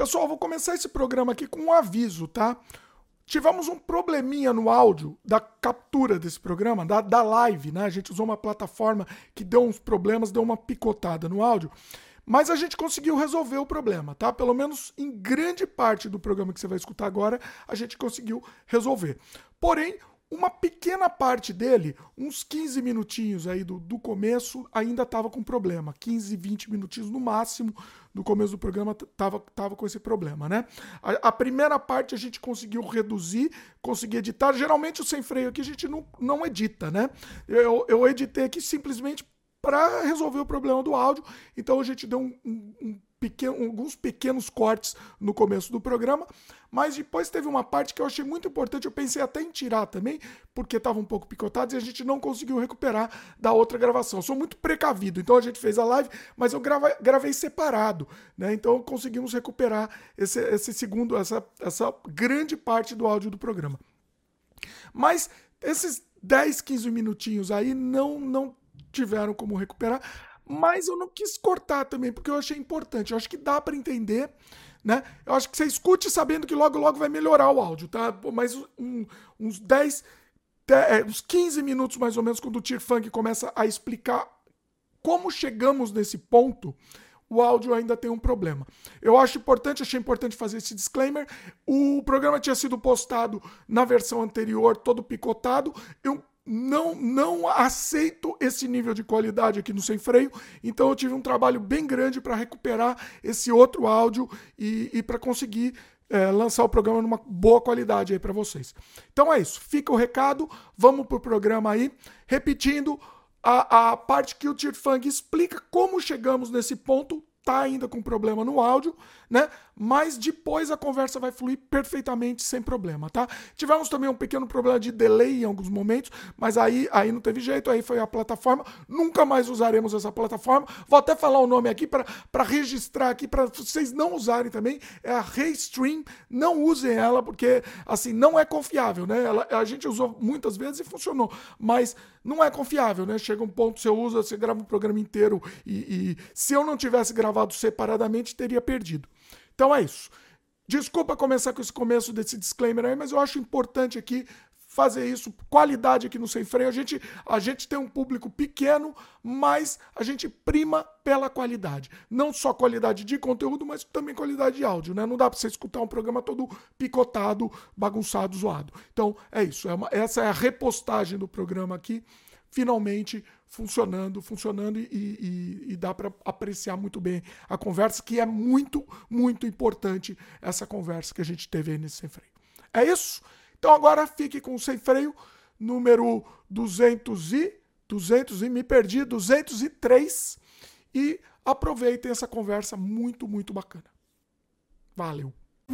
Pessoal, vou começar esse programa aqui com um aviso, tá? Tivemos um probleminha no áudio da captura desse programa, da live, né? A gente usou uma plataforma que deu uns problemas, deu uma picotada no áudio, mas a gente conseguiu resolver o problema, tá? Pelo menos em grande parte do programa que você vai escutar agora, a gente conseguiu resolver. Porém, uma pequena parte dele, uns 15 minutinhos aí do começo, ainda estava com problema. 15, 20 minutinhos no máximo do começo do programa tava com esse problema, né? A primeira parte a gente conseguiu reduzir, conseguir editar. Geralmente o sem freio aqui a gente não edita, né? Eu editei aqui simplesmente para resolver o problema do áudio. Então a gente deu alguns pequenos cortes no começo do programa, mas depois teve uma parte que eu achei muito importante, eu pensei até em tirar também, porque estava um pouco picotado e a gente não conseguiu recuperar da outra gravação. Eu sou muito precavido, então a gente fez a live, mas eu gravei separado, né? Então conseguimos recuperar esse segundo, essa grande parte do áudio do programa. Mas esses 10, 15 minutinhos aí não tiveram como recuperar, mas eu não quis cortar também, porque eu achei importante. Eu acho que dá para entender, né? Eu acho que você escute sabendo que logo vai melhorar o áudio, tá? Mas uns 15 minutos mais ou menos, quando o Tir Funk começa a explicar como chegamos nesse ponto, o áudio ainda tem um problema. Eu achei importante fazer esse disclaimer. O programa tinha sido postado na versão anterior, todo picotado. Eu não aceito esse nível de qualidade aqui no Sem Freio, então eu tive um trabalho bem grande para recuperar esse outro áudio e para conseguir lançar o programa numa boa qualidade aí para vocês. Então é isso, fica o recado, vamos pro programa aí, repetindo a parte que o Tir Funk explica como chegamos nesse ponto. Tá ainda com problema no áudio, né? Mas depois a conversa vai fluir perfeitamente sem problema, tá? Tivemos também um pequeno problema de delay em alguns momentos, mas aí não teve jeito, aí foi a plataforma. Nunca mais usaremos essa plataforma. Vou até falar o nome aqui para registrar aqui, para vocês não usarem também. É a Restream. Não usem ela, porque assim, não é confiável, né? A gente usou muitas vezes e funcionou, mas não é confiável, né? Chega um ponto, você grava um programa inteiro e se eu não tivesse gravado separadamente, teria perdido. Então é isso. Desculpa começar com esse começo desse disclaimer aí, mas eu acho importante aqui fazer isso. Qualidade aqui no Sem Freio. A gente tem um público pequeno, mas a gente prima pela qualidade. Não só qualidade de conteúdo, mas também qualidade de áudio, né? Não dá pra você escutar um programa todo picotado, bagunçado, zoado. Então é isso. Essa é a repostagem do programa aqui. Finalmente funcionando e dá para apreciar muito bem a conversa, que é muito, muito importante essa conversa que a gente teve aí nesse Sem Freio. É isso? Então agora fique com o Sem Freio, número 203, e aproveitem essa conversa muito, muito bacana. Valeu!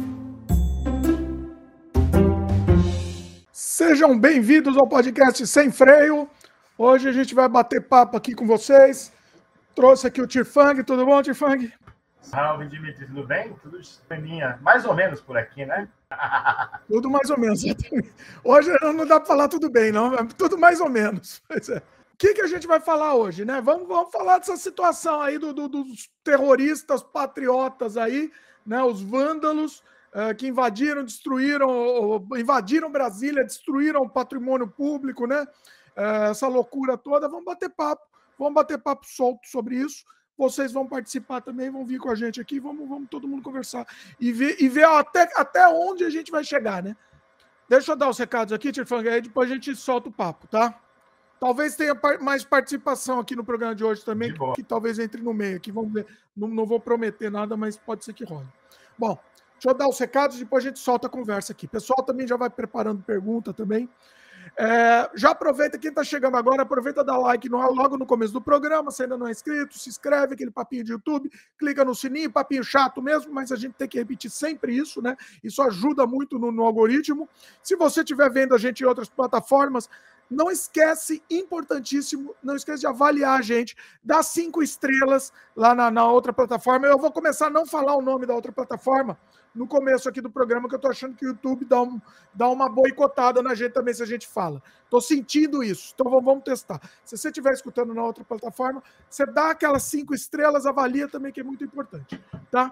Sejam bem-vindos ao podcast Sem Freio. Hoje a gente vai bater papo aqui com vocês. Trouxe aqui o Tir Funk. Tudo bom, Tir Funk? Salve, Dimitri. Tudo bem? Tudo esqueminha. Mais ou menos por aqui, né? Tudo mais ou menos. Hoje não dá para falar tudo bem, não. Tudo mais ou menos. Pois é. O que a gente vai falar hoje, né? Vamos falar dessa situação aí dos terroristas patriotas aí, né? Os vândalos que invadiram Brasília, destruíram o patrimônio público, né? Essa loucura toda. Vamos bater papo solto sobre isso. Vocês vão participar também, vão vir com a gente aqui, vamos todo mundo conversar e ver até onde a gente vai chegar, né? Deixa eu dar os recados aqui, Tir Funk, aí depois a gente solta o papo, tá? Talvez tenha mais participação aqui no programa de hoje também, que talvez entre no meio aqui, vamos ver. Não vou prometer nada, mas pode ser que role. Bom, deixa eu dar os recados e depois a gente solta a conversa aqui. O pessoal também já vai preparando pergunta também. Já aproveita, quem está chegando agora, aproveita, dá like logo no começo do programa, se ainda não é inscrito, se inscreve, aquele papinho de YouTube, clica no sininho, papinho chato mesmo, mas a gente tem que repetir sempre isso, né? Isso ajuda muito no algoritmo. Se você estiver vendo a gente em outras plataformas, não esquece, importantíssimo, não esquece de avaliar a gente, dá 5 estrelas lá na outra plataforma. Eu vou começar a não falar o nome da outra plataforma no começo aqui do programa, que eu tô achando que o YouTube dá uma boicotada na gente também se a gente fala. Tô sentindo isso, então vamos testar. Se você estiver escutando na outra plataforma, você dá aquelas 5 estrelas, avalia também, que é muito importante, tá?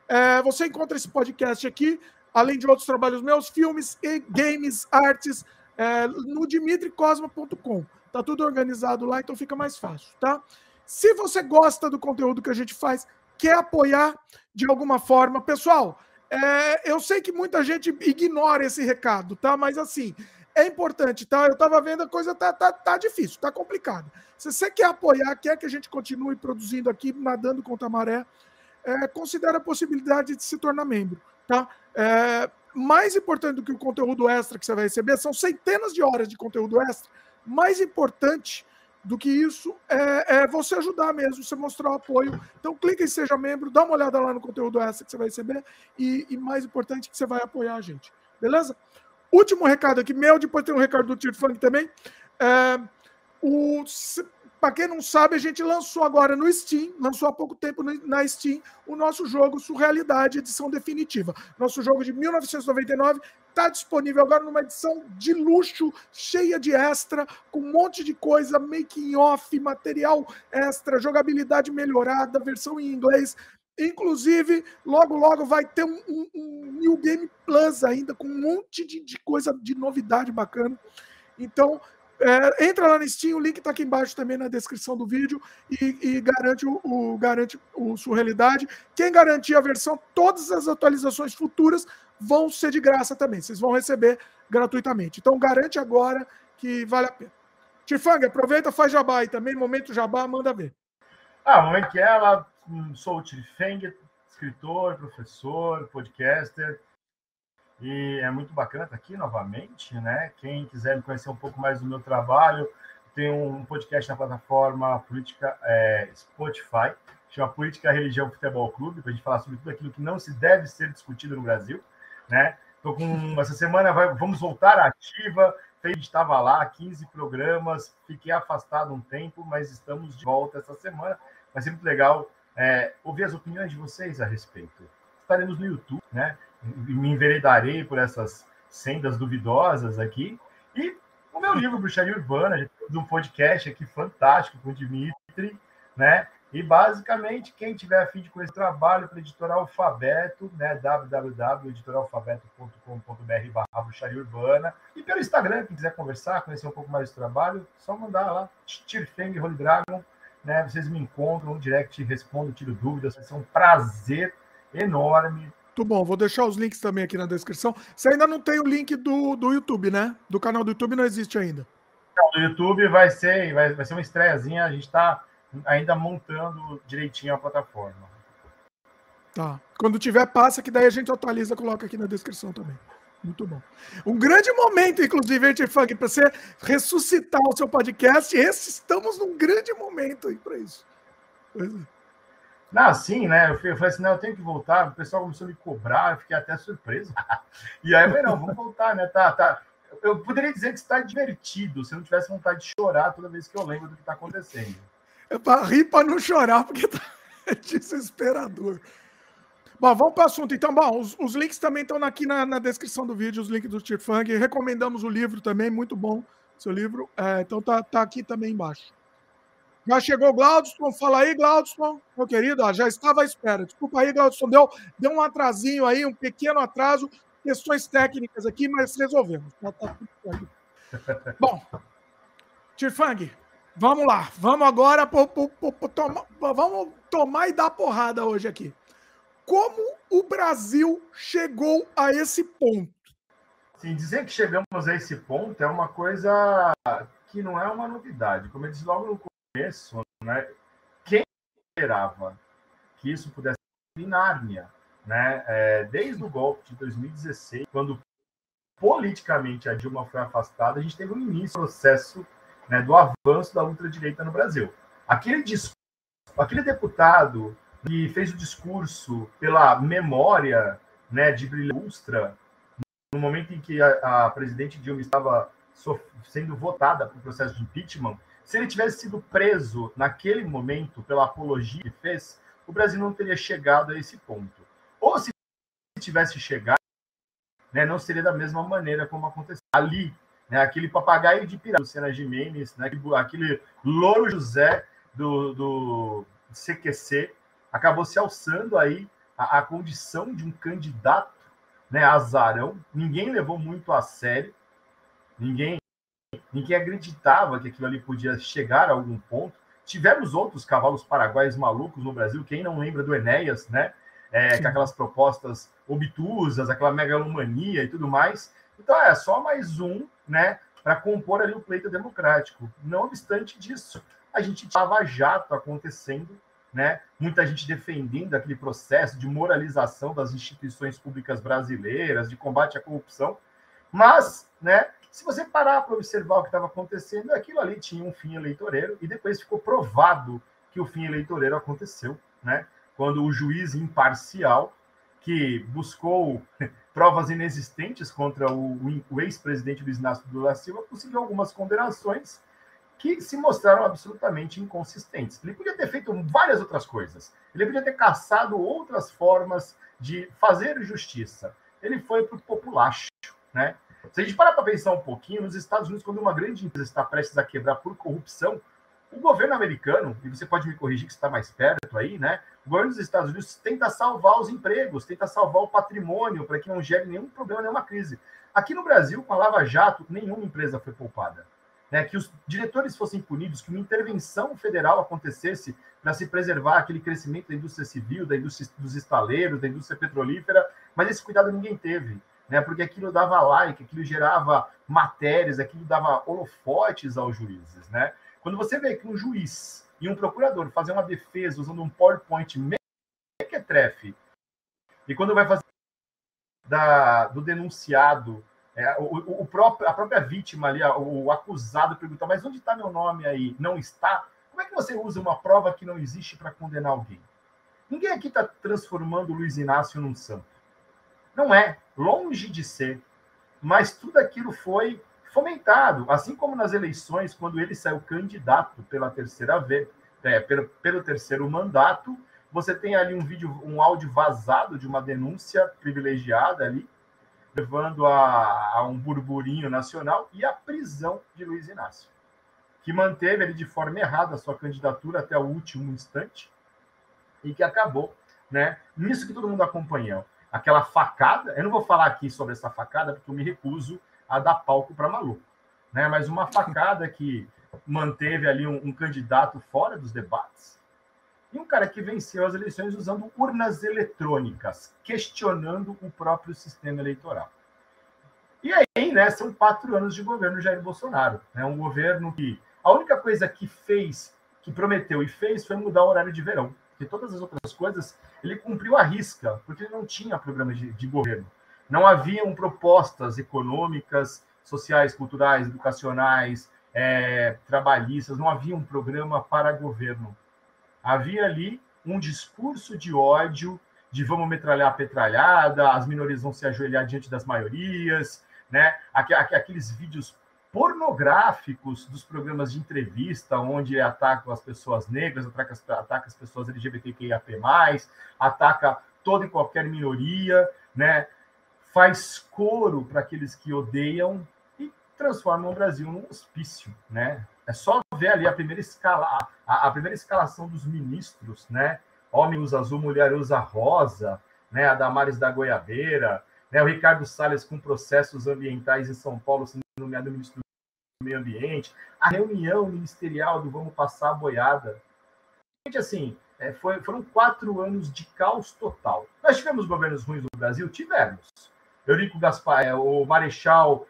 Você encontra esse podcast aqui, além de outros trabalhos meus, filmes, e games, artes, no dimitricosma.com. Tá tudo organizado lá, então fica mais fácil, tá? Se você gosta do conteúdo que a gente faz, quer apoiar de alguma forma, pessoal, eu sei que muita gente ignora esse recado, tá? Mas assim, é importante, tá? Eu tava vendo, a coisa tá difícil, tá complicado. Se você quer apoiar, quer que a gente continue produzindo aqui, nadando contra a maré, considere a possibilidade de se tornar membro, tá? Mais importante do que o conteúdo extra que você vai receber, são centenas de horas de conteúdo extra. Mais importante do que isso é você ajudar mesmo, você mostrar o apoio. Então, clica em Seja Membro, dá uma olhada lá no conteúdo extra que você vai receber e mais importante, que você vai apoiar a gente. Beleza? Último recado aqui meu, depois tem um recado do Tiro Funk também. Para quem não sabe, a gente lançou agora no Steam, lançou há pouco tempo na Steam, o nosso jogo Surrealidade, edição definitiva. Nosso jogo de 1999 está disponível agora numa edição de luxo, cheia de extra, com um monte de coisa, making off, material extra, jogabilidade melhorada, versão em inglês. Inclusive, logo vai ter um New Game Plus ainda, com um monte de coisa, de novidade bacana. Então, entra lá no Steam, o link está aqui embaixo também na descrição do vídeo e garante o Surrealidade. Quem garantir a versão, todas as atualizações futuras vão ser de graça também. Vocês vão receber gratuitamente. Então, garante agora que vale a pena. Tifang, aproveita, faz jabá aí também. Momento jabá, manda ver. Momento que ela, sou o Tifang, escritor, professor, podcaster. E é muito bacana estar aqui novamente, né? Quem quiser me conhecer um pouco mais do meu trabalho, tem um podcast na plataforma política Spotify, chama Política, Religião, Futebol Clube, para a gente falar sobre tudo aquilo que não se deve ser discutido no Brasil, né? Essa semana vamos voltar à ativa. A gente estava lá, 15 programas, fiquei afastado um tempo, mas estamos de volta essa semana. Vai ser muito legal ouvir as opiniões de vocês a respeito. Estaremos no YouTube, né? Me enveredarei por essas sendas duvidosas aqui. E o meu livro, Bruxaria Urbana, de um podcast aqui fantástico com o Dimitri, né? E, basicamente, quem tiver a fim de conhecer o trabalho para Editora Alfabeto, né? www.editoralfabeto.com.br/Bruxaria Urbana. E pelo Instagram, quem quiser conversar, conhecer um pouco mais do trabalho, só mandar lá, Tirfeng Holy Dragon, né? Vocês me encontram no direct, respondo, tiro dúvidas. Vai ser um prazer enorme. Muito bom, vou deixar os links também aqui na descrição. Você ainda não tem o link do YouTube, né? Do canal do YouTube não existe ainda. O YouTube vai ser uma estreiazinha, a gente está ainda montando direitinho a plataforma. Tá. Quando tiver, passa, que daí a gente atualiza, coloca aqui na descrição também. Muito bom. Um grande momento, inclusive, Tifang, para você ressuscitar o seu podcast. Estamos num grande momento aí para isso. Pois é. Não, sim, né? Eu falei assim, não, eu tenho que voltar. O pessoal começou a me cobrar, eu fiquei até surpreso. E aí eu falei, não, vamos voltar, né? Tá. Eu poderia dizer que está divertido, se eu não tivesse vontade de chorar toda vez que eu lembro do que está acontecendo. É para rir, para não chorar, porque é desesperador. Bom, vamos para o assunto. Então, bom, os links também estão aqui na descrição do vídeo, os links do Tifang. Recomendamos o livro também, muito bom seu livro. Então tá aqui também embaixo. Já chegou o Glaudson, fala aí, Glaudson, meu querido, já estava à espera. Desculpa aí, Glaudson, deu um atrasinho aí, um pequeno atraso, questões técnicas aqui, mas resolvemos. Tá tudo certo. Bom, Tifang, vamos lá, vamos agora vamos tomar e dar porrada hoje aqui. Como o Brasil chegou a esse ponto? Sim, dizer que chegamos a esse ponto é uma coisa que não é uma novidade. Como eu disse logo no começo, né? Quem esperava que isso pudesse ser em Nárnia, né? Desde o golpe de 2016, quando politicamente a Dilma foi afastada, a gente teve um início do processo, né, do avanço da ultradireita no Brasil. Aquele deputado que fez o discurso pela memória, né, de Brilhante Ustra, no momento em que a presidente Dilma estava sendo votada para o processo de impeachment, se ele tivesse sido preso naquele momento pela apologia que fez, o Brasil não teria chegado a esse ponto. Ou se tivesse chegado, né, não seria da mesma maneira como aconteceu ali, né, aquele papagaio de pirata, Luciana Gimenez, né, aquele louro José do CQC, acabou se alçando aí a condição de um candidato, né, azarão. Ninguém levou muito a sério, ninguém acreditava que aquilo ali podia chegar a algum ponto. Tivemos outros cavalos paraguaios malucos no Brasil, quem não lembra do Enéas, né? Com aquelas propostas obtusas, aquela megalomania e tudo mais. Então, é só mais um, né, para compor ali o pleito democrático. Não obstante disso, a gente tinha Lava Jato acontecendo, né? Muita gente defendendo aquele processo de moralização das instituições públicas brasileiras, de combate à corrupção. Mas, né, se você parar para observar o que estava acontecendo, aquilo ali tinha um fim eleitoreiro e depois ficou provado que o fim eleitoreiro aconteceu, né? Quando o juiz imparcial, que buscou provas inexistentes contra o ex-presidente Luiz Inácio Lula da Silva, conseguiu algumas condenações que se mostraram absolutamente inconsistentes. Ele podia ter feito várias outras coisas. Ele podia ter caçado outras formas de fazer justiça. Ele foi para o populacho, né? Se a gente parar para pensar um pouquinho, nos Estados Unidos, quando uma grande empresa está prestes a quebrar por corrupção, o governo americano, e você pode me corrigir que está mais perto aí, né? O governo dos Estados Unidos tenta salvar os empregos, tenta salvar o patrimônio para que não gere nenhum problema, nenhuma crise. Aqui no Brasil, com a Lava Jato, nenhuma empresa foi poupada. Né? Que os diretores fossem punidos, que uma intervenção federal acontecesse para se preservar aquele crescimento da indústria civil, da indústria dos estaleiros, da indústria petrolífera, mas esse cuidado ninguém teve. Né, porque aquilo dava like, aquilo gerava matérias, aquilo dava holofotes aos juízes. Né? Quando você vê que um juiz e um procurador fazem uma defesa usando um PowerPoint mequetrefe, e quando vai fazer do denunciado, a própria vítima ali, o acusado pergunta, mas onde está meu nome aí? Não está? Como é que você usa uma prova que não existe para condenar alguém? Ninguém aqui está transformando o Luiz Inácio num santo. Não é, longe de ser, mas tudo aquilo foi fomentado, assim como nas eleições, quando ele saiu candidato pela terceira vez, pelo terceiro mandato, você tem ali um áudio vazado de uma denúncia privilegiada ali, levando a um burburinho nacional e a prisão de Luiz Inácio, que manteve ele de forma errada a sua candidatura até o último instante e que acabou, né, nisso que todo mundo acompanhou. Aquela facada, eu não vou falar aqui sobre essa facada, porque eu me recuso a dar palco para maluco, né? Mas uma facada que manteve ali um candidato fora dos debates e um cara que venceu as eleições usando urnas eletrônicas, questionando o próprio sistema eleitoral. E aí, né, são 4 anos de governo Jair Bolsonaro, né? Um governo que a única coisa que fez, que prometeu e fez, foi mudar o horário de verão. Porque todas as outras coisas ele cumpriu à risca, porque ele não tinha programa de governo. Não haviam propostas econômicas, sociais, culturais, educacionais, trabalhistas, não havia um programa para governo. Havia ali um discurso de ódio, de vamos metralhar a petralhada, as minorias vão se ajoelhar diante das maiorias, né? Aqueles vídeos pornográficos dos programas de entrevista, onde atacam as pessoas negras, ataca as pessoas LGBTQIAP+, ataca toda e qualquer minoria, né? Faz coro para aqueles que odeiam e transforma o Brasil num hospício, né? É só ver ali a primeira escalação dos ministros, né? Homem usa azul, mulher usa rosa, né? A Damares da Goiabeira, né? O Ricardo Salles com processos ambientais em São Paulo, sendo nomeado ministro do Meio Ambiente, a reunião ministerial do Vamos Passar a Boiada. Gente, assim, foram 4 anos de caos total. Nós tivemos governos ruins no Brasil? Tivemos. Eurico Gaspar, o Marechal...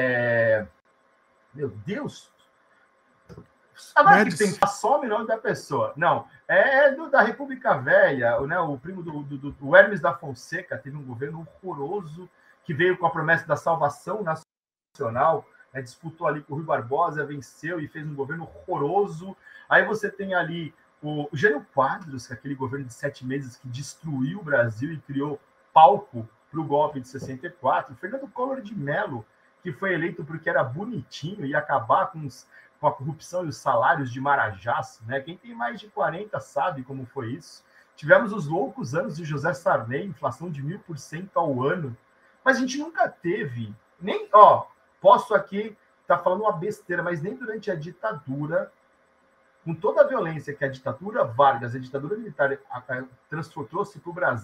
Meu Deus! Agora que tem só o nome da pessoa. Não, da República Velha, né, o primo do Hermes da Fonseca, teve um governo horroroso que veio com a promessa da salvação nacional, né, disputou ali com o Rui Barbosa, venceu e fez um governo horroroso. Aí você tem ali o Jânio Quadros, que é aquele governo de 7 meses que destruiu o Brasil e criou palco para o golpe de 64. Fernando Collor de Mello, que foi eleito porque era bonitinho e ia acabar com a corrupção e os salários de Marajás, né? Quem tem mais de 40 sabe como foi isso. Tivemos os loucos anos de José Sarney, inflação de 1000% ao ano, mas a gente nunca teve, nem, posso aqui estar falando uma besteira, mas nem durante a ditadura, com toda a violência que a ditadura Vargas, a ditadura militar trouxe para o Brasil,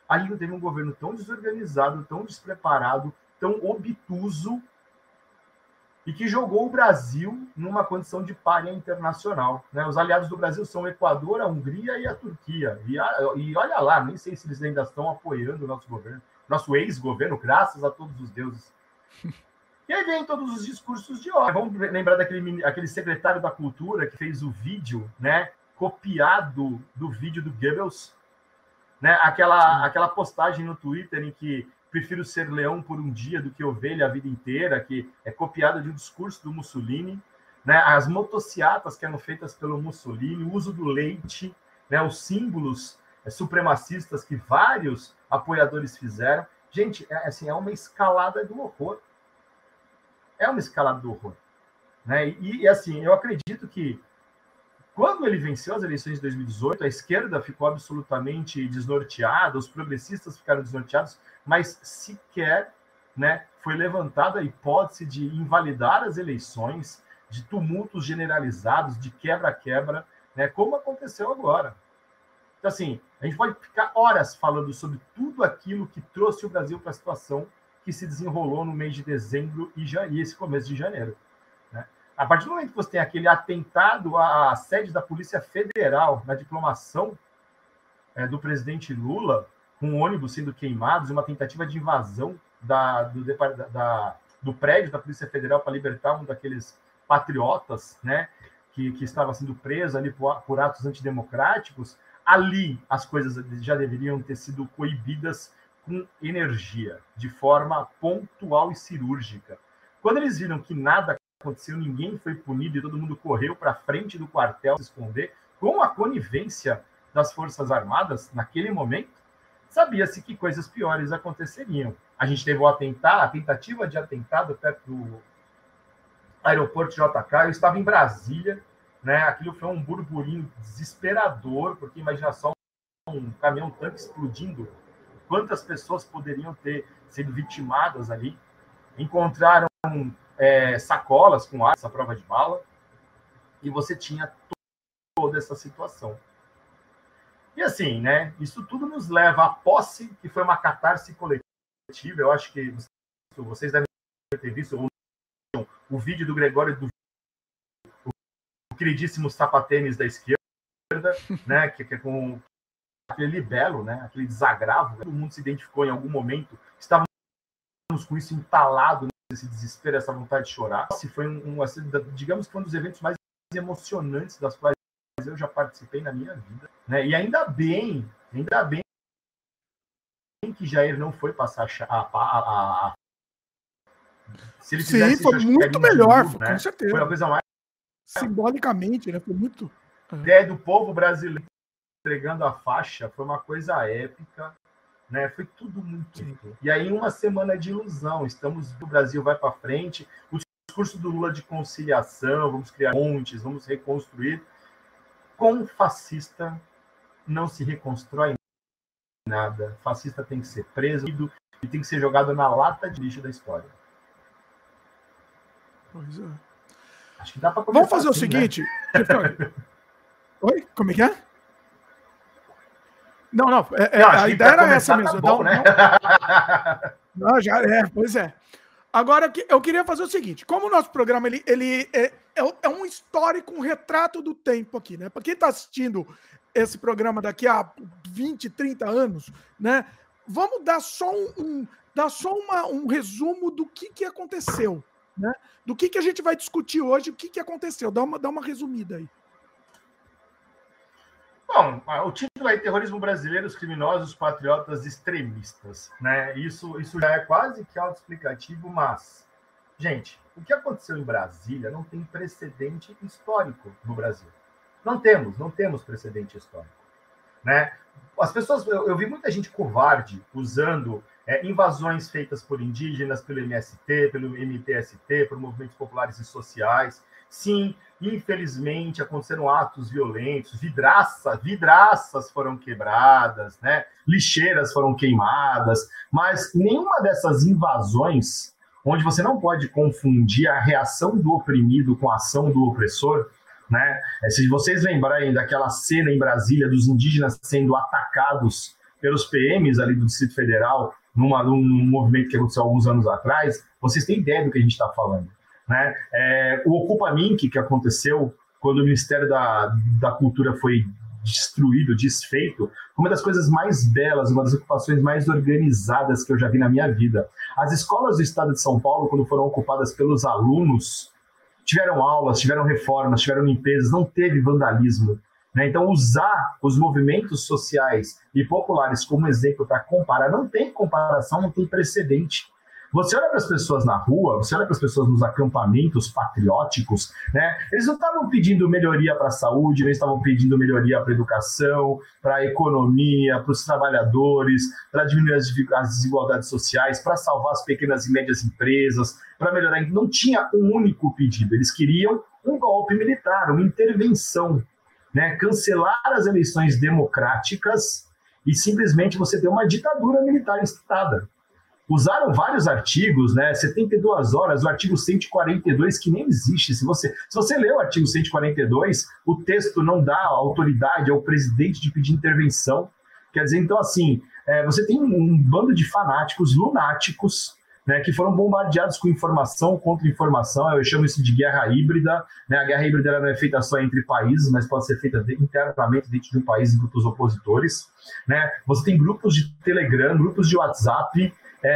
A gente não teve um governo tão desorganizado, tão despreparado, tão obtuso, e que jogou o Brasil numa condição de pária internacional. Né? Os aliados do Brasil são o Equador, a Hungria e a Turquia. E olha lá, nem sei se eles ainda estão apoiando o nosso governo, nosso ex-governo, graças a todos os deuses. E aí vem todos os discursos de ódio. Vamos lembrar daquele secretário da Cultura que fez o vídeo, né, copiado do vídeo do Goebbels, né, aquela postagem no Twitter em que prefiro ser leão por um dia do que ovelha a vida inteira, que é copiada de um discurso do Mussolini, né, as motociatas que eram feitas pelo Mussolini, o uso do leite, né, os símbolos supremacistas que vários apoiadores fizeram. Gente, assim, é uma escalada do horror. É uma escalada do horror. Né? E assim, eu acredito que quando ele venceu as eleições de 2018, a esquerda ficou absolutamente desnorteada, os progressistas ficaram desnorteados, mas sequer, né, foi levantada a hipótese de invalidar as eleições, de tumultos generalizados, de quebra-quebra, né, como aconteceu agora. Então, assim, a gente pode ficar horas falando sobre tudo aquilo que trouxe o Brasil para a situação que se desenrolou no mês de dezembro e esse começo de janeiro. Né? A partir do momento que você tem aquele atentado à sede da Polícia Federal, na diplomação do presidente Lula, com um ônibus sendo queimados, uma tentativa de invasão do prédio da Polícia Federal para libertar um daqueles patriotas, né, que estava sendo preso ali por atos antidemocráticos, ali as coisas já deveriam ter sido coibidas com energia, de forma pontual e cirúrgica. Quando eles viram que nada aconteceu, ninguém foi punido e todo mundo correu para frente do quartel se esconder, com a conivência das Forças Armadas, naquele momento, sabia-se que coisas piores aconteceriam. A gente teve a tentativa de atentado perto do aeroporto JK, eu estava em Brasília, né? Aquilo foi um burburinho desesperador, porque imagina só um caminhão-tanque explodindo, quantas pessoas poderiam ter sido vitimadas ali. Encontraram sacolas com ar, essa prova de bala, e você tinha toda essa situação. E assim, né, isso tudo nos leva à posse, que foi uma catarse coletiva. Eu acho que vocês devem ter visto o vídeo do Gregório do o queridíssimo sapatênis da esquerda, né, que é com aquele libelo, né, aquele desagravo. Todo mundo se identificou em algum momento. Estávamos com isso entalado, esse desespero, essa vontade de chorar. Foi digamos que foi um dos eventos mais emocionantes das quais eu já participei na minha vida, né? E ainda bem que Jair não foi passar se ele fizesse. Sim, foi isso, muito melhor, né? Com certeza. Foi a coisa mais simbolicamente, né? Foi muito. A ideia do povo brasileiro entregando a faixa foi uma coisa épica, né? Foi tudo muito. Sim. E aí, uma semana de ilusão. O Brasil vai para frente. O discurso do Lula de conciliação, vamos criar pontes, vamos reconstruir. Com fascista não se reconstrói nada. Fascista tem que ser preso e tem que ser jogado na lata de lixo da história. Pois é. Acho que dá para começar. Vamos fazer assim, o seguinte. Né? Oi? Como é que é? Não, a ideia era essa mesmo. Tá bom, né? Não, já pois é. Agora, eu queria fazer o seguinte, como o nosso programa ele é um histórico, um retrato do tempo aqui, né? Para quem está assistindo esse programa daqui a 20, 30 anos, né? Vamos dar só um resumo do que aconteceu, né? Do que a gente vai discutir hoje, o que aconteceu. Dá uma resumida aí. Bom, o título é Terrorismo Brasileiro, os criminosos, os patriotas extremistas, né? Isso já é quase que autoexplicativo, mas, gente, o que aconteceu em Brasília não tem precedente histórico no Brasil. Não temos precedente histórico, né? As pessoas, eu vi muita gente covarde usando invasões feitas por indígenas, pelo MST, pelo MTST, por movimentos populares e sociais. Sim, infelizmente aconteceram atos violentos, vidraças foram quebradas, né? Lixeiras foram queimadas, mas nenhuma dessas invasões, onde você não pode confundir a reação do oprimido com a ação do opressor, né? Se vocês lembrarem daquela cena em Brasília dos indígenas sendo atacados pelos PMs ali do Distrito Federal, num movimento que aconteceu alguns anos atrás, vocês têm ideia do que a gente está falando, né? O Ocupa Minc, que aconteceu quando o Ministério da Cultura foi destruído, desfeito, uma das coisas mais belas, uma das ocupações mais organizadas que eu já vi na minha vida. As escolas do estado de São Paulo, quando foram ocupadas pelos alunos, tiveram aulas, tiveram reformas, tiveram limpezas, não teve vandalismo, né? Então, usar os movimentos sociais e populares como exemplo para comparar, não tem comparação, não tem precedente. Você olha para as pessoas na rua, você olha para as pessoas nos acampamentos patrióticos, né? Eles não estavam pedindo melhoria para a saúde, não estavam pedindo melhoria para a educação, para a economia, para os trabalhadores, para diminuir as desigualdades sociais, para salvar as pequenas e médias empresas, para melhorar. Não tinha um único pedido. Eles queriam um golpe militar, uma intervenção, né? Cancelar as eleições democráticas e simplesmente você ter uma ditadura militar instalada. Usaram vários artigos, né? 72 horas, o artigo 142, que nem existe. Se você ler o artigo 142, o texto não dá autoridade ao presidente de pedir intervenção. Quer dizer, então, assim, você tem um bando de fanáticos, lunáticos, né, que foram bombardeados com informação contra informação. Eu chamo isso de guerra híbrida, né? A guerra híbrida não é feita só entre países, mas pode ser feita internamente dentro de um país em grupos opositores, né? Você tem grupos de Telegram, grupos de WhatsApp,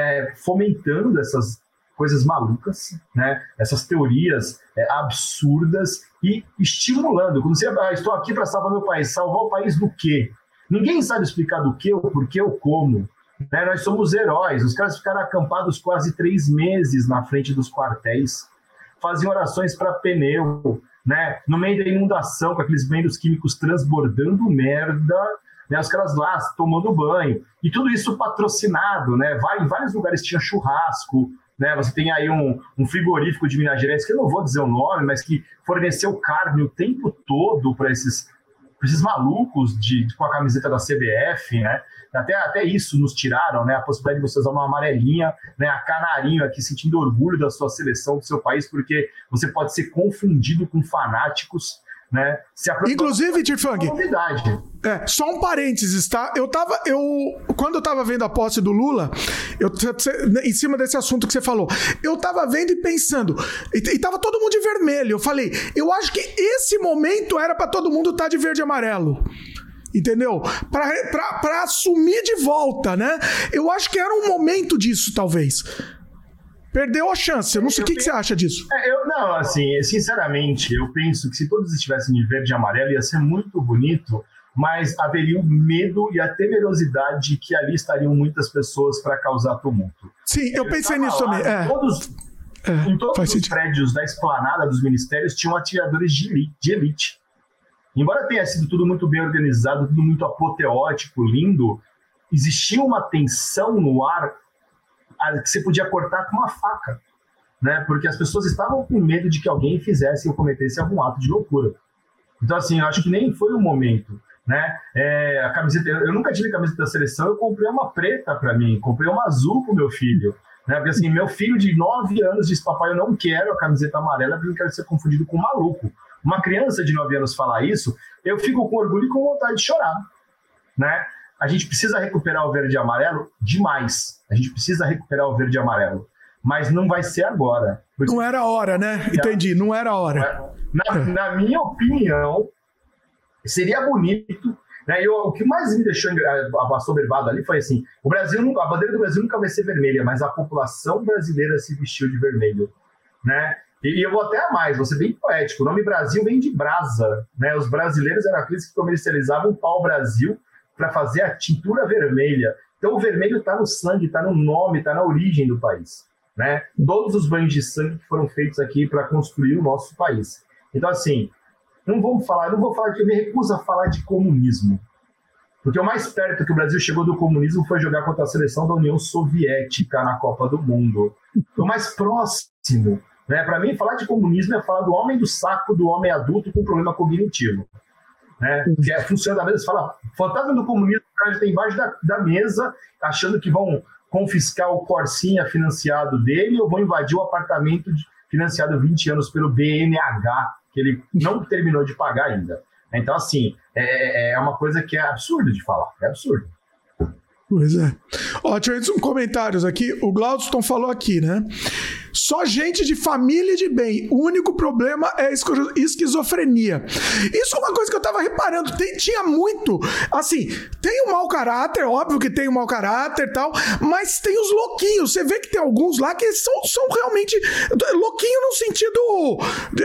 fomentando essas coisas malucas, né? Essas teorias absurdas e estimulando. Como se estou aqui para salvar meu país. Salvar o país do quê? Ninguém sabe explicar do quê, o porquê, o como. Né? Nós somos heróis. Os caras ficaram acampados quase 3 meses na frente dos quartéis. Faziam orações para pneu, né? No meio da inundação, com aqueles banheiros químicos transbordando merda, né, os caras lá tomando banho, e tudo isso patrocinado, né? Em vários lugares tinha churrasco, né? Você tem aí um frigorífico de Minas Gerais, que eu não vou dizer o nome, mas que forneceu carne o tempo todo para esses malucos com a camiseta da CBF, né? Até isso nos tiraram, né? A possibilidade de você usar uma amarelinha, né? A canarinho aqui, sentindo orgulho da sua seleção, do seu país, porque você pode ser confundido com fanáticos, né? Inclusive, Tirfang, só um parênteses, tá? Quando eu tava vendo a posse do Lula, em cima desse assunto que você falou, eu tava vendo e pensando, e tava todo mundo de vermelho. Eu falei, eu acho que esse momento era pra todo mundo estar de verde e amarelo. Entendeu? Pra assumir de volta, né? Eu acho que era um momento disso, talvez. Perdeu a chance. Eu não sei o que você acha disso. Não, assim, sinceramente, eu penso que se todos estivessem de verde e amarelo ia ser muito bonito, mas haveria o medo e a temerosidade que ali estariam muitas pessoas para causar tumulto. Sim, eu pensei nisso também. Em todos os prédios da esplanada dos ministérios tinham atiradores de elite. Embora tenha sido tudo muito bem organizado, tudo muito apoteótico, lindo, existia uma tensão no ar que você podia cortar com uma faca, né? Porque as pessoas estavam com medo de que alguém fizesse ou cometesse algum ato de loucura. Então, assim, eu acho que nem foi o momento, né? A camiseta, eu nunca tive camiseta da seleção, eu comprei uma preta para mim, comprei uma azul pro meu filho, né? Porque, assim, meu filho de 9 anos disse, papai, eu não quero a camiseta amarela porque eu não quero ser confundido com um maluco. Uma criança de 9 anos falar isso, eu fico com orgulho e com vontade de chorar, né? A gente precisa recuperar o verde e amarelo demais. A gente precisa recuperar o verde e amarelo. Mas não vai ser agora. Não era a hora, né? Entendi, não era a hora. Na minha opinião, seria bonito, né? O que mais me deixou assoberbado ali foi assim, a bandeira do Brasil nunca vai ser vermelha, mas a população brasileira se vestiu de vermelho, né? E eu vou até a mais, vou ser bem poético. O nome Brasil vem de brasa, né? Os brasileiros eram aqueles que comercializavam o pau-brasil para fazer a tintura vermelha. Então o vermelho está no sangue, está no nome, está na origem do país, né? Todos os banhos de sangue que foram feitos aqui para construir o nosso país. Então, assim, eu não vou falar que eu me recuso a falar de comunismo. Porque o mais perto que o Brasil chegou do comunismo foi jogar contra a seleção da União Soviética na Copa do Mundo. O mais próximo, né? Para mim, falar de comunismo é falar do homem do saco, do homem adulto com problema cognitivo. Né? Que funciona da mesa, você fala, fantasma do comunismo, o cara já está embaixo da mesa, achando que vão confiscar o Corsinha financiado dele ou vão invadir o apartamento financiado 20 anos pelo BNH, que ele não terminou de pagar ainda. Então, assim, é uma coisa que é absurdo de falar, é absurdo. Pois é. Ó, deixa eu ver uns comentários aqui. O Glaudston falou aqui, né? Só gente de família e de bem. O único problema é esquizofrenia. Isso é uma coisa que eu tava reparando. Tinha muito. Assim, tem o mau caráter, óbvio que tem o mau caráter e tal, mas tem os louquinhos. Você vê que tem alguns lá que são realmente louquinho no sentido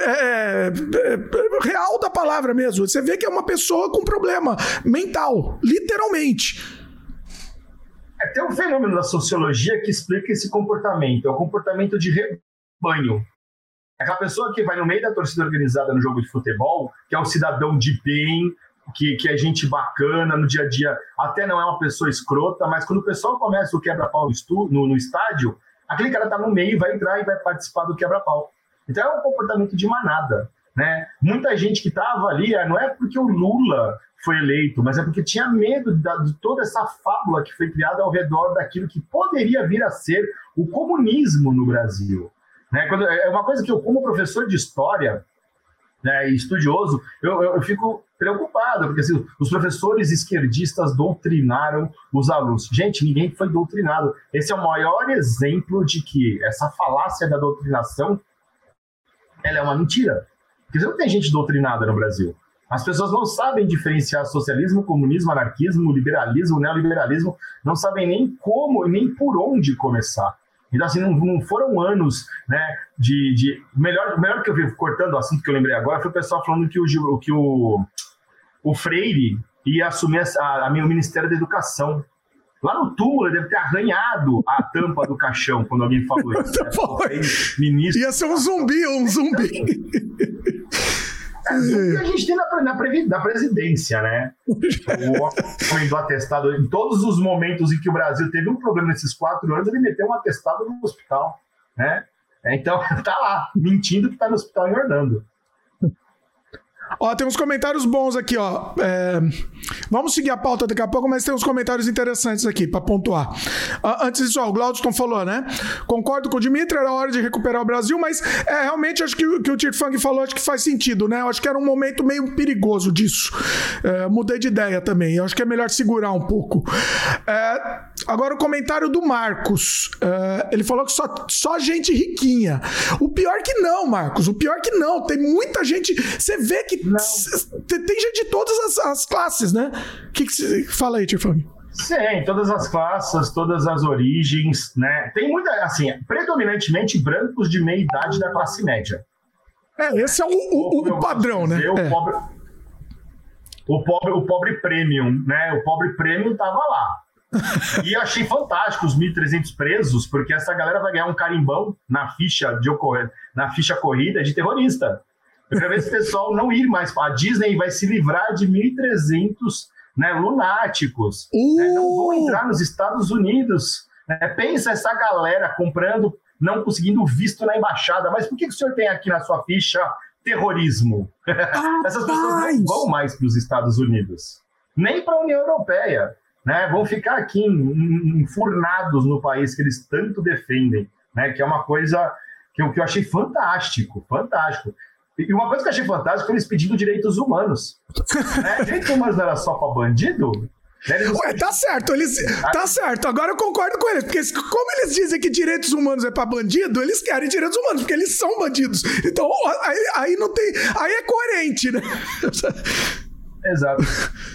real da palavra mesmo. Você vê que é uma pessoa com problema mental, literalmente. Tem um fenômeno da sociologia que explica esse comportamento. É o comportamento de rebanho. Aquela pessoa que vai no meio da torcida organizada no jogo de futebol, que é um cidadão de bem, que é gente bacana no dia a dia, até não é uma pessoa escrota, mas quando o pessoal começa o quebra-pau no estádio, aquele cara tá no meio, vai entrar e vai participar do quebra-pau. Então é um comportamento de manada, né? Muita gente que estava ali, não é porque o Lula foi eleito, mas é porque tinha medo de toda essa fábula que foi criada ao redor daquilo que poderia vir a ser o comunismo no Brasil. Né? É uma coisa que eu, como professor de história, né, e estudioso, eu fico preocupado, porque assim, os professores esquerdistas doutrinaram os alunos. Gente, ninguém foi doutrinado. Esse é o maior exemplo de que essa falácia da doutrinação, ela é uma mentira. Porque não tem gente doutrinada no Brasil. As pessoas não sabem diferenciar socialismo, comunismo, anarquismo, liberalismo, neoliberalismo, não sabem nem como, nem por onde começar. Então, assim, não foram anos, né, melhor que eu vi, cortando o assunto que eu lembrei agora, foi o pessoal falando que o Freire ia assumir o Ministério da Educação. Lá no túmulo, ele deve ter arranhado a tampa do caixão quando alguém falou isso. Né? Ministro... Ia ser um zumbi. É o que a gente tem na presidência, né? O homem do atestado, em todos os momentos em que o Brasil teve um problema nesses 4 anos, ele meteu um atestado no hospital, né? Então, tá lá, mentindo que tá no hospital em Orlando. Ó, tem uns comentários bons aqui, ó. Vamos seguir a pauta daqui a pouco, mas tem uns comentários interessantes aqui para pontuar. Antes disso, ó, o Glaudston falou, né? Concordo com o Dimitri, era hora de recuperar o Brasil, mas realmente acho que o que o Tirfang falou, acho que faz sentido, né? Eu acho que era um momento meio perigoso disso. Mudei de ideia também. Eu acho que é melhor segurar um pouco. Agora o comentário do Marcos. Ele falou que só gente riquinha. O pior que não, Marcos. O pior que não. Tem muita gente... Você vê que tem gente de todas as classes, né? O que você fala aí, Tirfang? Sim, todas as classes, todas as origens, né? Tem muita, assim, predominantemente brancos de meia idade da classe média. Esse é o padrão, dizer, né? O pobre premium, né? O pobre premium tava lá. E eu achei fantástico os 1.300 presos, porque essa galera vai ganhar um carimbão na ficha corrida de terrorista. Eu quero ver esse pessoal não ir mais. A Disney vai se livrar de 1.300, né, lunáticos. Né, não vão entrar nos Estados Unidos. Né, pensa essa galera comprando, não conseguindo visto na embaixada. Mas por que o senhor tem aqui na sua ficha terrorismo? Essas pessoas não vão mais para os Estados Unidos. Nem para a União Europeia. Né, vão ficar aqui enfurnados no país que eles tanto defendem. Né, que é uma coisa que eu achei fantástico. E uma coisa que eu achei fantástica foi eles pedindo direitos humanos. Né? Direitos humanos não era só para bandido? Ué, tá certo, tá certo. Agora eu concordo com eles, porque como eles dizem que direitos humanos é para bandido, eles querem direitos humanos, porque eles são bandidos. Então, aí não tem... Aí é coerente, né? Exato.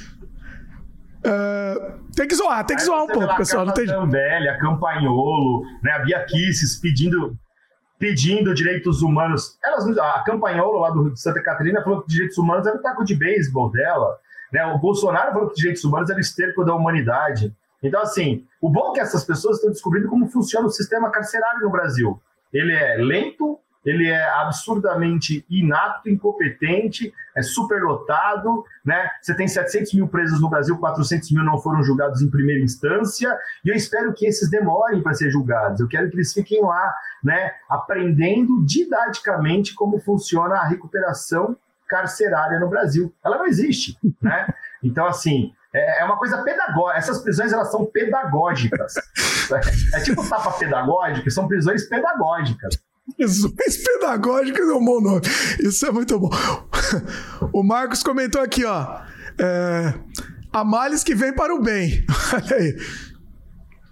Tem que zoar um pouco, pessoal. Não tem... Velha, Campagnolo, né? A Bia Kicis pedindo direitos humanos. A Campagnolo lá do Santa Catarina falou que direitos humanos era o taco de beisebol dela. Né? O Bolsonaro falou que direitos humanos era o esterco da humanidade. Então, assim, o bom é que essas pessoas estão descobrindo como funciona o sistema carcerário no Brasil. Ele é lento, ele é absurdamente inapto, incompetente, é superlotado, né? Você tem 700 mil presos no Brasil, 400 mil não foram julgados em primeira instância, e eu espero que esses demorem para ser julgados. Eu quero que eles fiquem lá, né, aprendendo didaticamente como funciona a recuperação carcerária no Brasil. Ela não existe, né? Então, assim, é uma coisa pedagógica. Essas prisões, elas são pedagógicas. É tipo tapa pedagógica, são prisões pedagógicas. Prisões pedagógicas é um bom nome. Isso é muito bom. O Marcos comentou aqui, ó. Há males que vem para o bem. Olha aí.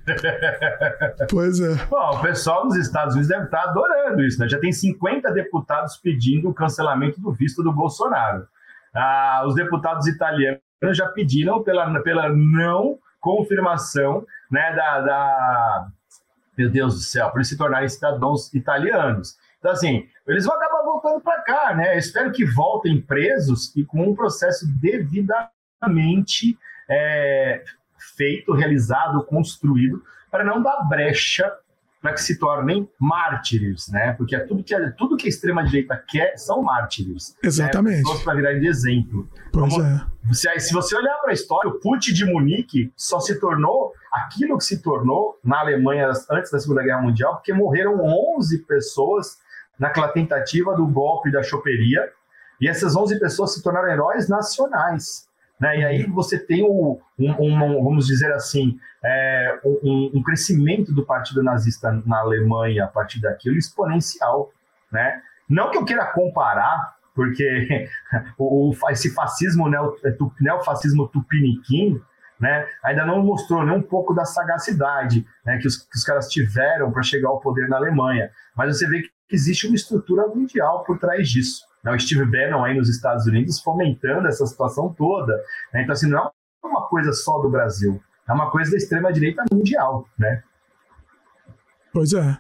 Pois é. Bom, o pessoal dos Estados Unidos deve estar adorando isso, né? Já tem 50 deputados pedindo o cancelamento do visto do Bolsonaro. Os deputados italianos já pediram pela não confirmação, né, meu Deus do céu, para eles se tornarem cidadãos italianos. Então, assim, eles vão acabar voltando para cá, né? Eu espero que voltem presos e com um processo devidamente feito, realizado, construído, para não dar brecha para que se tornem mártires, né? Porque tudo que a extrema-direita quer são mártires. Exatamente. Né? Pessoas para virar de exemplo. Se você olhar para a história, o Putsch de Munique só se tornou aquilo que se tornou na Alemanha antes da Segunda Guerra Mundial, porque morreram 11 pessoas naquela tentativa do golpe da choperia, e essas 11 pessoas se tornaram heróis nacionais. Né? E aí você tem vamos dizer assim, um crescimento do partido nazista na Alemanha a partir daquilo exponencial. Né? Não que eu queira comparar, porque esse fascismo, neofascismo tupiniquim, né, ainda não mostrou nem um pouco da sagacidade, né, que os caras tiveram para chegar ao poder na Alemanha. Mas você vê que existe uma estrutura mundial por trás disso. O Steve Bannon aí nos Estados Unidos fomentando essa situação toda. Né? Então, assim, não é uma coisa só do Brasil, é uma coisa da extrema-direita mundial. Né? Pois é.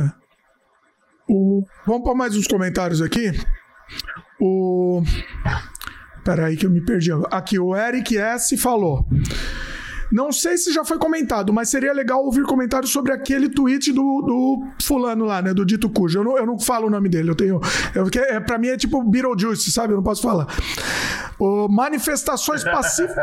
Vamos para mais uns comentários aqui. Peraí que eu me perdi. Aqui, o Eric S. falou: não sei se já foi comentado, mas seria legal ouvir comentários sobre aquele tweet do fulano lá, né? Do dito cujo. Eu não falo o nome dele. Pra mim é tipo Beetlejuice, sabe? Eu não posso falar. Manifestações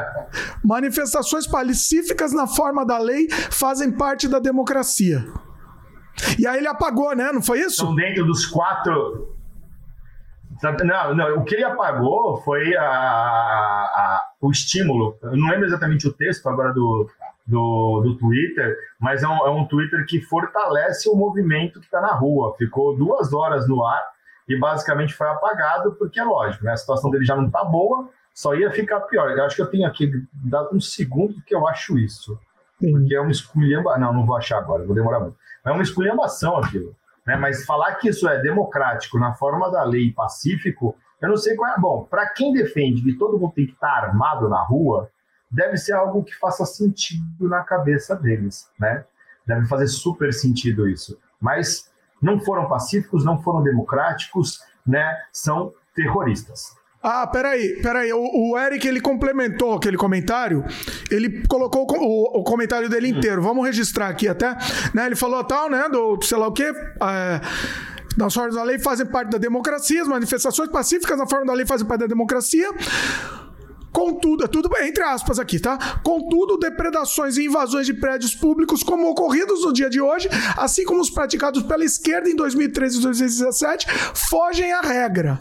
pacíficas na forma da lei fazem parte da democracia. E aí ele apagou, né? Não foi isso? Então, dentro dos 4... Não, o que ele apagou foi o estímulo. Eu não lembro exatamente o texto agora do Twitter, mas é um Twitter que fortalece o movimento que está na rua. Ficou 2 horas no ar e basicamente foi apagado, porque é lógico, né? A situação dele já não está boa, só ia ficar pior. Eu acho que eu tenho aqui dado um segundo que eu acho isso. Porque é uma esculhambação. Não vou achar agora, vou demorar muito. É uma esculhambação aquilo. Né? Mas falar que isso é democrático na forma da lei pacífico, eu não sei qual é. Bom, para quem defende que todo mundo tem que estar armado na rua, deve ser algo que faça sentido na cabeça deles, né? Deve fazer super sentido isso. Mas não foram pacíficos, não foram democráticos, né? São terroristas. Peraí. O Eric, ele complementou aquele comentário, ele colocou o comentário dele inteiro. Vamos registrar aqui até, né? Ele falou tal, né? Do sei lá o quê. Nas formas da lei fazem parte da democracia, as manifestações pacíficas na forma da lei fazem parte da democracia. Contudo, tudo entre aspas aqui, tá? Contudo, depredações e invasões de prédios públicos como ocorridos no dia de hoje, assim como os praticados pela esquerda em 2013 e 2017, fogem à regra.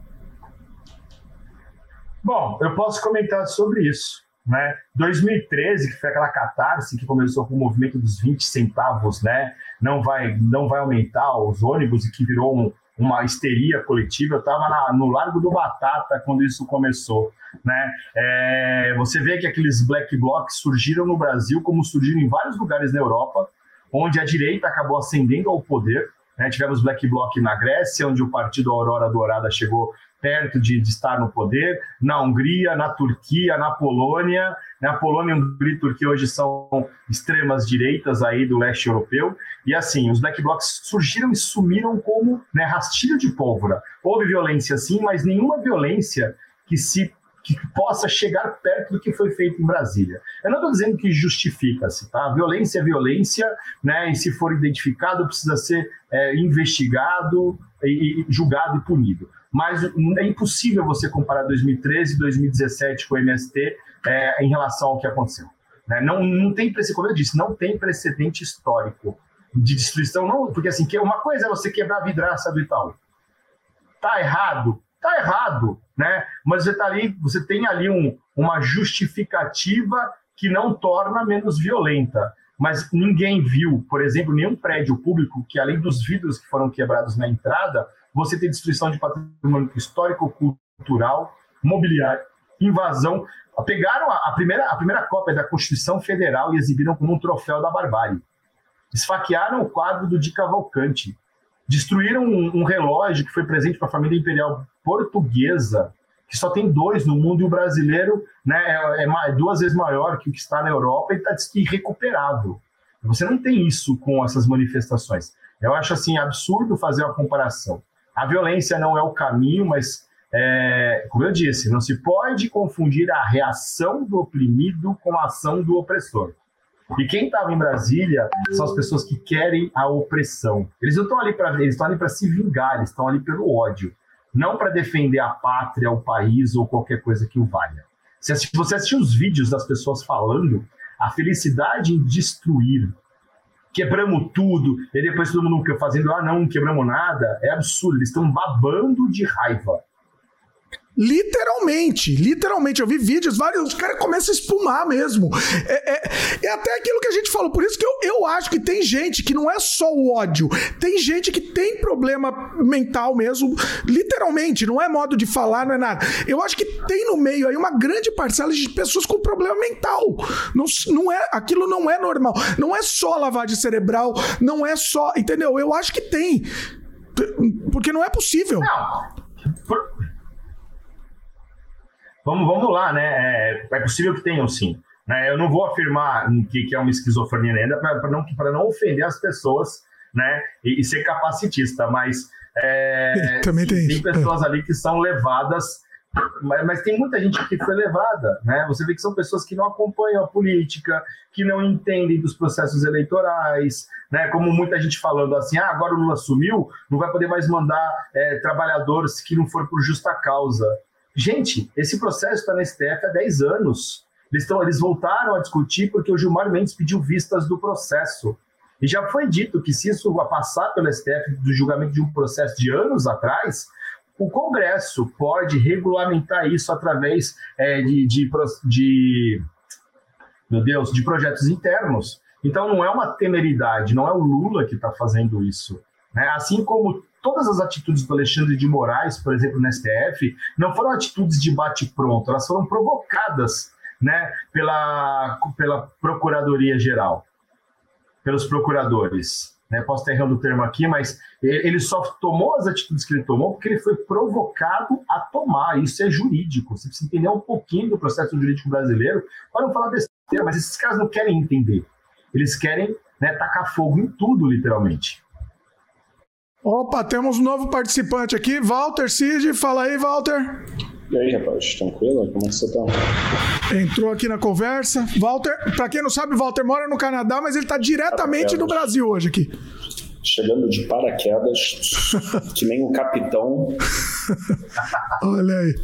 Bom, eu posso comentar sobre isso. Né? 2013, que foi aquela catarse que começou com o movimento dos 20 centavos, né? Não vai aumentar os ônibus, e que virou uma histeria coletiva. Eu estava no Largo do Batata quando isso começou. Né? Você vê que aqueles black blocs surgiram no Brasil, como surgiram em vários lugares na Europa, onde a direita acabou ascendendo ao poder. Né? Tivemos Black Bloc na Grécia, onde o partido Aurora Dourada chegou perto de estar no poder, na Hungria, na Turquia, na Polônia. A Polônia, Hungria e Turquia hoje são extremas direitas aí do leste europeu. E assim, os Black Blocs surgiram e sumiram como, né, rastilho de pólvora. Houve violência sim, mas nenhuma violência que possa chegar perto do que foi feito em Brasília. Eu não estou dizendo que justifica-se, tá? Violência é violência, né? E se for identificado, precisa ser investigado, e julgado e punido. Mas é impossível você comparar 2013 e 2017 com o MST em relação ao que aconteceu. Né? Não tem precedente, como eu disse, não tem precedente histórico de destruição, não, porque assim, uma coisa é você quebrar a vidraça do Itaú. Tá errado, né? Mas você tem ali uma justificativa que não torna menos violenta. Mas ninguém viu, por exemplo, nenhum prédio público que, além dos vidros que foram quebrados na entrada, você tem destruição de patrimônio histórico, cultural, mobiliário, invasão. Pegaram a primeira cópia da Constituição Federal e exibiram como um troféu da barbárie. Esfaquearam o quadro do Di Cavalcanti. Destruíram um relógio que foi presente para a família imperial portuguesa, que só tem 2 no mundo, e o brasileiro, né, é 2 vezes maior que o que está na Europa e está irrecuperável. Você não tem isso com essas manifestações. Eu acho assim, absurdo fazer uma comparação. A violência não é o caminho, mas, como eu disse, não se pode confundir a reação do oprimido com a ação do opressor. E quem estava em Brasília são as pessoas que querem a opressão. Eles não estão ali para se vingar, eles estão ali pelo ódio. Não para defender a pátria, o país ou qualquer coisa que o valha. Se você assistir os vídeos das pessoas falando, a felicidade em destruir, quebramos tudo, e depois todo mundo fazendo, não quebramos nada, é absurdo, eles estão babando de raiva. Literalmente, eu vi vídeos, os caras começam a espumar mesmo. É até aquilo que a gente falou, por isso que eu acho que tem gente que não é só o ódio, tem gente que tem problema mental mesmo, literalmente, não é modo de falar, não é nada. Eu acho que tem no meio aí uma grande parcela de pessoas com problema mental. Aquilo não é normal, não é só lavagem cerebral, não é só, entendeu? Eu acho que tem, porque não é possível. Não. Vamos lá, né? É possível que tenham, sim. Né? Eu não vou afirmar que é uma esquizofrenia ainda para não ofender as pessoas, né? E ser capacitista, mas também tem pessoas ali que são levadas, mas tem muita gente que foi levada, né? Você vê que são pessoas que não acompanham a política, que não entendem dos processos eleitorais, né? Como muita gente falando assim, agora o Lula sumiu, não vai poder mais mandar trabalhadores que não for por justa causa. Gente, esse processo está na STF há 10 anos. Eles voltaram a discutir porque o Gilmar Mendes pediu vistas do processo. E já foi dito que se isso passar pelo STF do julgamento de um processo de anos atrás, o Congresso pode regulamentar isso através de projetos internos. Então não é uma temeridade, não é o Lula que está fazendo isso. Né? Assim como todas as atitudes do Alexandre de Moraes, por exemplo, no STF, não foram atitudes de bate-pronto, elas foram provocadas, né, pela Procuradoria-Geral, pelos procuradores. Né? Posso estar errando o termo aqui, mas ele só tomou as atitudes que ele tomou porque ele foi provocado a tomar. Isso é jurídico. Você precisa entender um pouquinho do processo jurídico brasileiro para não falar besteira, mas esses caras não querem entender. Eles querem, né, tacar fogo em tudo, literalmente. Opa, temos um novo participante aqui, Walter Cid. Fala aí, Walter. E aí, rapaz, tranquilo? Como é que você tá? Entrou aqui na conversa. Walter, pra quem não sabe, Walter mora no Canadá, mas ele tá diretamente no Brasil hoje aqui. Chegando de paraquedas, que nem um capitão. Olha aí.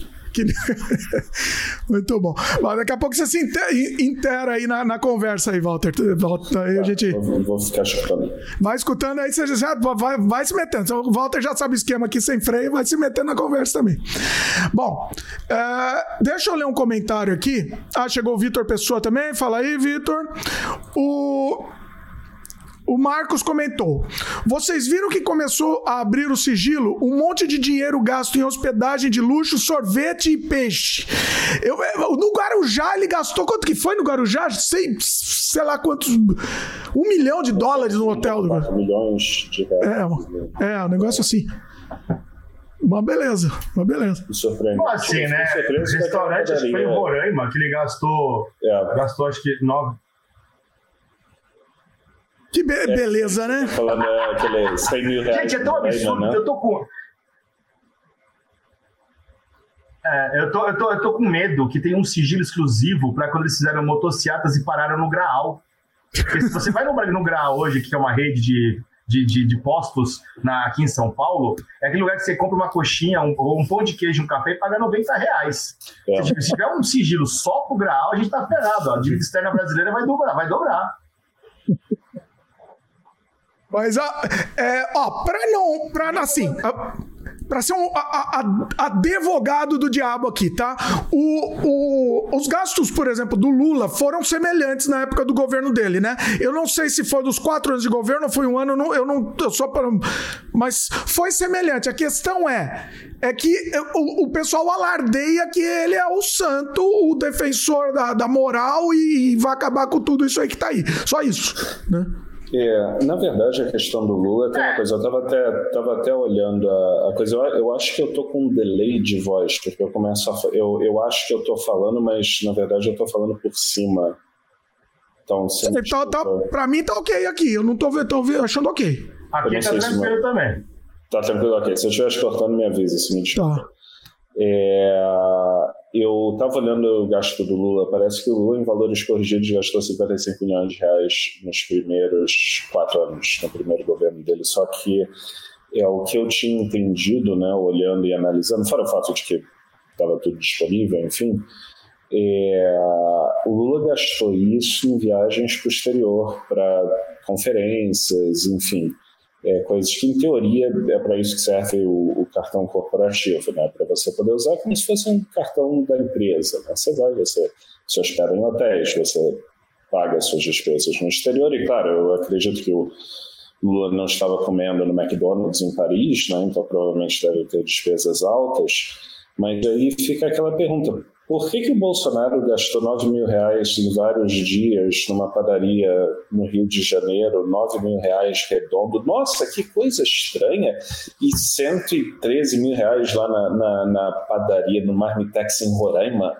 Muito bom. Mas daqui a pouco você se inteira aí na conversa aí, Walter. Aí a gente... Vou ficar escutando. Vai escutando aí, você já vai se metendo. Então, o Walter já sabe o esquema aqui sem freio, vai se metendo na conversa também. Bom, deixa eu ler um comentário aqui. Chegou o Vitor Pessoa também. Fala aí, Vitor. O Marcos comentou: vocês viram que começou a abrir o sigilo? Um monte de dinheiro gasto em hospedagem de luxo, sorvete e peixe. No Guarujá ele gastou, quanto que foi no Guarujá? Sei lá quantos, $1 milhão no hotel. 4 milhões de reais. Um negócio assim. Uma beleza. Me surpreende. Bom, assim, né? O restaurante acho que foi em Roraima, que ele gastou acho que 9... Que beleza, né? Falando aquele 100 mil reais. Gente, é tão absurdo, né? Eu tô com... Eu tô com medo que tem um sigilo exclusivo para quando eles fizeram motocicletas e pararam no Graal. Porque se você vai no Graal hoje, que é uma rede de postos aqui em São Paulo, é aquele lugar que você compra uma coxinha, um pão de queijo, um café e paga R$90. Se tiver um sigilo só pro Graal, a gente tá ferrado. A dívida externa brasileira vai dobrar. para ser advogado do diabo aqui, tá? Os gastos, por exemplo, do Lula foram semelhantes na época do governo dele, né? Eu não sei se foi dos 4 anos de governo ou foi um ano, mas foi semelhante. A questão é que o pessoal alardeia que ele é o santo, o defensor da moral e vai acabar com tudo isso aí que tá aí. Só isso, né? Na verdade, a questão do Lula tem uma coisa. Eu tava até olhando a coisa. Eu acho que eu tô com um delay de voz, porque eu começo eu acho que eu tô falando, mas na verdade eu tô falando por cima. Então, pra mim tá ok aqui. Eu não tô achando ok. Aqui tá tranquilo também. Tá tranquilo, ok. Se eu estiver cortando, me avisa, se me desculpa. Tá. Eu estava olhando o gasto do Lula. Parece que o Lula, em valores corrigidos, gastou 55 milhões de reais nos primeiros 4 anos, no primeiro governo dele. Só que o que eu tinha entendido, né, olhando e analisando, fora o fato de que estava tudo disponível, enfim, o Lula gastou isso em viagens para o exterior, para conferências, enfim. Coisas que, em teoria, é para isso que serve o cartão corporativo, né? Para você poder usar como se fosse um cartão da empresa, né? Você hospeda em hotéis, você paga suas despesas no exterior. E, claro, eu acredito que o Lula não estava comendo no McDonald's em Paris, né? Então provavelmente deve ter despesas altas. Mas aí fica aquela pergunta: por que o Bolsonaro gastou 9 mil reais em vários dias numa padaria no Rio de Janeiro, 9 mil reais redondo? Nossa, que coisa estranha! E 113 mil reais lá na padaria, no Marmitex em Roraima?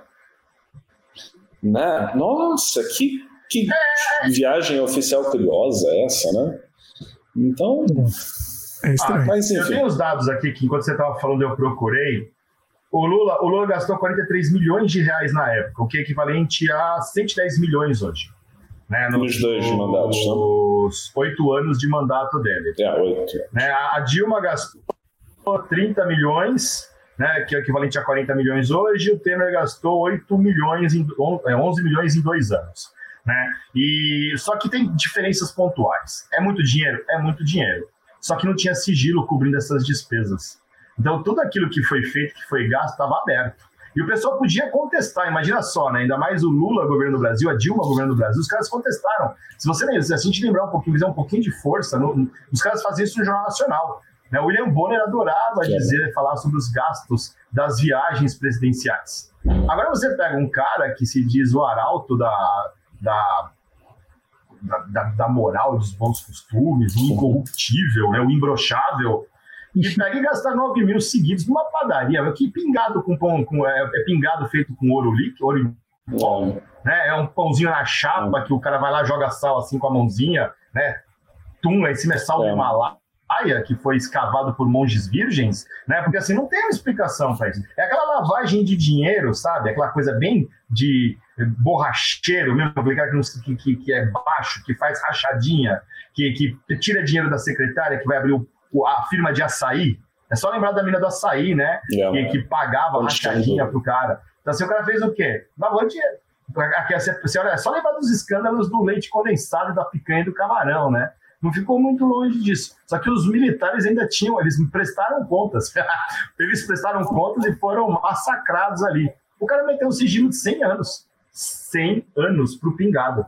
Nossa, que viagem oficial curiosa essa, né? Então... É estranho. Mas, enfim. Eu tenho os dados aqui que, enquanto você estava falando, eu procurei. O Lula gastou 43 milhões de reais na época, o que é equivalente a 110 milhões hoje. Né, nos 2 mandatos, né? Nos 8 anos de mandato dele. 8. Né, a Dilma gastou 30 milhões, né, que é equivalente a 40 milhões hoje, o Temer gastou 11 milhões em 2 anos. Né? Só que tem diferenças pontuais. É muito dinheiro? É muito dinheiro. Só que não tinha sigilo cobrindo essas despesas. Então, tudo aquilo que foi feito, que foi gasto, estava aberto. E o pessoal podia contestar, imagina só, né? Ainda mais o Lula, governo do Brasil, a Dilma, governo do Brasil, os caras contestaram. Se a gente lembrar um pouquinho, fizer um pouquinho de força, os caras faziam isso no Jornal Nacional. Né? O William Bonner adorava falar sobre os gastos das viagens presidenciais. Agora você pega um cara que se diz o arauto da moral, dos bons costumes, o incorruptível, né? O imbrochável, e pega e gasta 9 mil seguidos numa padaria, que pingado com pão, é pingado feito com ouro líquido, né? É um pãozinho na chapa que o cara vai lá, joga sal assim com a mãozinha, né? Lá em cima é sal do Himalaia, que foi escavado por monges virgens, né? Porque assim, não tem uma explicação para isso. É aquela lavagem de dinheiro, sabe? Aquela coisa bem de borracheiro mesmo, que é baixo, que faz rachadinha, que tira dinheiro da secretária, que vai abrir a firma de açaí. É só lembrar da mina do açaí, né? Que pagava rachadinha pro cara. Então, assim, o cara fez o quê? Lavou dinheiro. É só lembrar dos escândalos do leite condensado, da picanha e do camarão, né? Não ficou muito longe disso. Só que os militares ainda eles prestaram contas. Eles prestaram contas e foram massacrados ali. O cara meteu um sigilo de 100 anos. 100 anos pro pingado.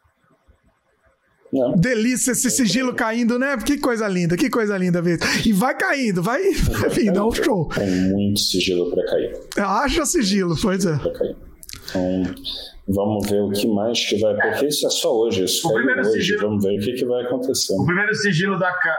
Não. Delícia esse sigilo caindo, né? Que coisa linda mesmo. E vai caindo, vai. Enfim, dá um show. Tem muito sigilo pra cair. Haja sigilo, pois é. Pra cair. Então, vamos ver o que mais que vai. Porque isso é só hoje. Isso o primeiro hoje. Sigilo, vamos ver o que vai acontecer. O primeiro sigilo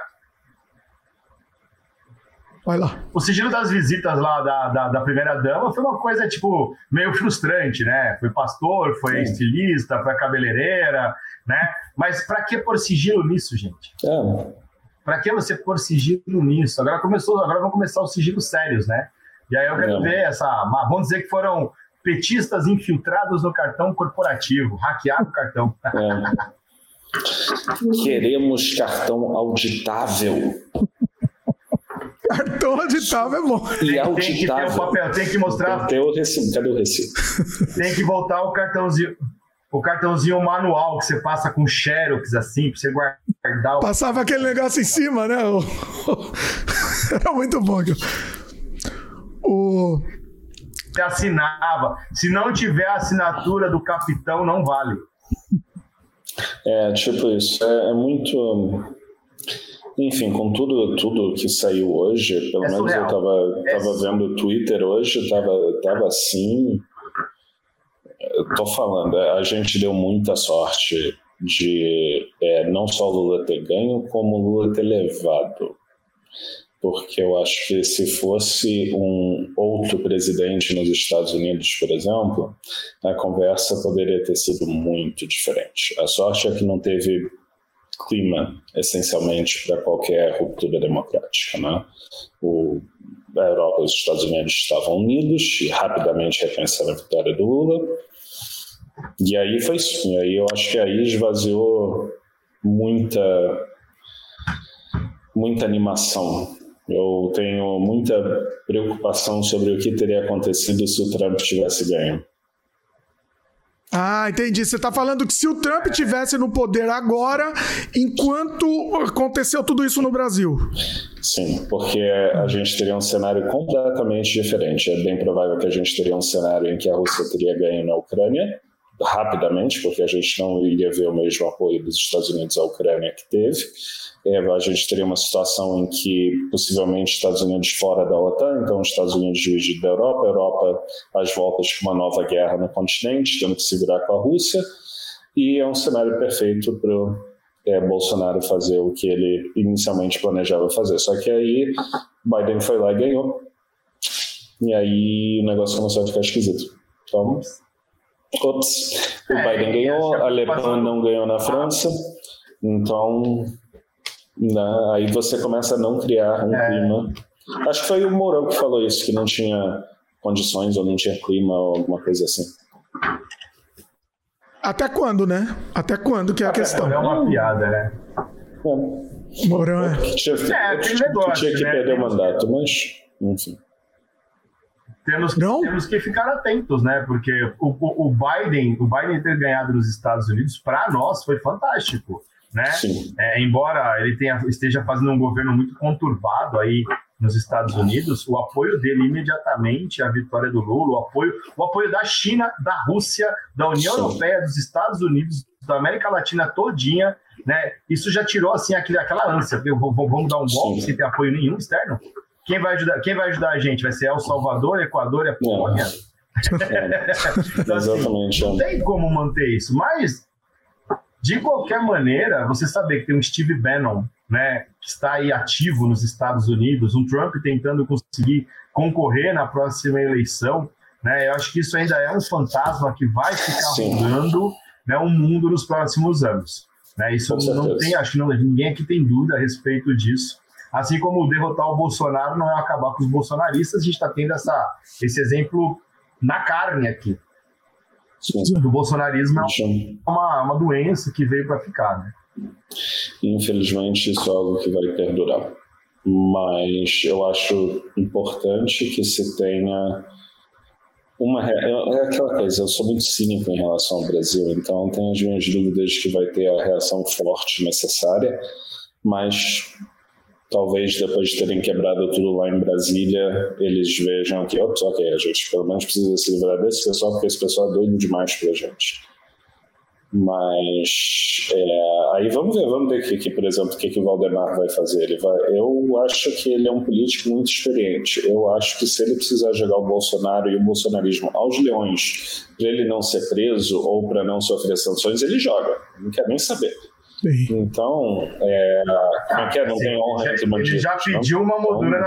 Vai lá. O sigilo das visitas lá da primeira-dama foi uma coisa, tipo, meio frustrante, né? Foi pastor, foi estilista, foi cabeleireira, né? Mas pra que pôr sigilo nisso, gente? Pra que você pôr sigilo nisso? Agora vão começar os sigilos sérios, né? E aí eu quero ver vamos dizer que foram petistas infiltrados no cartão corporativo, hackearam o cartão. Queremos cartão auditável. Cartão auditável é bom. E auditável. Tem que ter o papel, tem que mostrar. Tem o recibo. Cadê o recibo? Tem que voltar o cartãozinho manual que você passa com xerox, assim, pra você guardar. Passava aquele negócio em cima, né? Era muito bom. Você assinava. Se não tiver a assinatura do capitão, não vale. Tipo isso. É muito... Enfim, com tudo que saiu hoje, pelo menos surreal. Eu tava vendo o Twitter hoje, tava assim... Eu tô falando, a gente deu muita sorte de não só o Lula ter ganho, como o Lula ter levado. Porque eu acho que se fosse um outro presidente nos Estados Unidos, por exemplo, a conversa poderia ter sido muito diferente. A sorte é que não teve clima, essencialmente, para qualquer ruptura democrática, né? A Europa e os Estados Unidos estavam unidos e rapidamente reconheceram a vitória do Lula. E aí foi isso. E aí eu acho que aí esvaziou muita animação. Eu tenho muita preocupação sobre o que teria acontecido se o Trump tivesse ganho. Ah, entendi. Você está falando que se o Trump tivesse no poder agora, enquanto aconteceu tudo isso no Brasil. Sim, porque a gente teria um cenário completamente diferente. É bem provável que a gente teria um cenário em que a Rússia teria ganho na Ucrânia, rapidamente, porque a gente não iria ver o mesmo apoio dos Estados Unidos à Ucrânia que teve. A gente teria uma situação em que possivelmente Estados Unidos fora da OTAN, então os Estados Unidos dividido da Europa, a Europa às voltas com uma nova guerra no continente, tendo que se virar com a Rússia, e é um cenário perfeito para o Bolsonaro fazer o que ele inicialmente planejava fazer. Só que aí Biden foi lá e ganhou, e aí o negócio começou a ficar esquisito. Então, o Biden ganhou, a Le Pen não ganhou na França, então... aí você começa a não criar um clima. Acho que foi o Mourão que falou isso, que não tinha condições ou não tinha clima ou alguma coisa assim. Até quando, né? Até quando que é a questão? É uma piada, né? Mourão tinha que perder o mandato, mas enfim. Temos que ficar atentos, né? Porque o Biden ter ganhado nos Estados Unidos, para nós, foi fantástico. Né? Embora ele esteja fazendo um governo muito conturbado aí nos Estados Unidos, o apoio dele imediatamente à vitória do Lula, o apoio da China, da Rússia, da União Europeia, dos Estados Unidos, da América Latina todinha, né? Isso já tirou assim aquela ânsia, vamos dar um golpe sem ter apoio nenhum externo? Quem vai ajudar a gente? Vai ser El Salvador, Equador e a Polônia? Então, assim, não tem como manter isso, mas de qualquer maneira, você saber que tem um Steve Bannon, né, que está aí ativo nos Estados Unidos, um Trump tentando conseguir concorrer na próxima eleição, né, eu acho que isso ainda é um fantasma que vai ficar rodando, né, o mundo nos próximos anos. Né, isso não tem, acho que ninguém aqui tem dúvida a respeito disso. Assim como derrotar o Bolsonaro não é acabar com os bolsonaristas, a gente está tendo esse exemplo na carne aqui. Do bolsonarismo é uma doença que veio para ficar, né? Infelizmente isso é algo que vai perdurar, mas eu acho importante que se tenha é aquela coisa, eu sou muito cínico em relação ao Brasil, então tenho as minhas dúvidas que vai ter a reação forte necessária, mas talvez depois de terem quebrado tudo lá em Brasília, eles vejam que, a gente pelo menos precisa se livrar desse pessoal, porque esse pessoal é doido demais pra gente. Mas aí vamos ver que, por exemplo, o que o Valdemar vai fazer. Eu acho que ele é um político muito experiente. Eu acho que se ele precisar jogar o Bolsonaro e o bolsonarismo aos leões, para ele não ser preso ou para não sofrer sanções, ele joga. Não quer nem saber. Sim. Então, não tem honra entre bandidos. Ele já pediu uma moldura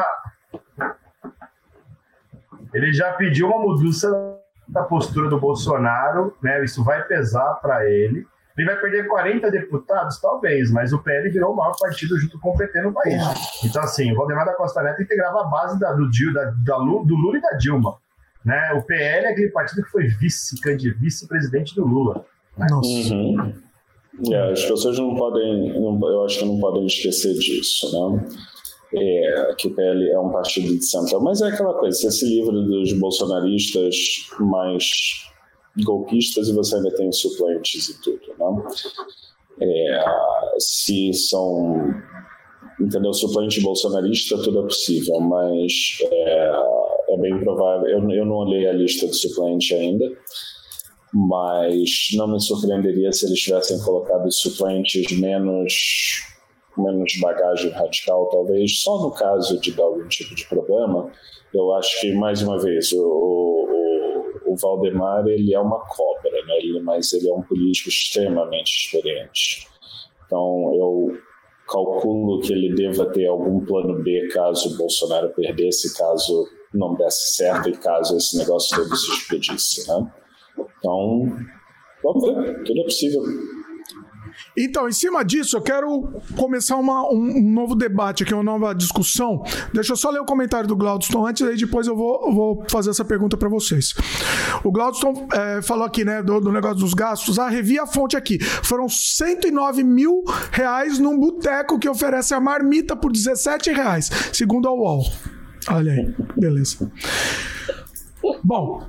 Ele já pediu uma mudança da postura do Bolsonaro, né? Isso vai pesar para ele. Ele vai perder 40 deputados, talvez, mas o PL virou o maior partido junto com o PT no país. Então, assim, o Valdemar da Costa Neto integrava a base do Lula e da Dilma. Né? O PL é aquele partido que foi vice-presidente do Lula. Né? Nossa. As pessoas não podem, eu acho que não podem esquecer disso, né? Que o PL é um partido de centro, mas é aquela coisa, você se livra dos bolsonaristas mais golpistas e você ainda tem suplentes e tudo, né? Se são, entendeu, suplente bolsonarista, tudo é possível, mas é bem provável. Eu não olhei a lista do suplente ainda, mas não me surpreenderia se eles tivessem colocado suplentes menos bagagem radical, talvez, só no caso de dar algum tipo de problema. Eu acho que, mais uma vez, o Valdemar, ele é uma cobra, né? Mas ele é um político extremamente experiente. Então, eu calculo que ele deva ter algum plano B caso o Bolsonaro perdesse, caso não desse certo e caso esse negócio todo se expedisse, né? Então, vamos ver, tudo é possível. Então, em cima disso, eu quero começar um novo debate aqui, uma nova discussão. Deixa eu só ler o comentário do Glaudston antes, aí depois eu vou fazer essa pergunta para vocês. O Glaudston falou aqui, né, do negócio dos gastos. Revi a fonte aqui. Foram R$109 mil num boteco que oferece a marmita por R$17, segundo a UOL. Olha aí, beleza. Bom...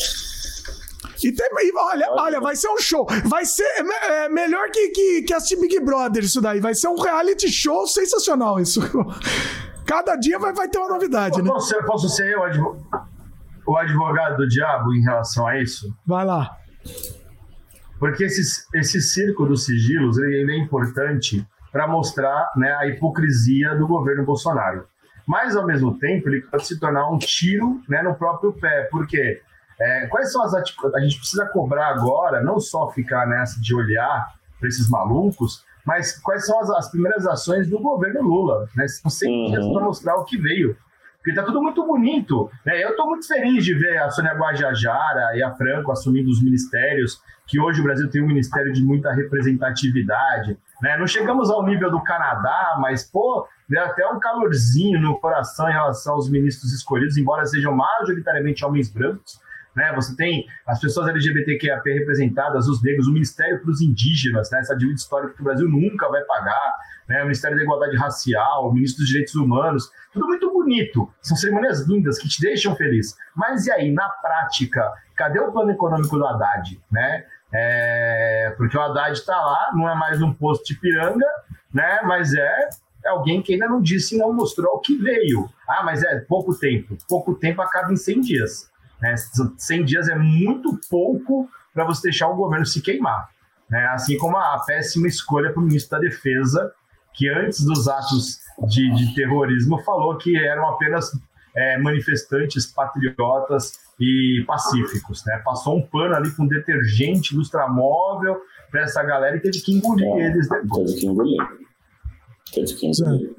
olha, vai ser um show. Vai ser melhor que assistir Big Brother isso daí. Vai ser um reality show sensacional isso. Cada dia vai ter uma novidade, né? Posso ser o advogado do diabo em relação a isso? Vai lá. Porque esse circo dos sigilos ele é importante para mostrar, né, a hipocrisia do governo Bolsonaro. Mas, ao mesmo tempo, ele pode se tornar um tiro, né, no próprio pé. Por quê? Quais são as atitudes? A gente precisa cobrar agora, não só ficar nessa de olhar para esses malucos, mas quais são as primeiras ações do governo Lula, né? São 100 dias para mostrar o que veio. Porque está tudo muito bonito, né? Eu estou muito feliz de ver a Sônia Guajajara e a Franco assumindo os ministérios, que hoje o Brasil tem um ministério de muita representatividade, né? Não chegamos ao nível do Canadá, mas, pô, deu até um calorzinho no coração em relação aos ministros escolhidos, embora sejam majoritariamente homens brancos. Né, você tem as pessoas LGBTQIA+ representadas, os negros, o Ministério para os Indígenas, né, essa dívida histórica que o Brasil nunca vai pagar, né, o Ministério da Igualdade Racial, o Ministro dos Direitos Humanos, tudo muito bonito, são cerimônias lindas que te deixam feliz. Mas e aí, na prática, cadê o plano econômico do Haddad? Né? Porque o Haddad está lá, não é mais um posto de piranga, né, mas é alguém que ainda não disse e não mostrou o que veio. Mas pouco tempo acaba em 100 dias. 100 dias é muito pouco para você deixar o governo se queimar, né? Assim como a péssima escolha para o ministro da Defesa, que antes dos atos de terrorismo falou que eram apenas manifestantes patriotas e pacíficos, né? Passou um pano ali com detergente, lustramóvel para essa galera e teve que engolir eles depois. Teve que engolir.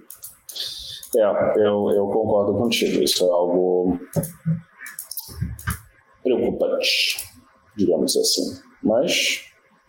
Eu concordo contigo, isso é algo preocupante, digamos assim. Mas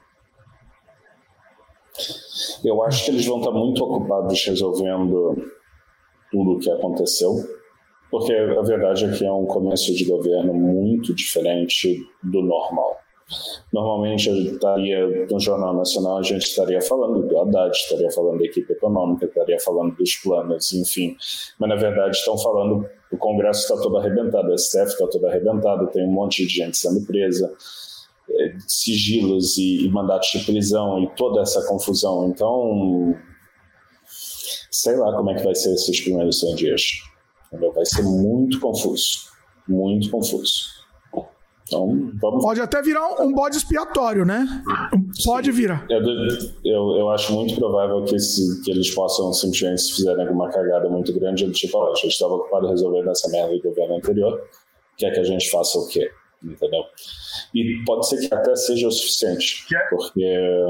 eu acho que eles vão estar muito ocupados resolvendo tudo o que aconteceu, porque a verdade é que é um começo de governo muito diferente do normal. Normalmente eu estaria no Jornal Nacional, a gente estaria falando do Haddad, estaria falando da equipe econômica, estaria falando dos planos, enfim. Mas na verdade estão falando, o Congresso está todo arrebentado, o STF está todo arrebentado, tem um monte de gente sendo presa, sigilos e mandatos de prisão e toda essa confusão. Então, sei lá como é que vai ser esses primeiros 100 dias. Vai ser muito confuso, muito confuso. Então, vamos... Pode até virar um bode expiatório, né? Pode virar. Eu acho muito provável que eles possam, simplesmente, se fizerem alguma cagada muito grande, ele tipo, a gente estava ocupado resolvendo essa merda do governo anterior, quer que a gente faça o quê? Entendeu? E pode ser que até seja o suficiente, porque...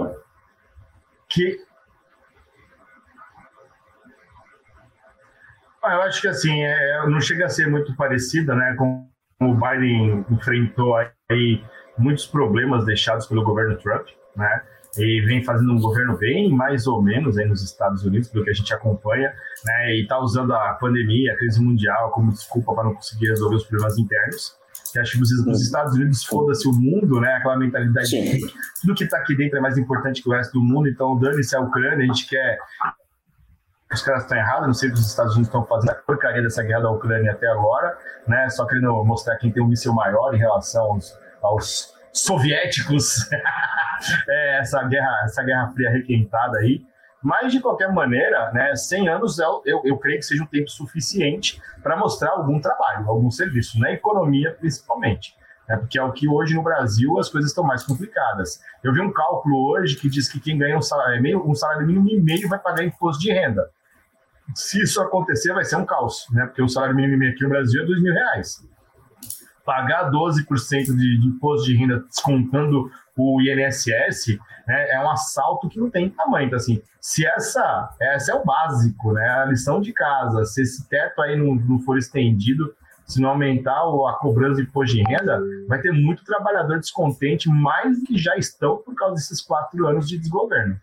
Eu acho que assim, não chega a ser muito parecida, né, com o Biden enfrentou aí muitos problemas deixados pelo governo Trump, né? E vem fazendo um governo bem mais ou menos aí nos Estados Unidos, pelo que a gente acompanha, né? E está usando a pandemia, a crise mundial como desculpa para não conseguir resolver os problemas internos. Que acho que os Estados Unidos, foda-se o mundo, né? Aquela mentalidade de que tudo que está aqui dentro é mais importante que o resto do mundo, então dane-se a Ucrânia, a gente quer... Os caras estão errados, não sei o que os Estados Unidos estão fazendo a porcaria dessa guerra da Ucrânia até agora, né? Só querendo mostrar quem tem um míssil maior em relação aos soviéticos. Essa guerra fria requentada aí. Mas, de qualquer maneira, né, 100 anos eu creio que seja um tempo suficiente para mostrar algum trabalho, algum serviço, na economia principalmente. Porque é o que hoje no Brasil as coisas estão mais complicadas. Eu vi um cálculo hoje que diz que quem ganha um salário mínimo e meio vai pagar imposto de renda. Se isso acontecer, vai ser um caos, né? Porque o salário mínimo aqui no Brasil é R$2.000. Pagar 12% de imposto de renda descontando o INSS, né, é um assalto que não tem tamanho. Então, assim, se essa é o básico, né? A lição de casa, se esse teto aí não for estendido, se não aumentar a cobrança de imposto de renda, vai ter muito trabalhador descontente, mais do que já estão por causa desses 4 anos de desgoverno.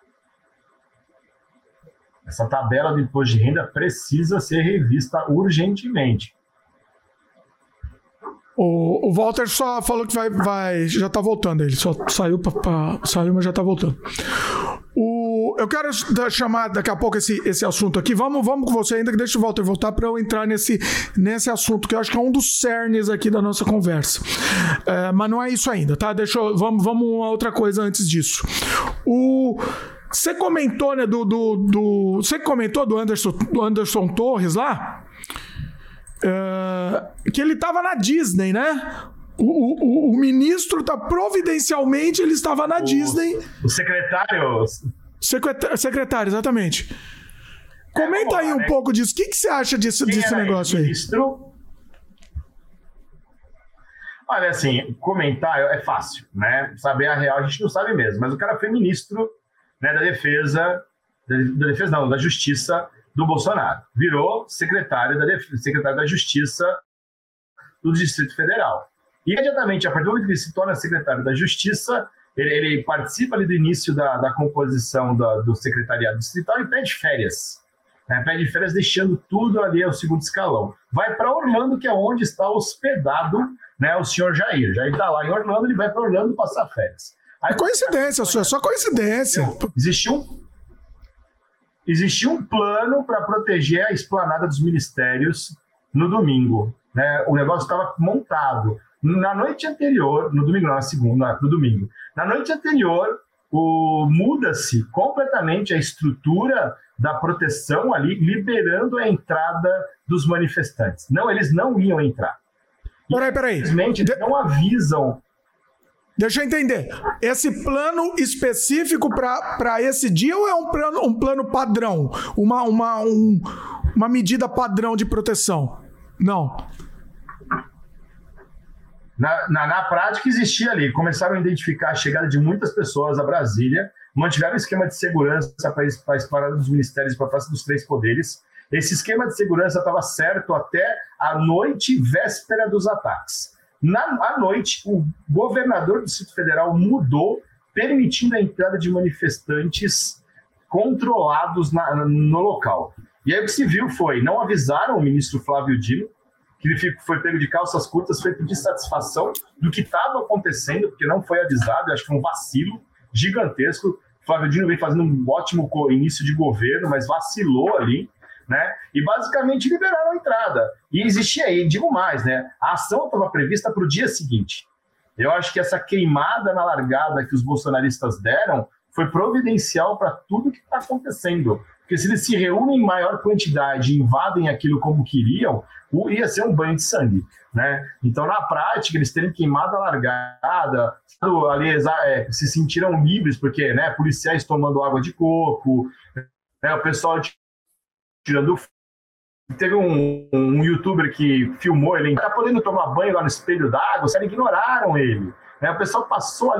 Essa tabela do imposto de renda precisa ser revista urgentemente. O Walter só falou que vai já está voltando, ele só saiu, mas já está voltando. Eu quero chamar daqui a pouco esse assunto aqui. Vamos com você ainda, que deixa o Walter voltar para eu entrar nesse assunto, que eu acho que é um dos cernes aqui da nossa conversa. Mas não é isso ainda, tá? Vamos uma outra coisa antes disso. Você comentou, né, você comentou do Anderson Torres lá? Que ele estava na Disney, né? O ministro providencialmente ele estava na Disney. O secretário? Secretário, exatamente. Comenta aí um pouco disso. O que você acha desse negócio aí? Ministro? Olha, assim, comentar é fácil, né? Saber a real a gente não sabe mesmo. Mas o cara foi ministro, né, da Justiça do Bolsonaro. Virou secretário da Justiça do Distrito Federal. E, imediatamente, a partir do momento que ele se torna secretário da Justiça, ele participa ali do início da composição do secretariado distrital e pede férias. Pede férias deixando tudo ali ao segundo escalão. Vai para Orlando, que é onde está hospedado, né, o senhor Jair. Jair está lá em Orlando, ele vai para Orlando passar férias. Aí, coincidência, só coincidência. Existia um plano para proteger a esplanada dos ministérios no domingo. Né? O negócio estava montado. Na noite anterior, no domingo, não, na segunda, no domingo. Na noite anterior, muda-se completamente a estrutura da proteção ali, liberando a entrada dos manifestantes. Não, eles não iam entrar. Peraí. Simplesmente não avisam. Deixa eu entender. Esse plano específico para esse dia ou é um plano padrão? Uma medida padrão de proteção? Não. Na prática existia ali. Começaram a identificar a chegada de muitas pessoas a Brasília, mantiveram um esquema de segurança para a esplanada dos ministérios, para a Praça dos Três Poderes. Esse esquema de segurança estava certo até a noite véspera dos ataques. À noite, o governador do Distrito Federal mudou, permitindo a entrada de manifestantes controlados no local. E aí o que se viu foi, não avisaram o ministro Flávio Dino, que ele foi pego de calças curtas, foi pedir satisfação do que estava acontecendo, porque não foi avisado, acho que foi um vacilo gigantesco. O Flávio Dino veio fazendo um ótimo início de governo, mas vacilou ali. Né? E basicamente liberaram a entrada. E existia aí, digo mais, né? A ação estava prevista para o dia seguinte. Eu acho que essa queimada na largada que os bolsonaristas deram foi providencial para tudo que está acontecendo. Porque se eles se reúnem em maior quantidade e invadem aquilo como queriam, ia ser um banho de sangue. Né? Então, na prática, eles terem queimado a largada, ali, se sentiram livres, porque, né, policiais tomando água de coco, né, o pessoal tirando. Teve um youtuber que filmou, ele tá podendo tomar banho lá no espelho d'água, os caras ignoraram ele. Né? O pessoal passou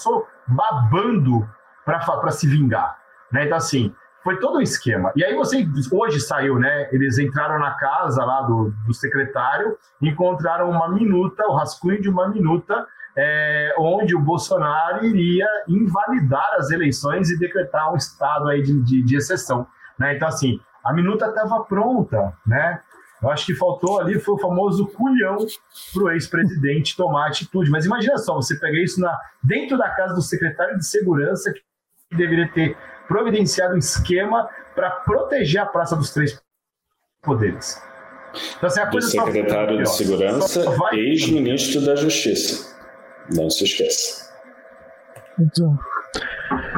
babando para se vingar. Né? Então, assim, foi todo um esquema. E aí hoje saiu, né? Eles entraram na casa lá do secretário, encontraram uma minuta, o rascunho de uma minuta, onde o Bolsonaro iria invalidar as eleições e decretar um estado aí de exceção. Né? Então, assim, a minuta estava pronta, né? Eu acho que faltou ali, foi o famoso culhão para o ex-presidente tomar atitude. Mas imagina só, você pegar isso dentro da casa do secretário de Segurança, que deveria ter providenciado um esquema para proteger a Praça dos Três Poderes. Então, assim, a coisa secretário de Segurança, ex-ministro da Justiça. Não se esqueça.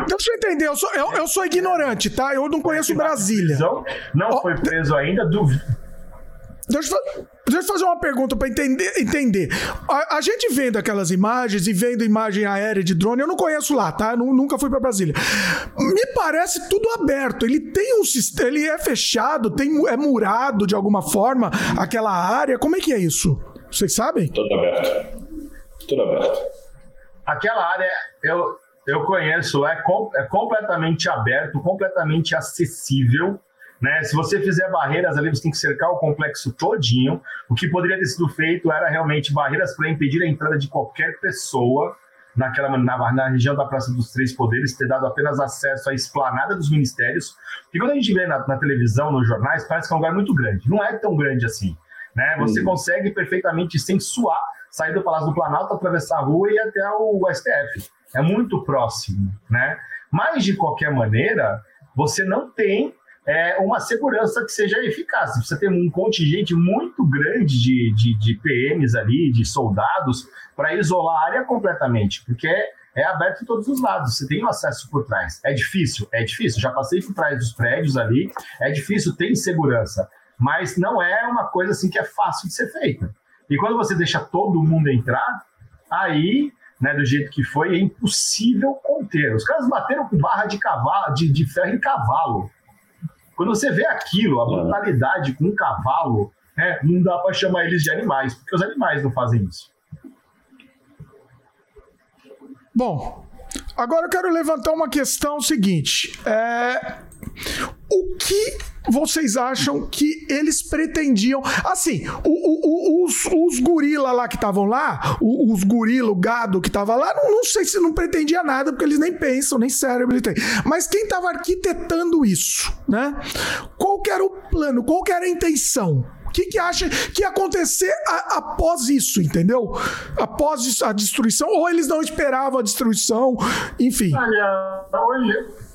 Deixa eu entender, eu sou ignorante, tá? Eu não conheço Brasília. Não foi preso ainda, duvido. Deixa eu fazer uma pergunta para entender. A gente vendo aquelas imagens e vendo imagem aérea de drone, eu não conheço lá, tá? Nunca fui para Brasília. Me parece tudo aberto. Ele tem um sistema, ele é fechado, é murado de alguma forma aquela área. Como é que é isso? Vocês sabem? Tudo aberto. Aquela área eu conheço, é completamente aberto, completamente acessível. Né? Se você fizer barreiras ali, você tem que cercar o complexo todinho. O que poderia ter sido feito era realmente barreiras para impedir a entrada de qualquer pessoa na região da Praça dos Três Poderes, ter dado apenas acesso à esplanada dos ministérios. E quando a gente vê na televisão, nos jornais, parece que é um lugar muito grande. Não é tão grande assim. Né? Você consegue perfeitamente, sem suar, sair do Palácio do Planalto, atravessar a rua e ir até o STF. É muito próximo. Né? Mas, de qualquer maneira, você não tem uma segurança que seja eficaz. Você tem um contingente muito grande de PMs ali, de soldados, para isolar a área completamente, porque é aberto em todos os lados, você tem o acesso por trás. É difícil, já passei por trás dos prédios ali, é difícil, tem segurança, mas não é uma coisa assim que é fácil de ser feita. E quando você deixa todo mundo entrar, aí, né, do jeito que foi, é impossível conter. Os caras bateram com barra de cavalo, de ferro em cavalo. Quando você vê aquilo, a brutalidade com um cavalo, né, não dá para chamar eles de animais, porque os animais não fazem isso. Bom, agora eu quero levantar uma questão seguinte. O que vocês acham que eles pretendiam? Assim, os gorila lá que estavam lá, os gorila, o gado que estava lá, não sei se não pretendia nada, porque eles nem pensam, nem cérebro eles têm. Mas quem estava arquitetando isso, né? Qual que era o plano? Qual que era a intenção? O que acha que ia acontecer após isso, entendeu? Após a destruição? Ou eles não esperavam a destruição? Enfim. Olha,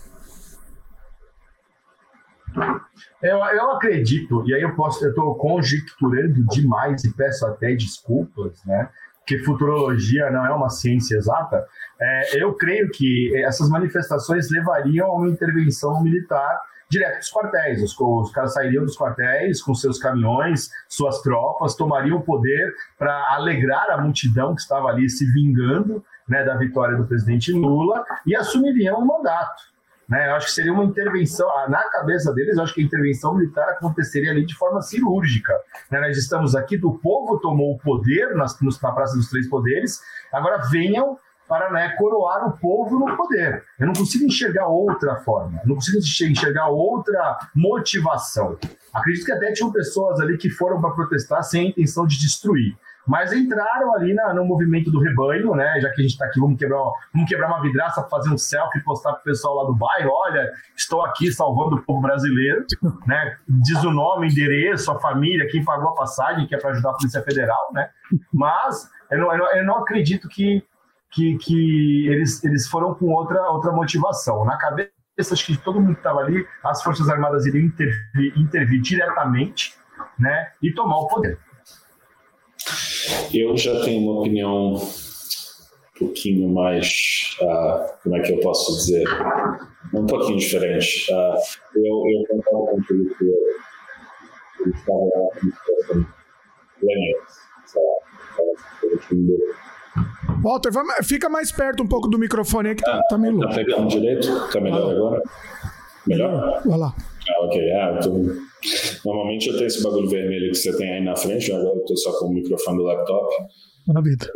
eu acredito, e aí eu estou conjecturando demais e peço até desculpas, né? Porque futurologia não é uma ciência exata. Eu creio que essas manifestações levariam a uma intervenção militar direto dos quartéis. Os caras sairiam dos quartéis com seus caminhões, suas tropas, tomariam o poder para alegrar a multidão que estava ali se vingando, né, da vitória do presidente Lula e assumiriam o mandato. Né, eu acho que seria uma intervenção, na cabeça deles, eu acho que a intervenção militar aconteceria ali de forma cirúrgica. Né, nós estamos aqui, o povo tomou o poder na Praça dos Três Poderes, agora venham para, né, coroar o povo no poder. Eu não consigo enxergar outra forma, não consigo enxergar outra motivação. Acredito que até tinham pessoas ali que foram para protestar sem a intenção de destruir. Mas entraram ali no movimento do rebanho, né? Já que a gente está aqui, vamos quebrar uma vidraça para fazer um selfie e postar para o pessoal lá do bairro. Olha, estou aqui salvando o povo brasileiro, né? Diz o nome, endereço, a família, quem pagou a passagem, que é para ajudar a Polícia Federal, né? Mas eu não acredito que eles foram com outra motivação. Na cabeça, acho que todo mundo que estava ali, as Forças Armadas iriam intervir diretamente, né? E tomar o poder. Eu já tenho uma opinião um pouquinho mais, como é que eu posso dizer, um pouquinho diferente. Eu concordo com tudo que ele estava lá com Walter, fica mais perto um pouco do microfone aí que tá meio louco. Tá pegando direito? Tá melhor agora? Melhor? Vai lá. Ok. Normalmente eu tenho esse bagulho vermelho que você tem aí na frente, agora eu tô só com o microfone do laptop. Na vida.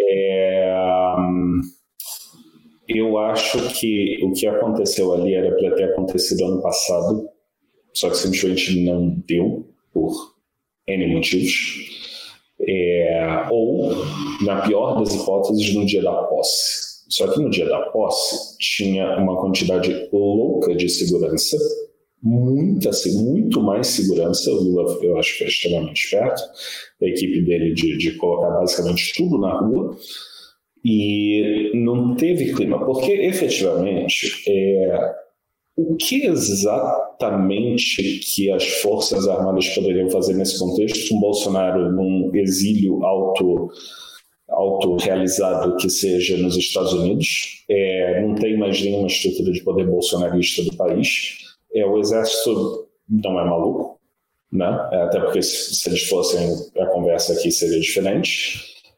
Eu acho que o que aconteceu ali era para ter acontecido ano passado, só que simplesmente não deu, por N motivos. Ou, na pior das hipóteses, no dia da posse. Só que no dia da posse tinha uma quantidade louca de segurança, muito mais segurança. O Lula, eu acho que foi extremamente esperto, a equipe dele de colocar basicamente tudo na rua, e não teve clima, porque efetivamente o que exatamente que as Forças Armadas poderiam fazer nesse contexto? Um Bolsonaro num exílio autorrealizado que seja nos Estados Unidos. Não tem mais nenhuma estrutura de poder bolsonarista do país. O exército não é maluco, né? Até porque se eles fossem, a conversa aqui seria diferente.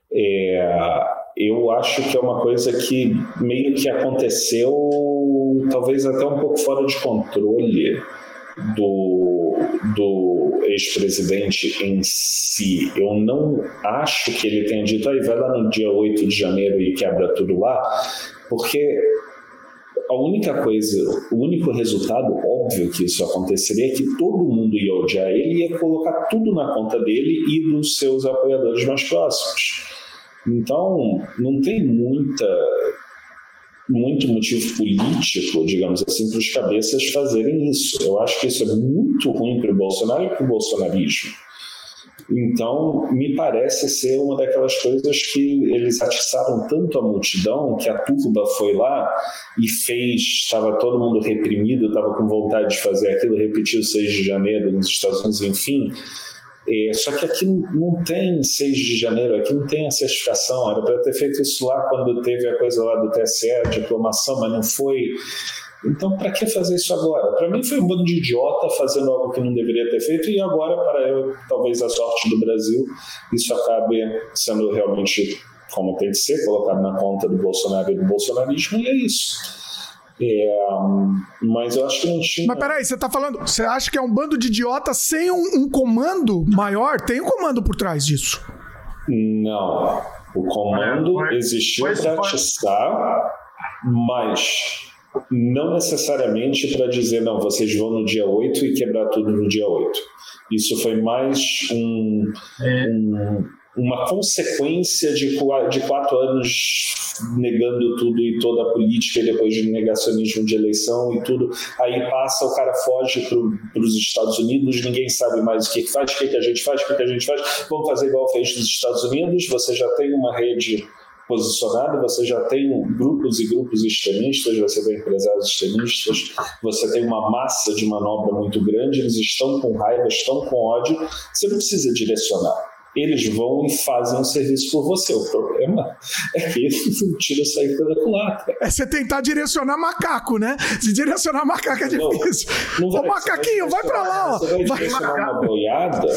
Eu acho que é uma coisa que meio que aconteceu, talvez até um pouco fora de controle do ex-presidente em si. Eu não acho que ele tenha dito vai lá no dia 8 de janeiro e quebra tudo lá, porque a única coisa, o único resultado óbvio que isso aconteceria é que todo mundo ia odiar ele e ia colocar tudo na conta dele e dos seus apoiadores mais próximos. Então, não tem muito motivo político, digamos assim, para os cabeças fazerem isso. Eu acho que isso é muito ruim para o Bolsonaro e para o bolsonarismo. Então, me parece ser uma daquelas coisas que eles atiçaram tanto a multidão que a turba foi lá e estava todo mundo reprimido, estava com vontade de fazer aquilo, repetiu 6 de janeiro nos Estados Unidos, enfim. Só que aqui não tem 6 de janeiro, aqui não tem a certificação. Era para ter feito isso lá quando teve a coisa lá do TSE, a diplomação, mas não foi. Então, para que fazer isso agora? Para mim foi um bando de idiota fazendo algo que não deveria ter feito, e agora, para eu, talvez a sorte do Brasil, isso acabe sendo realmente como tem de ser, colocado na conta do Bolsonaro e do bolsonarismo, e é isso. Mas eu acho que não tinha. Mas peraí, você tá falando, você acha que é um bando de idiotas sem um comando maior? Tem um comando por trás disso? Não. O comando existiu para atiçar, mas não necessariamente para dizer, não, vocês vão no dia 8 e quebrar tudo no dia 8. Isso foi mais uma consequência de 4 anos negando tudo e toda a política, e depois de negacionismo de eleição e tudo. Aí passa, o cara foge para os Estados Unidos, ninguém sabe mais o que faz, o que a gente faz, Vamos fazer igual fez nos Estados Unidos. Você já tem uma rede posicionada, você já tem grupos e grupos extremistas, você tem empresários extremistas, você tem uma massa de manobra muito grande, eles estão com raiva, estão com ódio, você não precisa direcionar. Eles vão e fazem um serviço por você. O problema é que eles não tiram sair pela culatra. É você tentar direcionar macaco, né? Se direcionar macaco é difícil. Ô, macaquinho, vai pra lá, ó. Você vai direcionar uma boiada?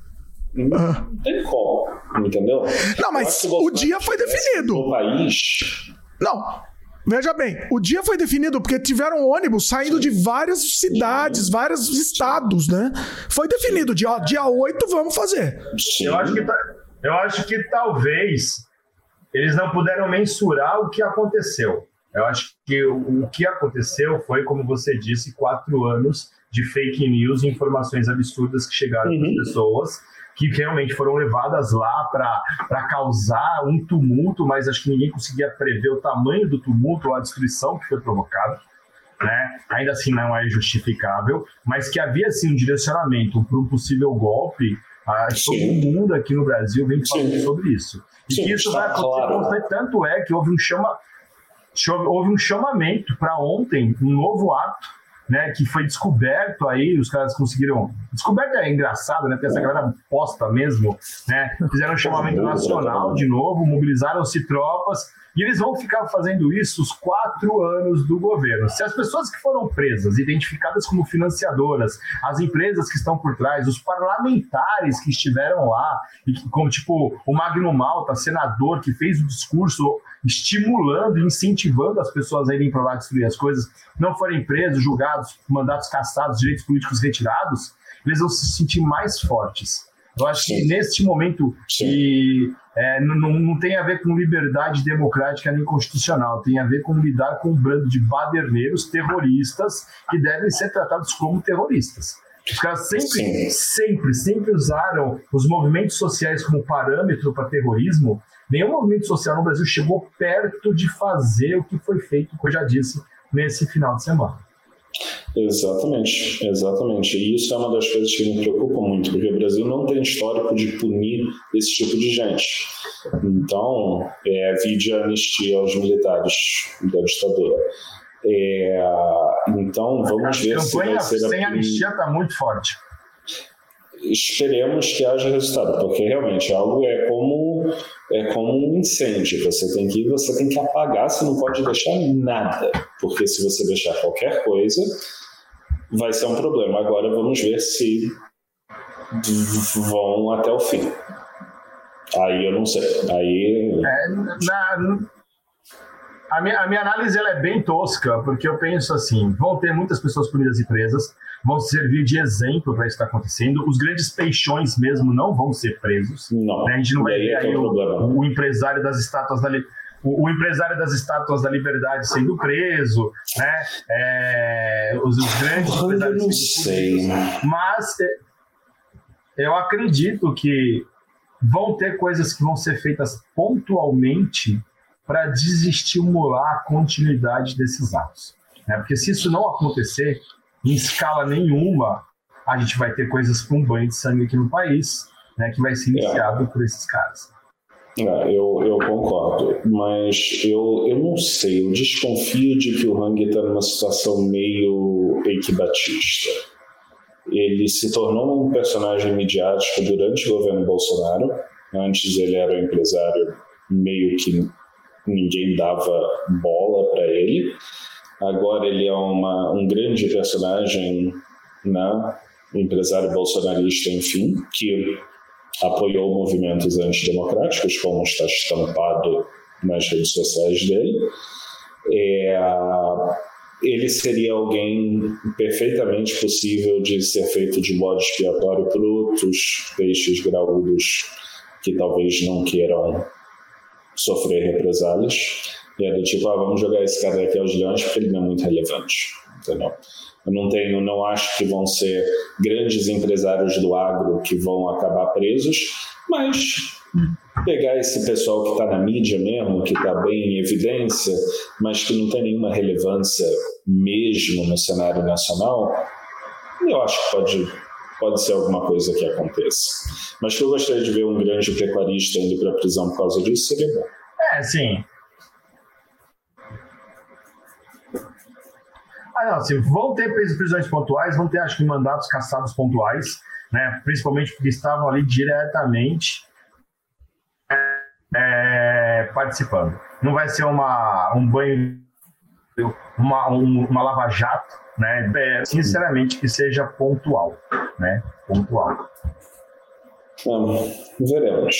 Não tem como, entendeu? Não, mas o dia foi definido. No país... Não, veja bem, o dia foi definido porque tiveram ônibus saindo de várias cidades, vários estados, né? Foi definido, dia 8 vamos fazer. Eu acho que talvez eles não puderam mensurar o que aconteceu. Eu acho que o que aconteceu foi, como você disse, 4 anos de fake news e informações absurdas que chegaram para as pessoas, que realmente foram levadas lá para causar um tumulto, mas acho que ninguém conseguia prever o tamanho do tumulto ou a destruição que foi provocada, né? Ainda assim não é justificável, mas que havia sim um direcionamento para um possível golpe. Todo mundo aqui no Brasil vem falando sobre isso. E que isso vai acontecer constante, tanto é que houve um chamamento para ontem, um novo ato, né, que foi descoberto aí, os caras conseguiram... Descoberto é engraçado, né, porque essa galera posta mesmo, né, fizeram um chamamento nacional de novo, mobilizaram-se tropas, e eles vão ficar fazendo isso os 4 anos do governo. Se as pessoas que foram presas, identificadas como financiadoras, as empresas que estão por trás, os parlamentares que estiveram lá, e que, como tipo o Magno Malta, senador, que fez o discurso estimulando e incentivando as pessoas a irem para lá destruir as coisas, não forem presos, julgados, mandatos cassados, direitos políticos retirados, eles vão se sentir mais fortes. Eu acho que neste momento não tem a ver com liberdade democrática nem constitucional, tem a ver com lidar com um bando de baderneiros terroristas que devem ser tratados como terroristas. Os caras sempre usaram os movimentos sociais como parâmetro para terrorismo. Nenhum movimento social no Brasil chegou perto de fazer o que foi feito, como eu já disse, nesse final de semana. Exatamente. E isso é uma das coisas que me preocupa muito, porque o Brasil não tem histórico de punir esse tipo de gente. Então, vide a anistia aos militares da ditadura. Então, vamos ver se vai ser... Sem anistia está muito forte. Esperemos que haja resultado, porque realmente algo é como um incêndio. Você tem que apagar, você não pode deixar nada, porque se você deixar qualquer coisa, vai ser um problema. Agora vamos ver se vão até o fim. Aí eu não sei. A minha análise ela é bem tosca, porque eu penso assim, vão ter muitas pessoas punidas e presas, vão servir de exemplo para isso que está acontecendo. Os grandes peixões mesmo não vão ser presos. Não. Né? A gente não vai ver aí o empresário das estátuas o empresário das estátuas da liberdade sendo preso, né? Os grandes empresários não sei. Mas eu acredito que vão ter coisas que vão ser feitas pontualmente para desestimular a continuidade desses atos. Né? Porque se isso não acontecer em escala nenhuma, a gente vai ter coisas com banho de sangue aqui no país, né, que vai ser iniciado por esses caras. Eu concordo, mas eu não sei, eu desconfio de que o Hang está numa situação meio Eike Batista. Ele se tornou um personagem midiático durante o governo Bolsonaro. Antes ele era um empresário meio que ninguém dava bola para ele. Agora ele é um grande personagem, né? Empresário bolsonarista, enfim, que apoiou movimentos antidemocráticos, como está estampado nas redes sociais dele. Ele seria alguém perfeitamente possível de ser feito de bode expiatório por outros peixes graúdos que talvez não queiram sofrer represálias. E é do tipo, vamos jogar esse cara aqui aos leões porque ele não é muito relevante, entendeu? Eu não acho que vão ser grandes empresários do agro que vão acabar presos, mas pegar esse pessoal que está na mídia mesmo, que está bem em evidência, mas que não tem nenhuma relevância mesmo no cenário nacional, eu acho que pode ser alguma coisa que aconteça. Mas que eu gostaria de ver um grande pecuarista indo para a prisão por causa disso, seria bom. Sim. Assim, vão ter prisões pontuais, vão ter, acho que, mandatos cassados pontuais, né? Principalmente porque estavam ali diretamente participando. Não vai ser um banho, uma lava-jato, né? Sinceramente, que seja pontual, né? Pontual. Veremos.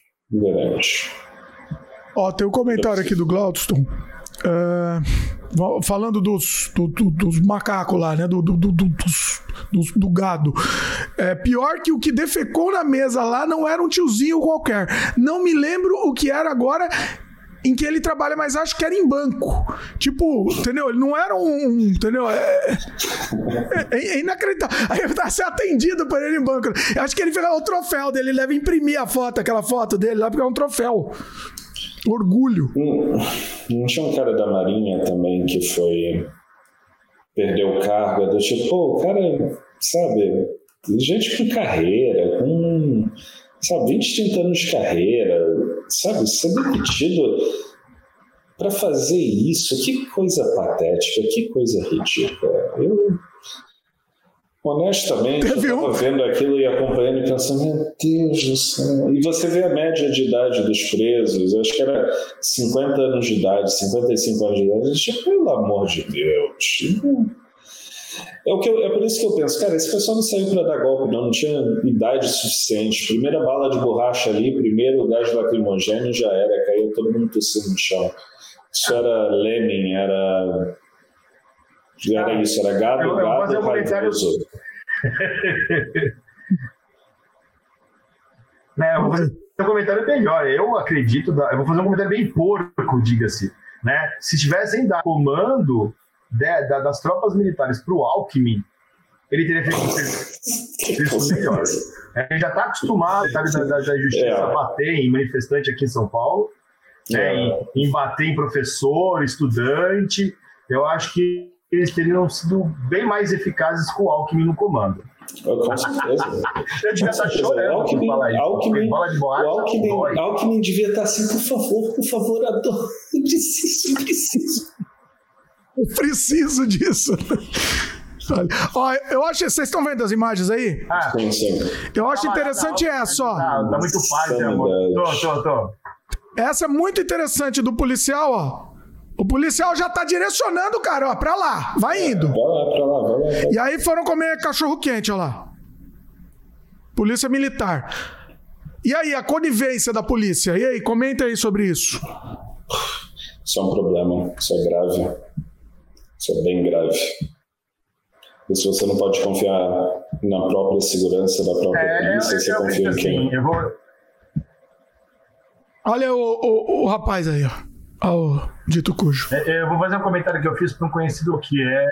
Tem um comentário aqui do Glaudston. Falando dos macacos lá, né? Do gado. Pior que o que defecou na mesa lá não era um tiozinho qualquer. Não me lembro o que era agora em que ele trabalha, mas acho que era em banco. Tipo, entendeu? Ele não era entendeu? É inacreditável. Aí tá sendo atendido por ele em banco. Eu acho que ele fez o troféu dele, ele deve imprimir aquela foto dele lá, porque é um troféu. Orgulho. Não tinha um cara da Marinha também que perdeu o cargo, do tipo, o cara, sabe, gente com carreira, com, 20, 30 anos de carreira, sabe, ser demitido para fazer isso, que coisa patética, que coisa ridícula. Honestamente, eu estava vendo aquilo e acompanhando e pensando, meu Deus do céu. E você vê a média de idade dos presos, eu acho que era 50 anos de idade, 55 anos de idade. Tipo, pelo amor de Deus. É por isso que eu penso, cara, esse pessoal não saiu para dar golpe, não tinha idade suficiente. Primeira bala de borracha ali, primeiro gás lacrimogêneo, já era, caiu todo mundo tossindo no chão. Isso era Lenin, era isso, era gado, raivoso. Eu vou fazer um comentário melhor. Eu acredito, eu vou fazer um comentário bem porco, diga-se. Né? Se tivessem dado comando das tropas militares para o Alckmin, ele teria feito isso melhor. Ele já está acostumado, sabe, da justiça a bater em manifestante aqui em São Paulo, em bater em professor, estudante. Eu acho que eles teriam sido bem mais eficazes com o Alckmin no comando. Com certeza. Eu devia estar chorando Alckmin, falar isso. Alckmin devia estar assim, por favor, adoro. Eu preciso. Eu preciso disso. Ó, eu acho... Vocês estão vendo as imagens aí? Sim. Eu acho interessante essa, ó. Tá muito pai, amor. Tô. Essa é muito interessante do policial, ó. O policial já tá direcionando o cara, ó, pra lá. Vai indo. Vai lá. E aí foram comer cachorro quente, ó lá. Polícia Militar. E aí, a conivência da polícia? E aí, comenta aí sobre isso. Isso é um problema. Isso é grave. Isso é bem grave. E se você não pode confiar na própria segurança da própria polícia, você confia em quem? Olha o rapaz aí, ó. O dito cujo. Eu vou fazer um comentário que eu fiz para um conhecido que é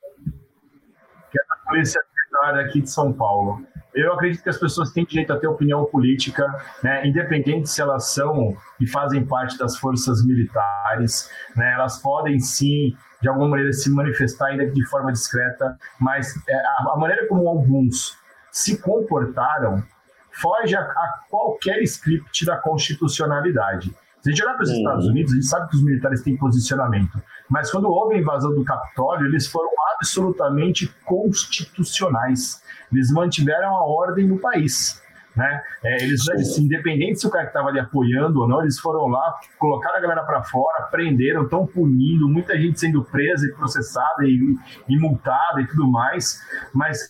da Polícia Militar aqui de São Paulo. Eu acredito que as pessoas têm direito a ter opinião política, né, independente se elas são e fazem parte das forças militares, né, elas podem sim, de alguma maneira, se manifestar ainda que de forma discreta, mas a maneira como alguns se comportaram foge a qualquer script da constitucionalidade. Se a gente olhar para os Estados Unidos, a gente sabe que os militares têm posicionamento, mas quando houve a invasão do Capitólio, eles foram absolutamente constitucionais. Eles mantiveram a ordem no país, né? Eles, independente se o cara que estava ali apoiando ou não, eles foram lá, colocaram a galera para fora, prenderam, estão punindo, muita gente sendo presa e processada e multada e tudo mais, mas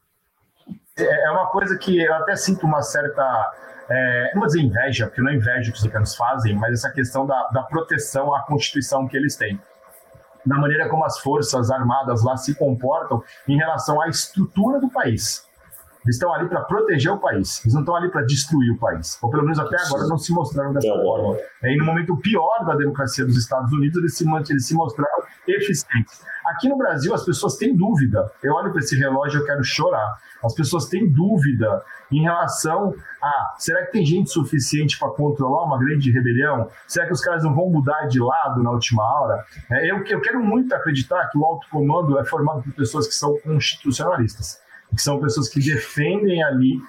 é uma coisa que eu até sinto uma certa... não vou dizer inveja, porque não é inveja que os americanos fazem, mas essa questão da proteção à Constituição que eles têm. Da maneira como as forças armadas lá se comportam em relação à estrutura do país. Eles estão ali para proteger o país, eles não estão ali para destruir o país. Ou pelo menos até agora não se mostraram dessa forma. E no momento pior da democracia dos Estados Unidos, eles se mostraram eficientes. Aqui no Brasil, as pessoas têm dúvida. Eu olho para esse relógio e eu quero chorar. As pessoas têm dúvida em relação a... Será que tem gente suficiente para controlar uma grande rebelião? Será que os caras não vão mudar de lado na última hora? Eu quero muito acreditar que o alto comando é formado por pessoas que são constitucionalistas, que são pessoas que defendem ali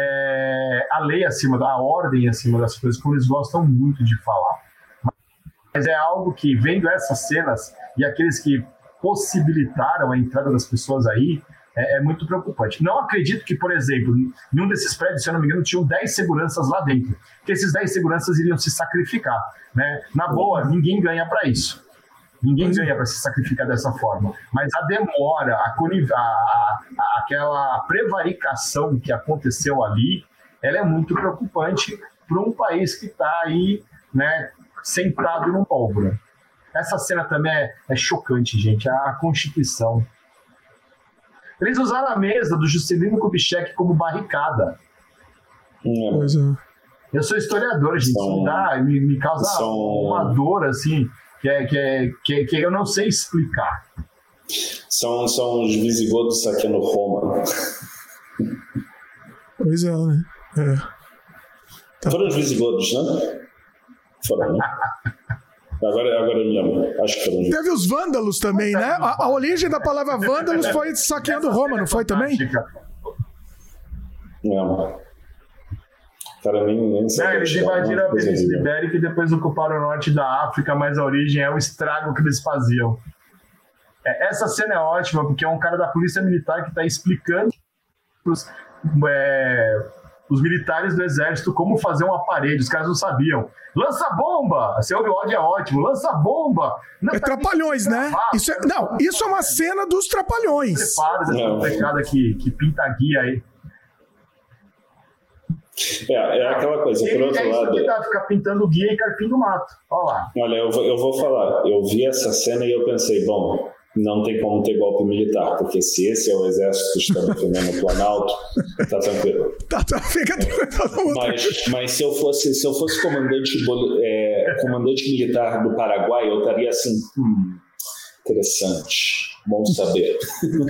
a lei a ordem acima das coisas, como eles gostam muito de falar. Mas é algo que, vendo essas cenas e aqueles que possibilitaram a entrada das pessoas aí, é muito preocupante. Não acredito que, por exemplo, em um desses prédios, se eu não me engano, tinham 10 seguranças lá dentro, que esses 10 seguranças iriam se sacrificar, né? Na boa, ninguém ganha para isso. Ninguém ganha para se sacrificar dessa forma. Mas a demora, aquela prevaricação que aconteceu ali, ela é muito preocupante para um país que está aí, né, sentado num pólvora. Essa cena também é chocante, gente. A Constituição. Eles usaram a mesa do Juscelino Kubitschek como barricada. Pois é. Eu sou historiador, gente. Isso me causa uma dor, assim, que eu não sei explicar. São os visigodos saqueando Roma. Pois é, né? Foram os visigodos, né? Foram, né? Agora eu me lembro. Acho que foram. Teve os vândalos também, né? A origem da palavra vândalos foi saqueando Roma, não foi também? Não. Cara, nem sei. Eles invadiram a Península Ibérica e depois ocuparam o norte da África, mas a origem é o estrago que eles faziam. Essa cena é ótima, porque é um cara da Polícia Militar que está explicando os militares do exército como fazer uma parede. Os caras não sabiam. Lança bomba! Seu ódio é ótimo. Lança bomba! Não, Trapalhões, né? Isso é uma cena dos Trapalhões. Prepara essa pecada que pinta a guia aí. É aquela coisa, por outro lado... Ficar pintando guia e carpim do mato. Olha lá. Olha, eu vou falar. Eu vi essa cena e eu pensei, bom, não tem como ter golpe militar, porque se esse é o exército que está defendendo o Planalto, tá tranquilo. Fica tranquilo. Mas se eu fosse comandante militar do Paraguai, eu estaria assim, interessante, bom saber.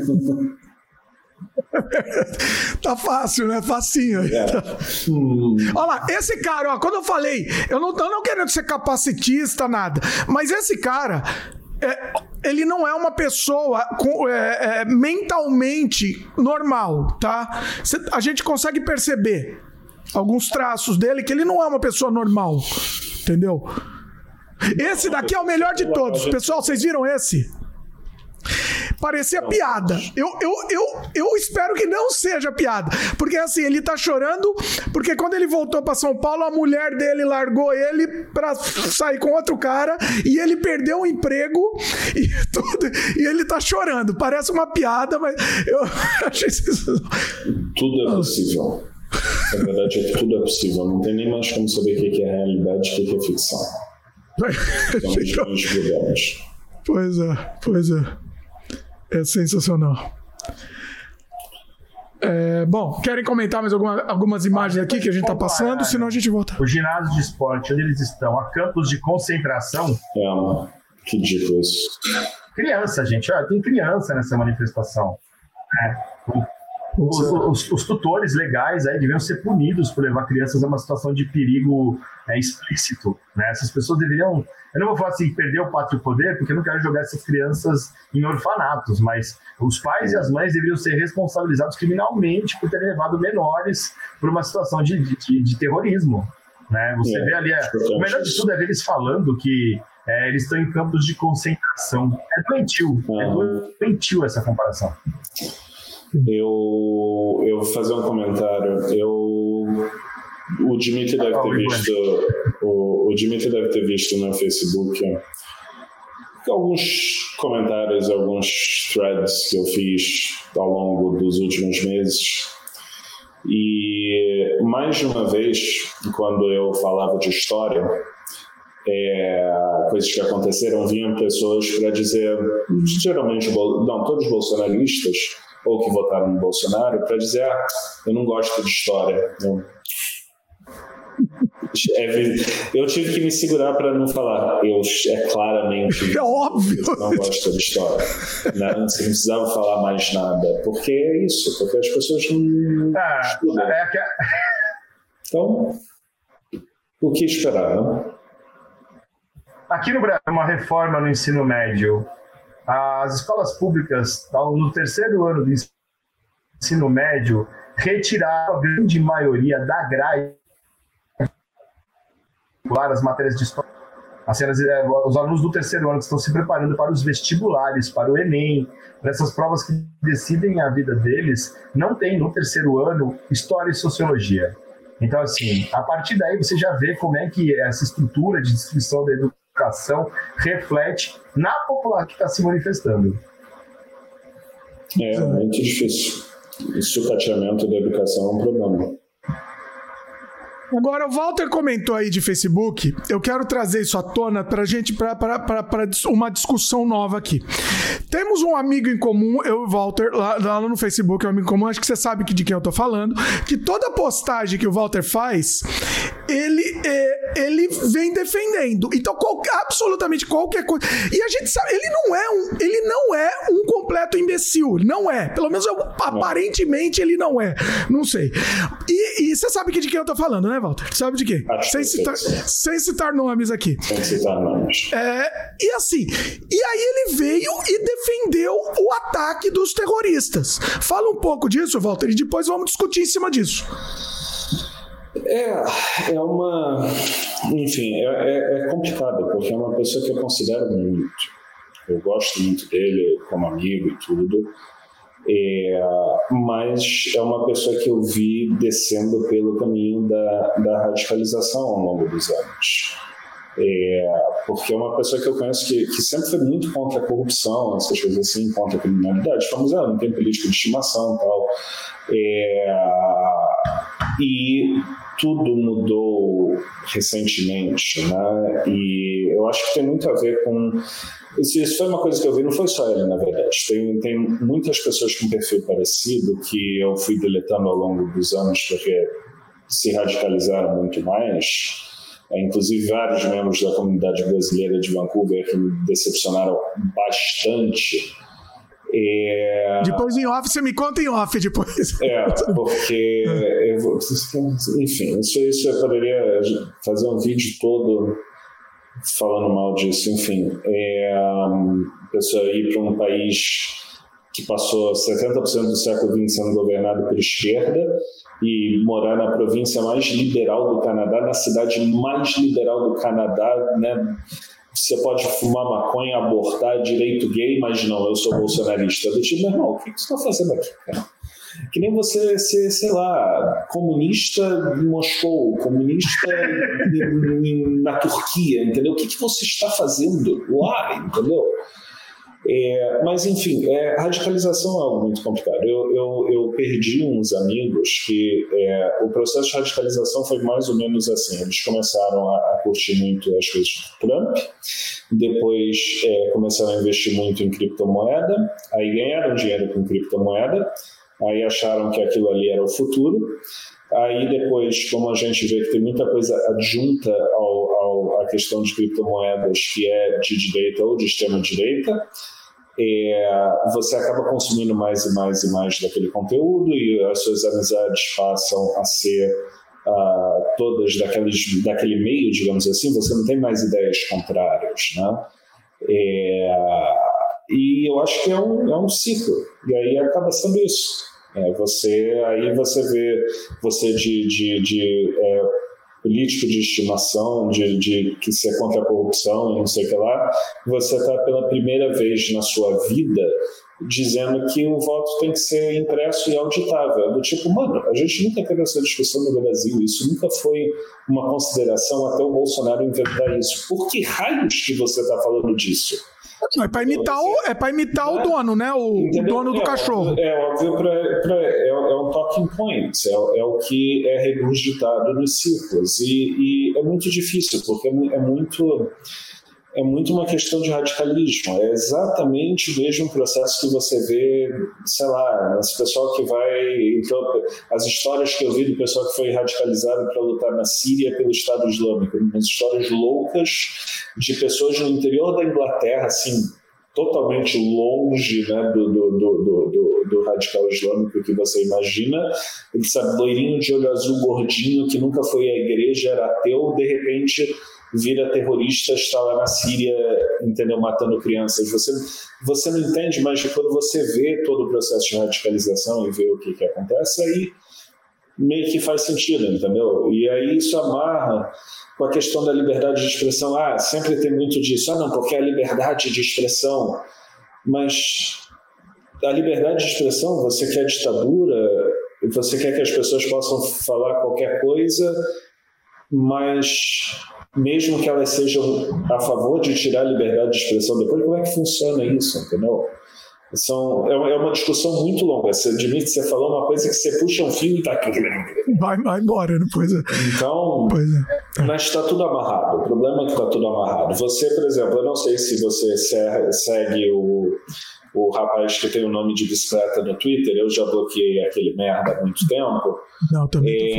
Tá fácil, né? Facinho. Olha lá, esse cara, ó, quando eu falei, eu não querendo ser capacitista, nada, mas esse cara, ele não é uma pessoa mentalmente normal, tá? A gente consegue perceber alguns traços dele que ele não é uma pessoa normal, entendeu? Esse daqui é o melhor de todos. Pessoal, vocês viram esse? parecia piada. Eu espero que não seja piada. Porque assim, ele tá chorando porque quando ele voltou pra São Paulo, a mulher dele largou ele pra sair com outro cara e ele perdeu o emprego e tudo. E ele tá chorando. Parece uma piada, mas eu achei isso. Tudo é possível. Na verdade, tudo é possível. Não tem nem mais como saber o que é realidade e o que é ficção. São os problemas. Pois é. É sensacional. Bom, querem comentar mais algumas imagens aqui que a gente tá passando? Senão a gente volta. O ginásio de esporte, onde eles estão, a campos de concentração. Que ridículo isso. Criança, gente. Tem criança nessa manifestação. Os tutores legais aí deviam ser punidos por levar crianças a uma situação de perigo explícito, né? Essas pessoas deveriam... Eu não vou falar assim, perder o pátrio poder, porque eu não quero jogar essas crianças em orfanatos, mas os pais e as mães deveriam ser responsabilizados criminalmente por terem levado menores para uma situação de terrorismo, né? Você vê ali... O melhor de tudo é ver eles falando que eles estão em campos de concentração. É doentio essa comparação. Eu vou fazer um comentário. O Dimitri deve ter visto no Facebook alguns comentários, alguns threads que eu fiz ao longo dos últimos meses. E mais de uma vez, quando eu falava de história, coisas que aconteceram, vinham pessoas para dizer, geralmente, não, todos bolsonaristas, ou que votaram no Bolsonaro, para dizer, eu não gosto de história. Eu tive que me segurar para não falar. Claramente... É óbvio! Não gosto de história. Né? Não precisava falar mais nada. Porque é isso. Porque as pessoas não estudam. Então, o que esperar, não? Aqui no Brasil, uma reforma no ensino médio. As escolas públicas, no terceiro ano do ensino médio, retiraram a grande maioria da grade as matérias de história. Os alunos do terceiro ano que estão se preparando para os vestibulares, para o Enem, para essas provas que decidem a vida deles, não tem no terceiro ano História e Sociologia. Então, assim, a partir daí você já vê como é que essa estrutura de destruição da educação reflete na população que está se manifestando. É muito difícil. O sucateamento da educação é um problema. Agora, o Walter comentou aí de Facebook, eu quero trazer isso à tona pra gente, para uma discussão nova aqui. Temos um amigo em comum, eu e o Walter, lá no Facebook, é um amigo em comum, acho que você sabe de quem eu tô falando, que toda postagem que o Walter faz, ele vem defendendo. Então, absolutamente qualquer coisa. E a gente sabe, ele não é um completo imbecil, não é. Pelo menos aparentemente ele não é. Não sei. E você sabe de quem eu tô falando, né, Walter? Sabe de quê? Sem citar nomes aqui. Sem citar nomes. E assim, e aí ele veio e defendeu o ataque dos terroristas. Fala um pouco disso, Walter, e depois vamos discutir em cima disso. Enfim, é complicado, porque é uma pessoa que eu considero muito. Eu gosto muito dele como amigo e tudo. Mas é uma pessoa que eu vi descendo pelo caminho da radicalização ao longo dos anos. Porque é uma pessoa que eu conheço que sempre foi muito contra a corrupção, essas coisas assim, contra a criminalidade. Falamos, não tem política de estimação e tal. E tudo mudou recentemente, né? E eu acho que tem muito a ver com... Isso foi uma coisa que eu vi, não foi só ele, na verdade. Tem muitas pessoas com perfil parecido que eu fui deletando ao longo dos anos porque se radicalizaram muito mais. Inclusive vários membros da comunidade brasileira de Vancouver que me decepcionaram bastante. Depois em off, você me conta em off depois. Porque enfim, isso eu poderia fazer um vídeo todo falando mal disso. Enfim, a pessoa ir para um país que passou 70% do século XX sendo governado por esquerda e morar na província mais liberal do Canadá, na cidade mais liberal do Canadá, né? você pode fumar maconha, abortar, direito gay, mas não, eu sou bolsonarista. Do tipo, meu irmão, o que você está fazendo aqui, cara? Que nem você ser, sei lá, comunista em Moscou, comunista na Turquia, entendeu? O que você está fazendo lá, entendeu? Mas, enfim, radicalização é algo muito complicado. Eu perdi uns amigos que o processo de radicalização foi mais ou menos assim. Eles começaram a curtir muito as coisas do Trump, depois começaram a investir muito em criptomoeda, aí ganharam dinheiro com criptomoeda, aí acharam que aquilo ali era o futuro. Aí depois, como a gente vê que tem muita coisa adjunta à questão de criptomoedas que é de direita ou de extrema-direita, você acaba consumindo mais e mais e mais daquele conteúdo e as suas amizades passam a ser todas daquele meio, digamos assim. Você não tem mais ideias contrárias, né? E eu acho que é um ciclo, e aí acaba sendo isso. Aí você vê você de político de estimação, de que ser contra a corrupção e não sei o que lá, você está pela primeira vez na sua vida dizendo que o voto tem que ser impresso e auditável. Do tipo, mano, a gente nunca teve essa discussão no Brasil, isso nunca foi uma consideração até o Bolsonaro inventar isso. Por que raios que você está falando disso? Não, é para imitar o dono, né? O dono do cachorro. Óbvio, é um talking point, é o que é regurgitado nos círculos. E é muito difícil, porque é muito uma questão de radicalismo. É exatamente o mesmo processo que você vê, sei lá, esse pessoal que vai... Então, as histórias que eu vi do pessoal que foi radicalizado para lutar na Síria pelo Estado Islâmico, umas histórias loucas de pessoas no interior da Inglaterra, assim, totalmente longe, né, do radical islâmico que você imagina, sabe, loirinho de olho azul, gordinho, que nunca foi à igreja, era ateu, de repente vira terrorista, está lá na Síria, entendeu, matando crianças. Você não entende, mas quando você vê todo o processo de radicalização e vê o que acontece, aí meio que faz sentido, entendeu? E aí isso amarra com a questão da liberdade de expressão. Sempre tem muito disso. Não, porque é a liberdade de expressão. Mas a liberdade de expressão, você quer ditadura, você quer que as pessoas possam falar qualquer coisa, mas mesmo que elas sejam a favor de tirar a liberdade de expressão depois, como é que funciona isso, entendeu? É uma discussão muito longa. Você admite que você falou uma coisa que você puxa um fio e tá aqui. Vai embora, não pode ser. Então, mas está tudo amarrado. O problema é que está tudo amarrado. Você, por exemplo, eu não sei se você segue o rapaz que tem o nome de bicicleta no Twitter. Eu já bloqueei aquele merda há muito tempo. Não, também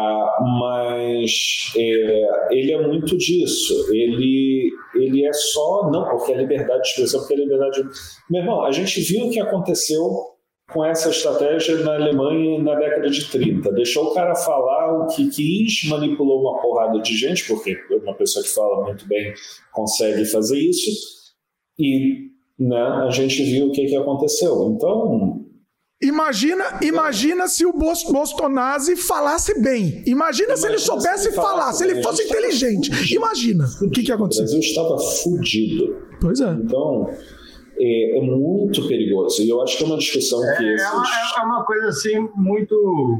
mas ele é muito disso. Ele é só... Não, porque é liberdade de expressão, porque é liberdade de... Meu irmão, a gente viu o que aconteceu com essa estratégia na Alemanha na década de 30. Deixou o cara falar o que quis, manipulou uma porrada de gente, porque uma pessoa que fala muito bem consegue fazer isso, e, né, a gente viu o que aconteceu. Então... Imagina se o Bolsonaro falasse bem. Imagina se ele soubesse falar, se ele fosse inteligente. Imagina o que aconteceu. O Brasil estava fudido. Pois é. Então, é muito perigoso. E eu acho que é uma discussão que... É uma coisa assim muito...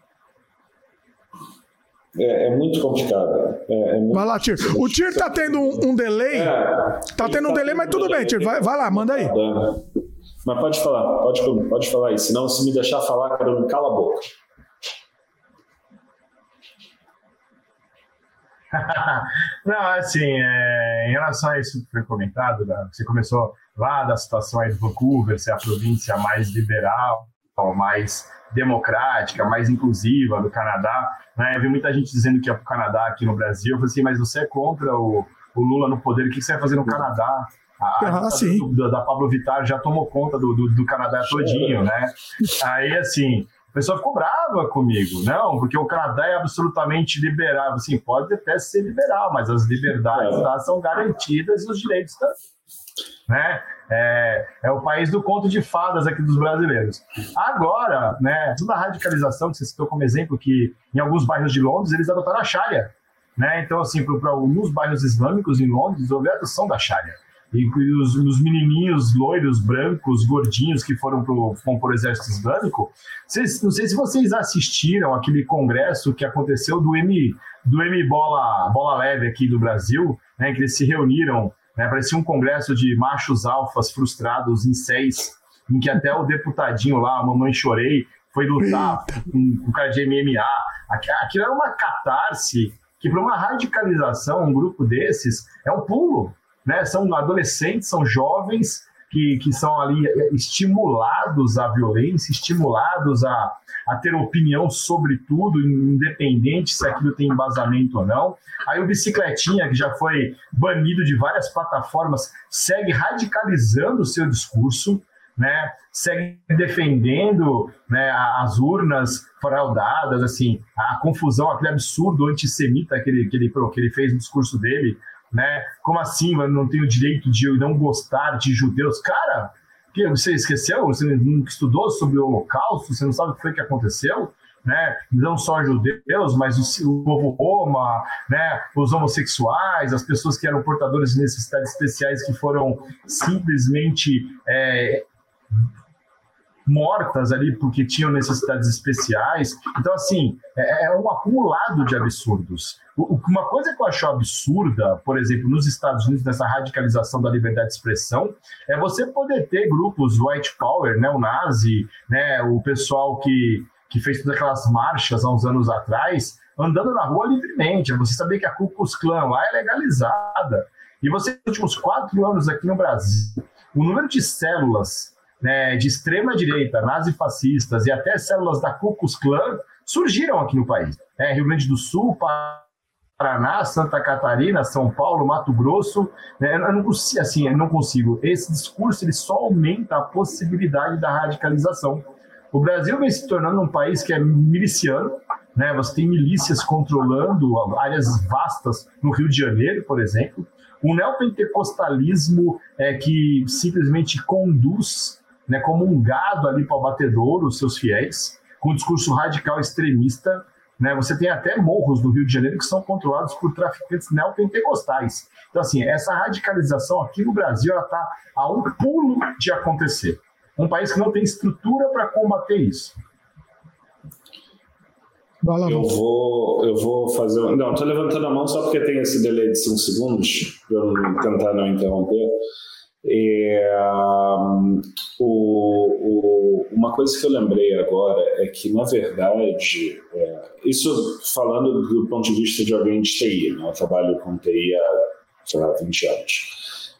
É muito complicada. Vai lá, Tir. O Tir tá tendo um delay. Tá tendo um delay, mas tudo bem, Tir. Vai lá, manda aí. Mas pode falar, pode falar isso. Senão, se me deixar falar, cara, eu me cala a boca. Não, assim, em relação a isso que foi comentado, você começou lá da situação aí de Vancouver, ser a província mais liberal, mais democrática, mais inclusiva do Canadá, né? Eu vi muita gente dizendo que ia para o Canadá aqui no Brasil. Eu falei assim, mas você é contra o Lula no poder, o que você vai fazer no Canadá? Da Pablo Vittar já tomou conta do Canadá todinho, né? Aí, assim, o pessoal ficou brava comigo. Não, porque o Canadá é absolutamente liberal. Assim, pode até ser liberal, mas as liberdades lá são garantidas e os direitos também, né? É o país do conto de fadas aqui dos brasileiros. Agora, né, toda a radicalização que você citou como exemplo, que em alguns bairros de Londres eles adotaram a Sharia, né? Então, assim, para alguns bairros islâmicos em Londres, houve a adoção da Sharia. E os menininhos loiros, brancos, gordinhos que foram para o exército islâmico, não sei se vocês assistiram aquele congresso que aconteceu do M bola leve aqui do Brasil, né, que eles se reuniram, né, parecia um congresso de machos alfas frustrados em 6, em que até o deputadinho lá, a Mamãe Chorei, foi lutar com o cara de MMA. Aquilo era uma catarse que, para uma radicalização, um grupo desses, é um pulo. Né? São adolescentes, são jovens que são ali estimulados à violência, estimulados a ter opinião sobre tudo, independente se aquilo tem embasamento ou não. Aí o Bicicletinha, que já foi banido de várias plataformas, segue radicalizando o seu discurso, né? Segue defendendo, né, as urnas fraudadas, assim, a confusão, aquele absurdo antissemita que ele fez no discurso dele. Né? Como assim eu não tenho o direito de não gostar de judeus? Cara, que você esqueceu? Você não estudou sobre o Holocausto? Você não sabe o que foi que aconteceu? Né? Não só judeus, mas o povo Roma, né? Os homossexuais, as pessoas que eram portadores de necessidades especiais que foram simplesmente mortas ali porque tinham necessidades especiais. Então, assim, é um acumulado de absurdos. Uma coisa que eu acho absurda, por exemplo, nos Estados Unidos, nessa radicalização da liberdade de expressão, é você poder ter grupos white power, né, o nazi, né, o pessoal que fez todas aquelas marchas há uns anos atrás, andando na rua livremente. Você saber que a Ku Klux Klan lá é legalizada. E você, nos últimos 4 anos aqui no Brasil, o número de células, né, de extrema-direita, nazifascistas e até células da Ku Klux Klan surgiram aqui no país. Rio Grande do Sul, Paraná, Santa Catarina, São Paulo, Mato Grosso. Né, eu não consigo. Esse discurso ele só aumenta a possibilidade da radicalização. O Brasil vem se tornando um país que é miliciano. Né, você tem milícias controlando áreas vastas no Rio de Janeiro, por exemplo. Um neopentecostalismo que simplesmente conduz, né, como um gado ali para o abatedouro os seus fiéis, com um discurso radical extremista. Né? Você tem até morros do Rio de Janeiro que são controlados por traficantes neopentecostais. Então, assim, essa radicalização aqui no Brasil está a um pulo de acontecer. Um país que não tem estrutura para combater isso. Eu vou fazer... Não, estou levantando a mão só porque tem esse delay de 5 segundos, para eu tentar não interromper. Uma coisa que eu lembrei agora é que, na verdade, isso falando do ponto de vista de alguém de TI, né? Eu trabalho com TI há, sei lá, 20 anos.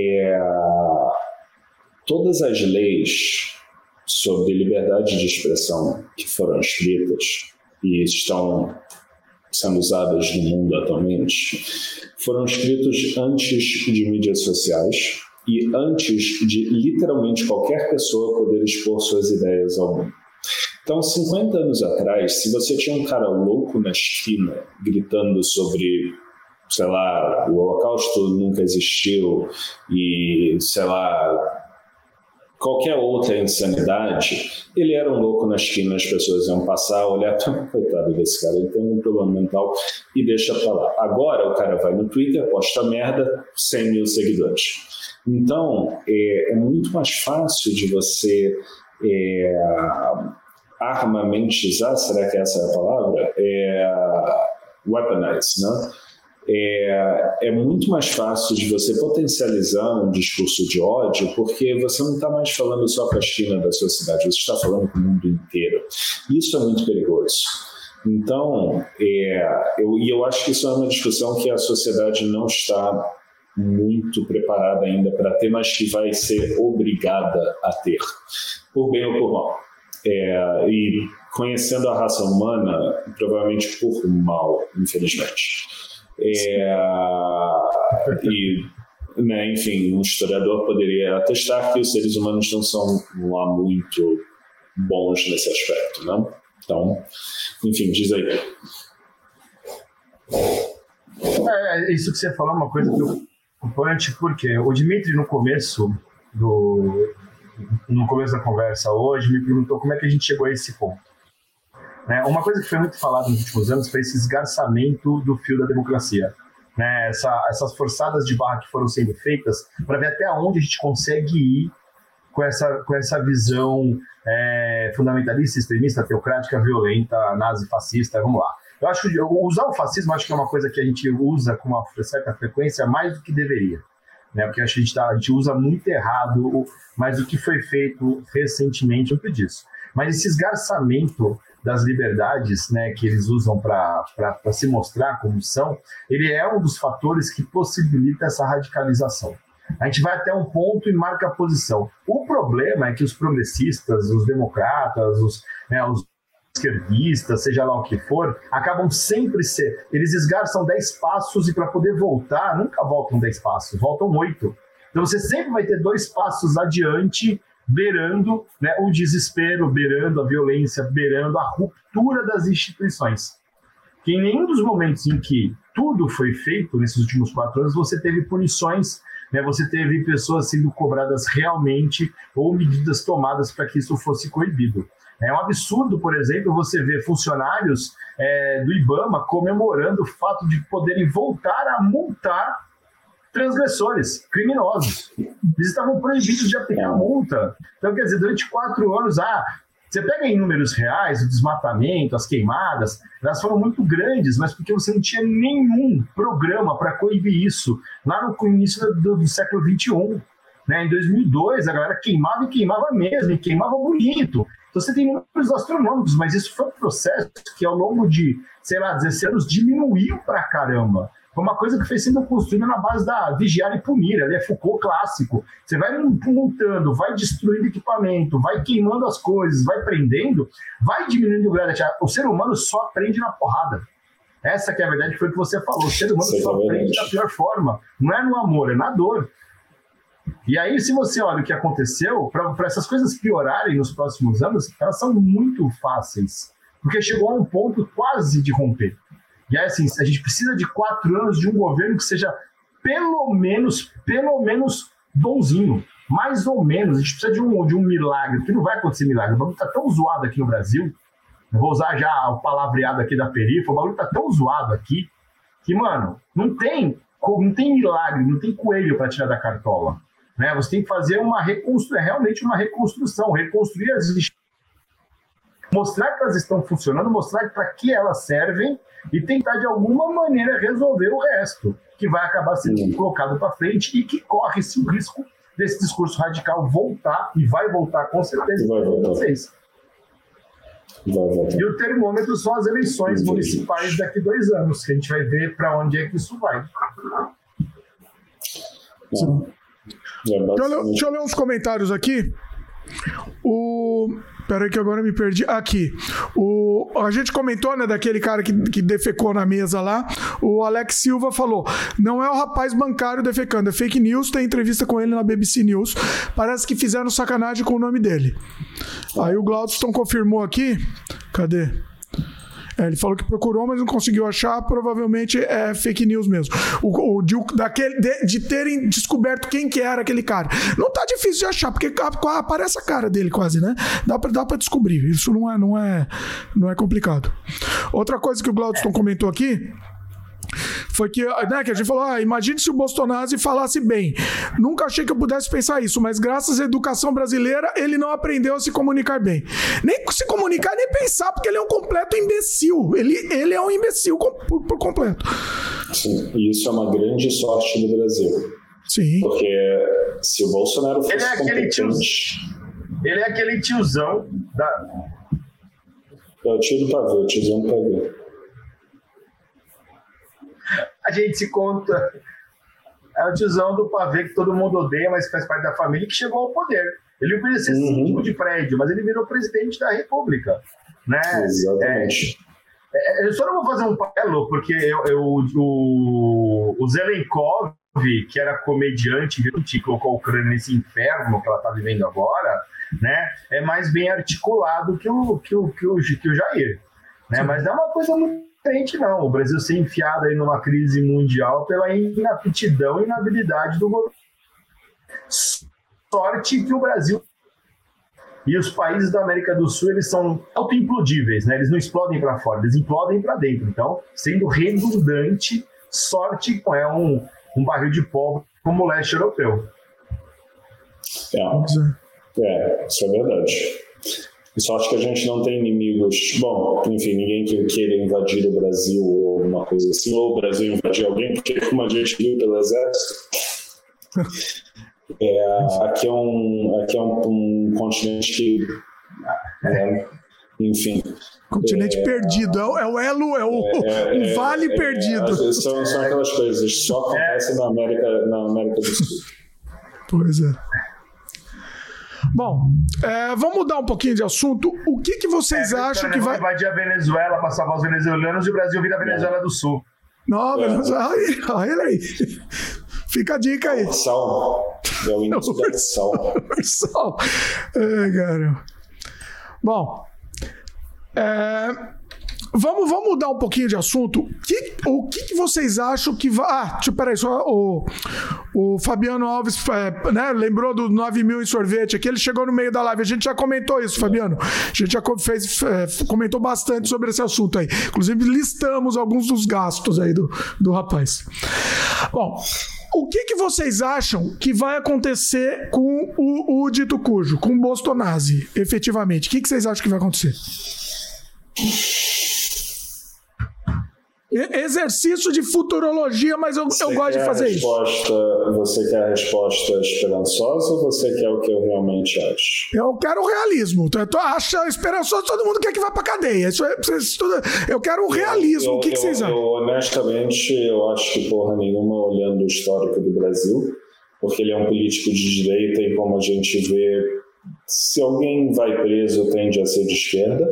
Todas as leis sobre liberdade de expressão que foram escritas e estão sendo usadas no mundo atualmente foram escritos antes de mídias sociais e antes de literalmente qualquer pessoa poder expor suas ideias ao mundo. Então, 50 anos atrás, se você tinha um cara louco na esquina gritando sobre, sei lá, o Holocausto nunca existiu e, sei lá, qualquer outra insanidade, ele era um louco na esquina, as pessoas iam passar, olhar, coitado desse cara, ele tem um problema mental e deixa pra lá. Agora o cara vai no Twitter, posta merda, 100 mil seguidores. Então, é muito mais fácil de você armamentizar, será que essa é a palavra? Weaponize, né? É muito mais fácil de você potencializar um discurso de ódio, porque você não está mais falando só com a China da sua cidade, você está falando com o mundo inteiro. Isso é muito perigoso. Então, eu acho que isso é uma discussão que a sociedade não está muito preparada ainda para ter, mas que vai ser obrigada a ter, por bem ou por mal. E conhecendo a raça humana, provavelmente por mal, infelizmente. Né, enfim, um historiador poderia atestar que os seres humanos não são lá muito bons nesse aspecto, não? Então, enfim, diz aí. Isso que você falou é uma coisa preocupante, porque o Dmitry, no começo da conversa hoje, me perguntou como é que a gente chegou a esse ponto. né? Uma coisa que foi muito falada nos últimos anos foi esse esgarçamento do fio da democracia, né? Essas forçadas de barra que foram sendo feitas para ver até onde a gente consegue ir com essa visão fundamentalista, extremista, teocrática, violenta, nazi-fascista, vamos lá. Eu acho que usar o fascismo acho que é uma coisa que a gente usa com uma certa frequência mais do que deveria, né? Porque acho que a gente usa muito errado, mas o que foi feito recentemente é muito disso. Mas esse esgarçamento das liberdades, né, que eles usam para se mostrar como são, ele é um dos fatores que possibilita essa radicalização. A gente vai até um ponto e marca a posição. O problema é que os progressistas, os democratas, os esquerdistas, seja lá o que for, acabam sempre eles esgarçam 10 passos e para poder voltar, nunca voltam 10 passos, voltam 8. Então você sempre vai ter 2 passos adiante, beirando, né, o desespero, beirando a violência, beirando a ruptura das instituições. Que em nenhum dos momentos em que tudo foi feito nesses últimos 4 anos, você teve punições, né, você teve pessoas sendo cobradas realmente ou medidas tomadas para que isso fosse coibido. É um absurdo, por exemplo, você ver funcionários do IBAMA comemorando o fato de poderem voltar a multar transgressores, criminosos. Eles estavam proibidos de aplicar multa. Então, quer dizer, durante 4 anos, você pega em números reais, o desmatamento, as queimadas, elas foram muito grandes, mas porque você não tinha nenhum programa para coibir isso lá no início do século XXI. Né? Em 2002, a galera queimava e queimava mesmo, e queimava bonito. Então você tem números astronômicos, mas isso foi um processo que ao longo de, 16 anos diminuiu pra caramba. Foi uma coisa que foi sendo construída na base da vigiar e punir, ali é Foucault clássico. Você vai montando, vai destruindo equipamento, vai queimando as coisas, vai prendendo, vai diminuindo o grau. O ser humano só aprende na porrada. Essa que é a verdade, foi o que você falou. O ser humano só aprende da pior forma. Não é no amor, é na dor. E aí, se você olha o que aconteceu, para essas coisas piorarem nos próximos anos, elas são muito fáceis. Porque chegou a um ponto quase de romper. E aí, assim, a gente precisa de 4 anos de um governo que seja pelo menos bonzinho. Mais ou menos. A gente precisa de um milagre, porque não vai acontecer milagre. O bagulho está tão zoado aqui no Brasil. Eu vou usar já o palavreado aqui da perifa. O bagulho está tão zoado aqui que, mano, não tem milagre, não tem coelho para tirar da cartola. Né? Você tem que fazer realmente uma reconstrução, reconstruir as instituições, mostrar que elas estão funcionando, mostrar para que elas servem e tentar de alguma maneira resolver o resto, que vai acabar sendo colocado para frente e que corre-se o risco desse discurso radical voltar, e vai voltar com certeza para vocês. E o termômetro são as eleições municipais daqui 2 anos, que a gente vai ver para onde é que isso vai. Deixa eu ler uns comentários aqui. Peraí que agora eu me perdi. Aqui. A gente comentou, né, daquele cara que defecou na mesa lá. O Alex Silva falou: não é o rapaz bancário defecando, é fake news. Tem entrevista com ele na BBC News. Parece que fizeram sacanagem com o nome dele. Aí o Glaudston confirmou aqui. Cadê? Ele falou que procurou, mas não conseguiu achar. Provavelmente é fake news mesmo. De terem descoberto quem que era aquele cara. Não tá difícil de achar, porque aparece a cara dele quase, né? Dá pra descobrir. Isso não é complicado. Outra coisa que o Glaudston comentou aqui foi que, né, que a gente falou, imagine se o Bolsonaro falasse bem. Nunca achei que eu pudesse pensar isso, mas graças à educação brasileira, ele não aprendeu a se comunicar bem. Nem se comunicar, nem pensar, porque ele é um completo imbecil. Ele é um imbecil por completo. Sim, e isso é uma grande sorte do Brasil. Sim. Porque se o Bolsonaro fosse ele é aquele tiozão da... É o tio do pavê, o tiozão do pavê. A gente se conta, é o tiozão do pavê que todo mundo odeia, mas que faz parte da família, que chegou ao poder. Ele não podia ser síndico de prédio, mas ele virou presidente da República. Né? Exatamente. Eu só não vou fazer um paralelo, porque o Zelenkov, que era comediante, que colocou a Ucrânia nesse inferno que ela está vivendo agora, né, é mais bem articulado que o Jair. Né? Mas não é uma coisa muito diferente, não. O Brasil ser enfiado aí numa crise mundial pela inaptidão e inabilidade do governo. Sorte que o Brasil E os países da América do Sul, eles são autoimplodíveis, né? Eles não explodem para fora, eles implodem para dentro. Então, sendo redundante, sorte é um barril de pólvora como o leste europeu. Isso é verdade. Só acho que a gente não tem inimigos. Bom, enfim, ninguém que queira invadir o Brasil ou uma coisa assim, ou o Brasil invadir alguém, porque como a gente viu pelo exército, aqui é um continente que, enfim. Continente perdido, é o elo, é o vale perdido. São aquelas coisas, só acontecem na América do Sul. Pois é. Bom, vamos mudar um pouquinho de assunto. O que vocês acham que vai invadir a Venezuela para salvar os venezuelanos e o Brasil vira a Venezuela do Sul? Não, Venezuela, olha ele aí. Fica a dica aí. Ursal. É o índice da Ursal. Ursal. Cara. Bom, vamos mudar um pouquinho de assunto. O que vocês acham que vai... peraí, só o Fabiano Alves lembrou do 9.000 em sorvete aqui, ele chegou no meio da live, a gente já comentou isso, Fabiano, a gente já comentou bastante sobre esse assunto aí, inclusive listamos alguns dos gastos aí do rapaz. Bom, o que vocês acham que vai acontecer com o dito cujo, com o Bolsonaro, efetivamente? O que vocês acham que vai acontecer? Exercício de futurologia, mas eu gosto de fazer isso. Você quer a resposta esperançosa ou você quer o que eu realmente acho? Eu quero o realismo. Tu acha esperançoso, todo mundo quer que vá pra cadeia. Eu quero o realismo. O que vocês acham? Honestamente, eu acho que porra nenhuma, olhando o histórico do Brasil, porque ele é um político de direita e como a gente vê, se alguém vai preso, tende a ser de esquerda.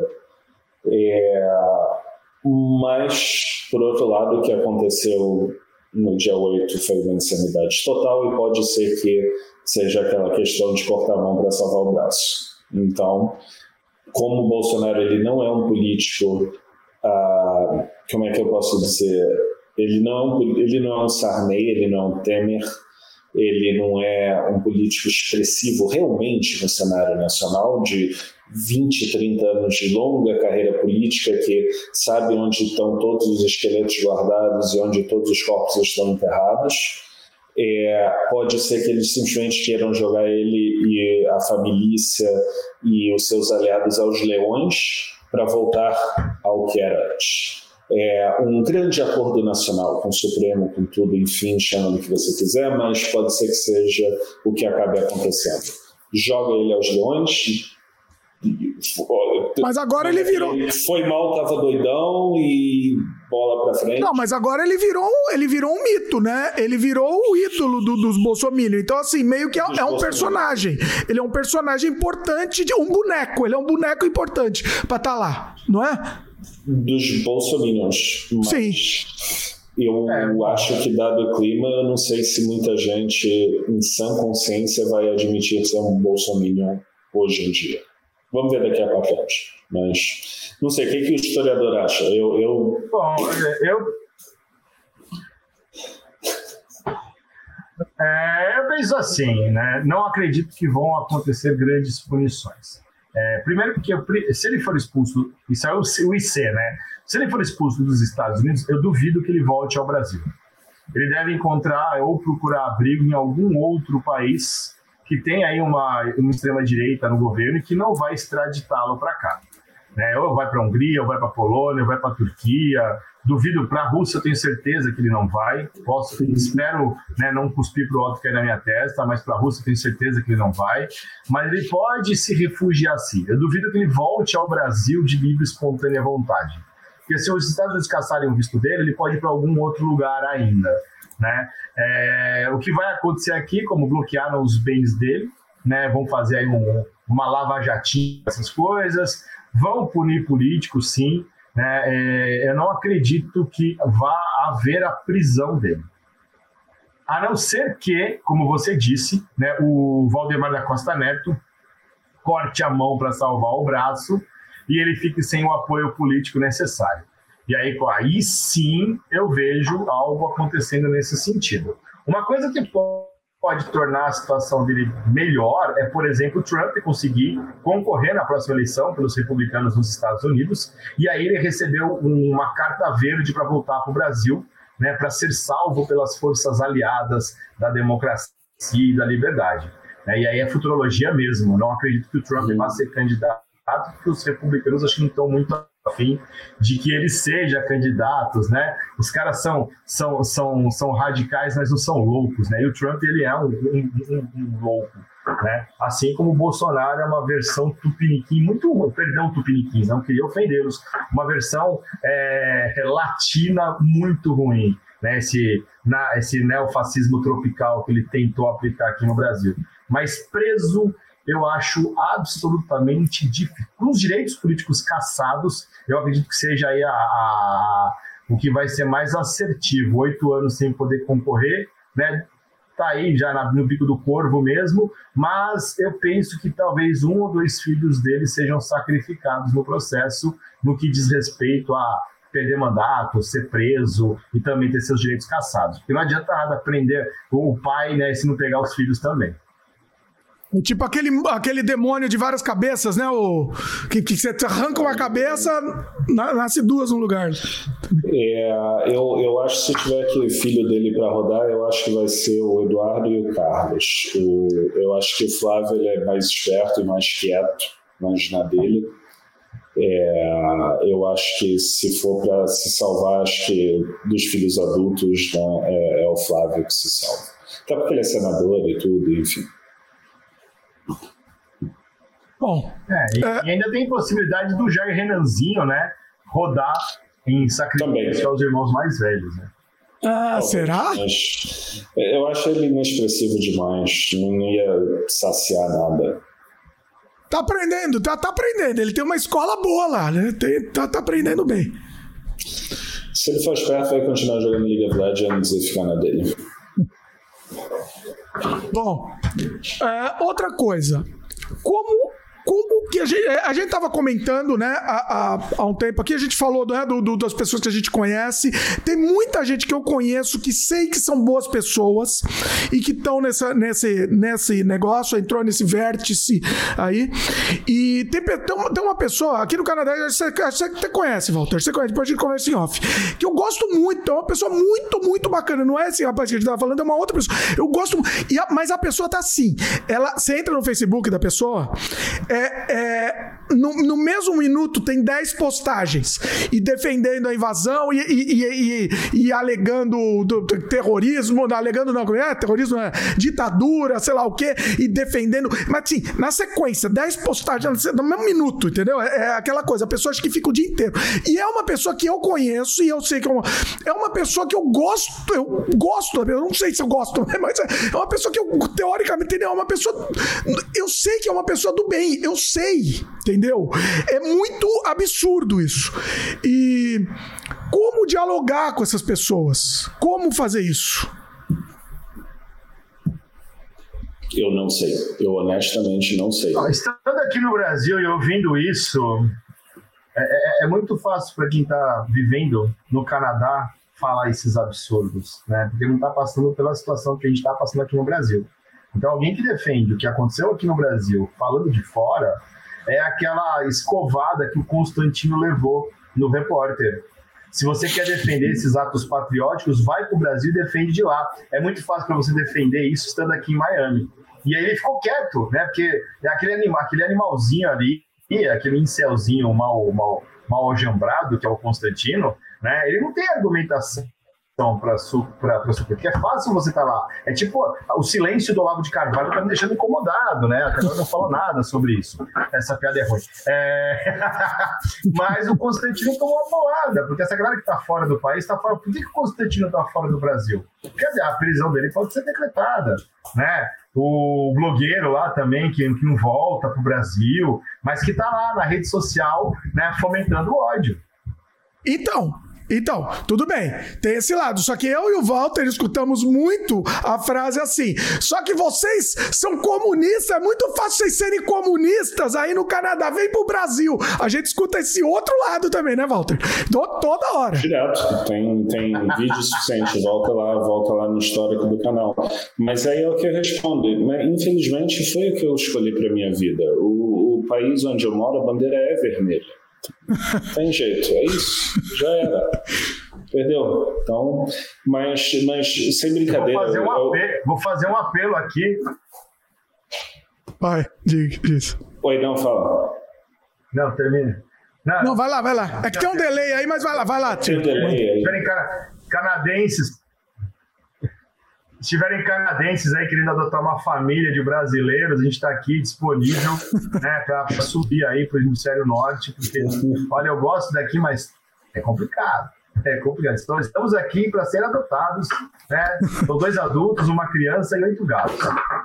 Mas, por outro lado, o que aconteceu no dia 8 foi uma insanidade total e pode ser que seja aquela questão de cortar a mão para salvar o braço. Então, como o Bolsonaro ele não é um político, como é que eu posso dizer? Ele não é um Sarney, ele não é um Temer, ele não é um político expressivo realmente no cenário nacional, de 20, 30 anos de longa carreira política, que sabe onde estão todos os esqueletos guardados e onde todos os corpos estão enterrados. Pode ser que eles simplesmente queiram jogar ele e a família e os seus aliados aos leões para voltar ao que era antes. Um grande acordo nacional com o Supremo, com tudo, enfim, chama do que você quiser, mas pode ser que seja o que acabe acontecendo. Joga ele aos leões. Mas agora ele virou... Foi mal, tava doidão e bola pra frente. Não, mas agora ele virou um mito, né? Ele virou o ídolo dos bolsominions. Então, assim, meio que é um personagem. Ele é um personagem importante, um boneco. Ele é um boneco importante pra estar lá, não é? Dos bolsominions. Mas sim. Eu acho que, dado o clima, eu não sei se muita gente em sã consciência vai admitir ser um bolsominion hoje em dia. Vamos ver daqui a 4 anos. Mas não sei, o que o historiador acha? Bom, eu penso assim, né? Não acredito que vão acontecer grandes punições. Primeiro porque se ele for expulso, isso é o IC, né? Se ele for expulso dos Estados Unidos, eu duvido que ele volte ao Brasil. Ele deve encontrar ou procurar abrigo em algum outro país que tem aí uma extrema-direita no governo e que não vai extraditá-lo para cá. Né? Ou vai para a Hungria, ou vai para a Polônia, ou vai para a Turquia. Duvido, para a Rússia eu tenho certeza que ele não vai. Espero, né, não cuspir para o outro cair na minha testa, mas para a Rússia eu tenho certeza que ele não vai. Mas ele pode se refugiar sim. Eu duvido que ele volte ao Brasil de livre e espontânea vontade. Porque se os Estados Unidos caçarem o visto dele, ele pode ir para algum outro lugar ainda. Né? O que vai acontecer aqui, como bloquearam os bens dele, né? Vão fazer aí uma lava-jatinha, essas coisas, vão punir políticos, sim, né? Eu não acredito que vá haver a prisão dele. A não ser que, como você disse, né, o Valdemar da Costa Neto corte a mão para salvar o braço e ele fique sem o apoio político necessário. E aí sim eu vejo algo acontecendo nesse sentido. Uma coisa que pode tornar a situação dele melhor é, por exemplo, o Trump conseguir concorrer na próxima eleição pelos republicanos nos Estados Unidos, e aí ele recebeu uma carta verde para voltar para o Brasil, né, para ser salvo pelas forças aliadas da democracia e da liberdade. E aí é futurologia mesmo. Não acredito que o Trump vá ser candidato, porque os republicanos acho que não estão muito afim de que ele seja candidato, né? Os caras são radicais, mas não são loucos, né? E o Trump, ele é um louco, né? Assim como o Bolsonaro é uma versão tupiniquim, perdão, tupiniquins, não queria ofendê-los, uma versão latina muito ruim, né? Esse neofascismo tropical que ele tentou aplicar aqui no Brasil. Mas preso, eu acho absolutamente difícil. Com os direitos políticos cassados, eu acredito que seja aí o que vai ser mais assertivo. 8 anos sem poder concorrer, né? Tá aí já no bico do corvo mesmo, mas eu penso que talvez 1 ou 2 filhos dele sejam sacrificados no processo, no que diz respeito a perder mandato, ser preso e também ter seus direitos cassados. Porque não adianta nada prender o pai, né, se não pegar os filhos também. Tipo aquele demônio de várias cabeças, né? Que você arranca uma cabeça, nasce 2 no lugar. Eu acho que se tiver aqui filho dele para rodar, eu acho que vai ser o Eduardo e o Carlos. Eu acho que o Flávio ele é mais esperto e mais quieto, mais na dele. Eu acho que se for para se salvar, acho que dos filhos adultos, né, é o Flávio que se salva. Até porque ele é senador e tudo, enfim. Bom, e ainda tem possibilidade do Jair Renanzinho, né, rodar em sacrifício aos irmãos mais velhos, né? Será? Mas eu acho ele inexpressivo demais, não ia saciar nada. Tá aprendendo, tá aprendendo. Ele tem uma escola boa lá, né? Tá aprendendo bem. Se ele for esperto, vai continuar jogando League of Legends e ficar na dele. Bom, outra coisa. Como que a gente estava comentando, né, há um tempo aqui, a gente falou, né, das pessoas que a gente conhece. Tem muita gente que eu conheço que sei que são boas pessoas e que estão nesse negócio, entrou nesse vértice aí. E tem uma pessoa aqui no Canadá, você até conhece, Walter, você conhece, depois a gente conversa em off, que eu gosto muito, é uma pessoa muito, muito bacana. Não é esse rapaz que a gente estava falando, é uma outra pessoa. Eu gosto, mas a pessoa tá assim, você entra no Facebook da pessoa, no mesmo minuto tem 10 postagens e defendendo a invasão e alegando terrorismo, alegando não, terrorismo, ditadura, sei lá o que, e defendendo, mas assim, na sequência, 10 postagens no mesmo minuto, entendeu? É aquela coisa, a pessoa acha que fica o dia inteiro. E é uma pessoa que eu conheço e eu sei que é uma pessoa que eu gosto, eu não sei se eu gosto, mas é uma pessoa que eu, teoricamente, é uma pessoa, eu sei que é uma pessoa do bem, eu sei, entendeu? É muito absurdo isso. E como dialogar com essas pessoas? Como fazer isso? Eu não sei. Eu honestamente não sei. Estando aqui no Brasil e ouvindo isso, é muito fácil para quem está vivendo no Canadá falar esses absurdos, né? Porque não está passando pela situação que a gente está passando aqui no Brasil. Então, alguém que defende o que aconteceu aqui no Brasil, falando de fora, é aquela escovada que o Constantino levou no Repórter. Se você quer defender esses atos patrióticos, vai para o Brasil e defende de lá. É muito fácil para você defender isso estando aqui em Miami. E aí ele ficou quieto, né? Porque é aquele animalzinho ali, aquele incelzinho mal algembrado, que é o Constantino, né? Ele não tem argumentação para porque é fácil você estar lá. É tipo, o silêncio do Olavo de Carvalho está me deixando incomodado, né? Até agora não falou nada sobre isso. Essa piada é ruim. Mas o Constantino tomou uma bolada, porque essa galera que está fora do país está fora. Por que o Constantino está fora do Brasil? Quer dizer, a prisão dele pode ser decretada, né? O blogueiro lá também, que não volta para o Brasil, mas que está lá na rede social, né, fomentando o ódio. Então, Então, tudo bem, tem esse lado. Só que eu e o Walter escutamos muito a frase assim: só que vocês são comunistas, é muito fácil vocês serem comunistas aí no Canadá, vem pro Brasil. A gente escuta esse outro lado também, né, Walter? Toda hora. Direto, tem vídeo suficiente, volta lá no histórico do canal. Mas aí é o que eu respondo. Infelizmente foi o que eu escolhi para minha vida. O país onde eu moro, a bandeira é vermelha. Tem jeito, é isso, já era. Perdeu. Então, mas sem brincadeira. Vou fazer um apelo aqui. Vai, diz. Oi, não, fala. Não, termine. Não, vai lá. É que tem um delay aí, mas vai lá. Tem um delay aí. Se tiverem canadenses aí querendo adotar uma família de brasileiros, a gente está aqui disponível, né, para subir aí para o Hemisfério Norte, porque, olha, eu gosto daqui, mas é complicado. Então, estamos aqui para ser adotados, né? São 2 adultos, uma criança e 8 gatos.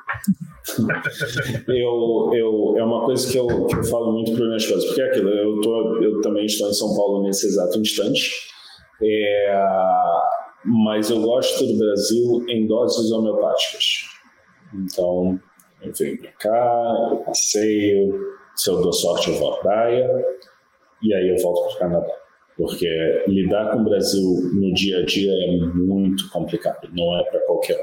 É uma coisa que eu falo muito para minhas coisas, porque é aquilo, eu também estou em São Paulo nesse exato instante, mas eu gosto do Brasil em doses homeopáticas. Então, eu venho para cá, eu passeio, se eu dou sorte eu vou à praia, e aí eu volto para o Canadá. Porque lidar com o Brasil no dia a dia é muito complicado, não é para qualquer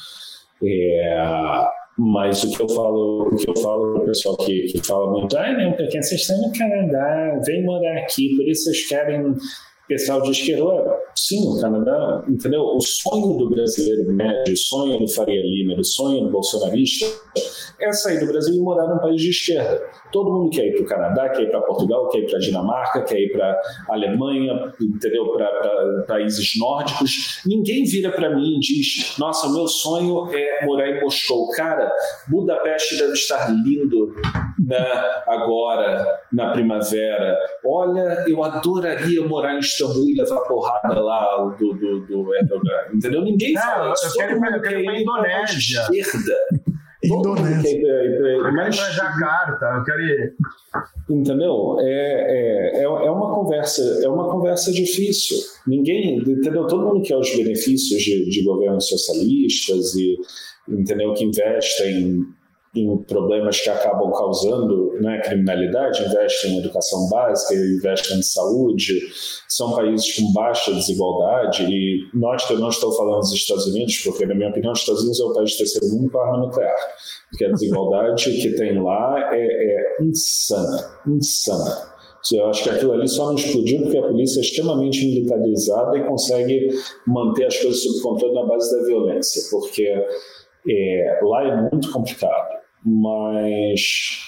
um. Mas o que eu falo para o pessoal que fala muito, não, porque vocês estão no Canadá, vem morar aqui, por isso vocês querem pessoal de esquerda. Sim, o Canadá, entendeu? O sonho do brasileiro médio, o sonho do Faria Lima, o sonho do bolsonarista é sair do Brasil e morar num país de esquerda. Todo mundo quer ir para o Canadá, quer ir para Portugal, quer ir para a Dinamarca, quer ir para a Alemanha, entendeu? Para países nórdicos. Ninguém vira para mim e diz: nossa, o meu sonho é morar em Moscou. Cara, Budapeste deve estar lindo, né, agora, na primavera. Olha, eu adoraria morar em Istambul e levar porrada lá do Erdogan. Entendeu? Ninguém fala isso. Eu quero ir para a Indonésia. Indonésia. Para Jacarta, eu quero ir. Entendeu? É uma conversa difícil. Ninguém, entendeu? Todo mundo quer os benefícios de governos socialistas e, entendeu, que investem em problemas que acabam causando, né, criminalidade, investem em educação básica, investem em saúde, são países com baixa desigualdade, e note que eu não estou falando dos Estados Unidos, porque, na minha opinião, os Estados Unidos é o país do terceiro mundo com arma nuclear, porque a desigualdade que tem lá é insana. Eu acho que aquilo ali só não explodiu porque a polícia é extremamente militarizada e consegue manter as coisas sob controle na base da violência, porque lá é muito complicado. Mas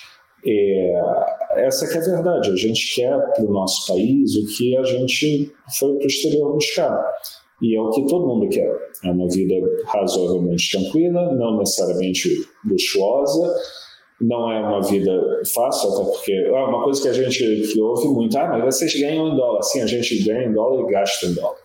essa que é a verdade. A gente quer para o nosso país o que a gente foi para o exterior buscar. E é o que todo mundo quer. É uma vida razoavelmente tranquila, não necessariamente luxuosa, não é uma vida fácil, até porque uma coisa que a gente ouve muito, mas vocês ganham em dólar. Sim, a gente ganha em dólar e gasta em dólar.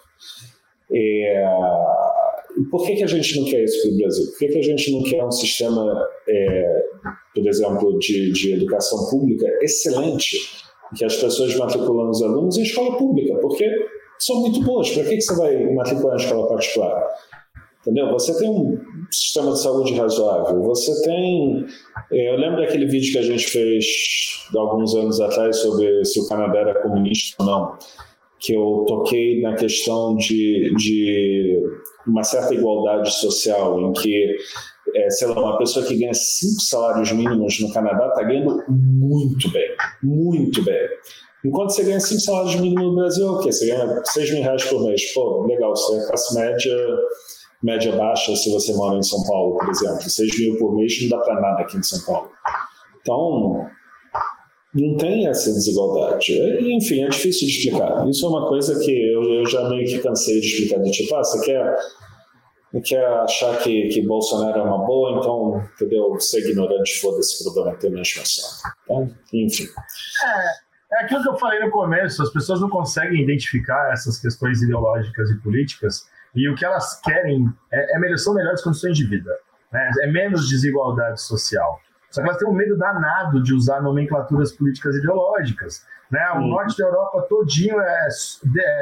Por que a gente não quer isso para o Brasil? Por que a gente não quer um sistema, por exemplo, de educação pública excelente, que as pessoas matriculam os alunos em escola pública? Porque são muito boas. Para que você vai matricular em escola particular? Entendeu? Você tem um sistema de saúde razoável. Você tem... eu lembro daquele vídeo que a gente fez há alguns anos atrás sobre se o Canadá era comunista ou não, que eu toquei na questão de uma certa igualdade social, em que, sei lá, uma pessoa que ganha 5 salários mínimos no Canadá está ganhando muito bem, muito bem. Enquanto você ganha 5 salários mínimos no Brasil, o quê? Você ganha R$6.000 por mês. Pô, legal, você é classe média baixa se você mora em São Paulo, por exemplo. 6 mil por mês não dá para nada aqui em São Paulo. Então, não tem essa desigualdade. Enfim, é difícil de explicar. Isso é uma coisa que eu já meio que cansei de explicar. Do tipo, você quer achar que Bolsonaro é uma boa, então, entendeu? Ser ignorante, foda-se, o problema é ter mais expansão. Então, enfim. É aquilo que eu falei no começo, as pessoas não conseguem identificar essas questões ideológicas e políticas, e o que elas querem são melhores condições de vida, né? É menos desigualdade social. Só que elas têm um medo danado de usar nomenclaturas políticas ideológicas, né? O norte da Europa todinho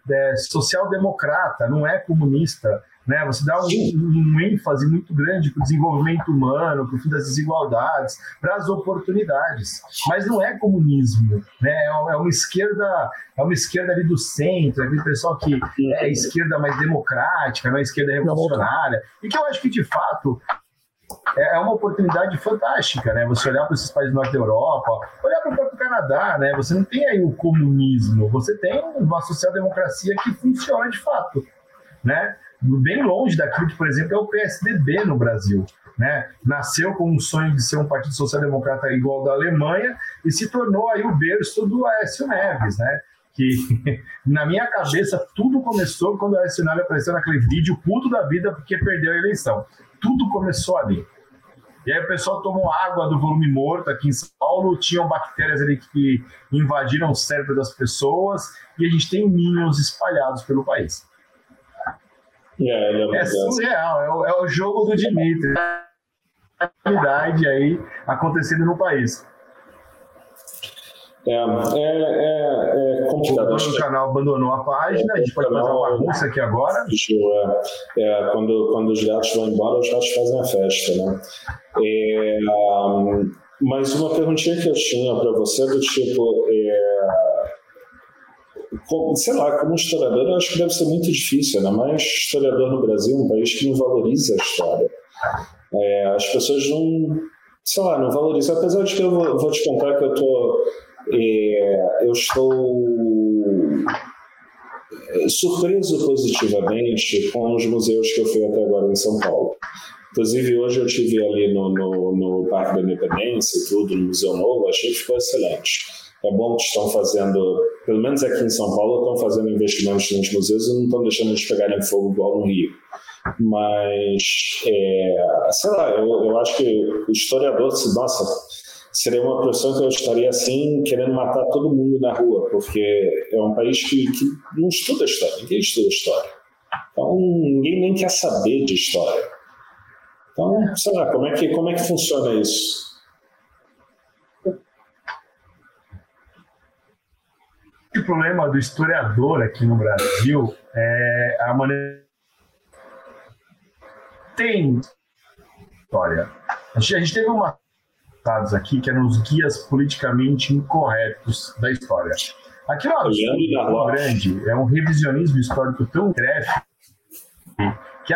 social-democrata, não é comunista. Né? Você dá um ênfase muito grande para o desenvolvimento humano, para o fim das desigualdades, para as oportunidades. Mas não é comunismo, né? É uma esquerda ali do centro, aquele pessoal que é a esquerda mais democrática, não é a esquerda revolucionária. E que eu acho que, de fato, é uma oportunidade fantástica, né? Você olhar para esses países do norte da Europa, olhar para o próprio Canadá, né? Você não tem aí o comunismo, você tem uma social-democracia que funciona de fato, né? Bem longe daquilo que, por exemplo, é o PSDB no Brasil, né? Nasceu com um sonho de ser um partido social-democrata igual ao da Alemanha e se tornou aí o berço do Aécio Neves, né? Que, na minha cabeça, tudo começou quando o Aécio Neves apareceu naquele vídeo puto da vida porque perdeu a eleição. Tudo começou ali. E aí o pessoal tomou água do volume morto aqui em São Paulo, tinham bactérias ali que invadiram o cérebro das pessoas e a gente tem minions espalhados pelo país. É surreal, é o jogo do Dimitri. A realidade aí acontecendo no país. É complicado. O dono do canal abandonou a página, a gente pode fazer uma bagunça aqui agora. Quando os gatos vão embora, os gatos fazem a festa, né? Mas uma perguntinha que eu tinha para você do tipo... sei lá, como historiador, eu acho que deve ser muito difícil, né? Mas historiador no Brasil é um país que não valoriza a história. As pessoas não valorizam, apesar de que eu vou te contar que eu estou surpreso positivamente com os museus que eu fui até agora em São Paulo. Inclusive, hoje eu estive ali no Parque da Independência e tudo, no Museu Novo, achei que ficou excelente. É bom que estão fazendo, pelo menos aqui em São Paulo, estão fazendo investimentos nos museus e não estão deixando eles pegarem fogo igual no Rio. Mas, sei lá, eu acho que o historiador, seria uma profissão que eu estaria assim, querendo matar todo mundo na rua, porque é um país que não estuda história, ninguém estuda história. Então, ninguém nem quer saber de história. Então, sei lá, como é que funciona isso? O problema do historiador aqui no Brasil é a maneira... Tem história. A gente teve uma dados aqui que eram os guias politicamente incorretos da história. Aqui no Rio Grande é um revisionismo histórico tão grave que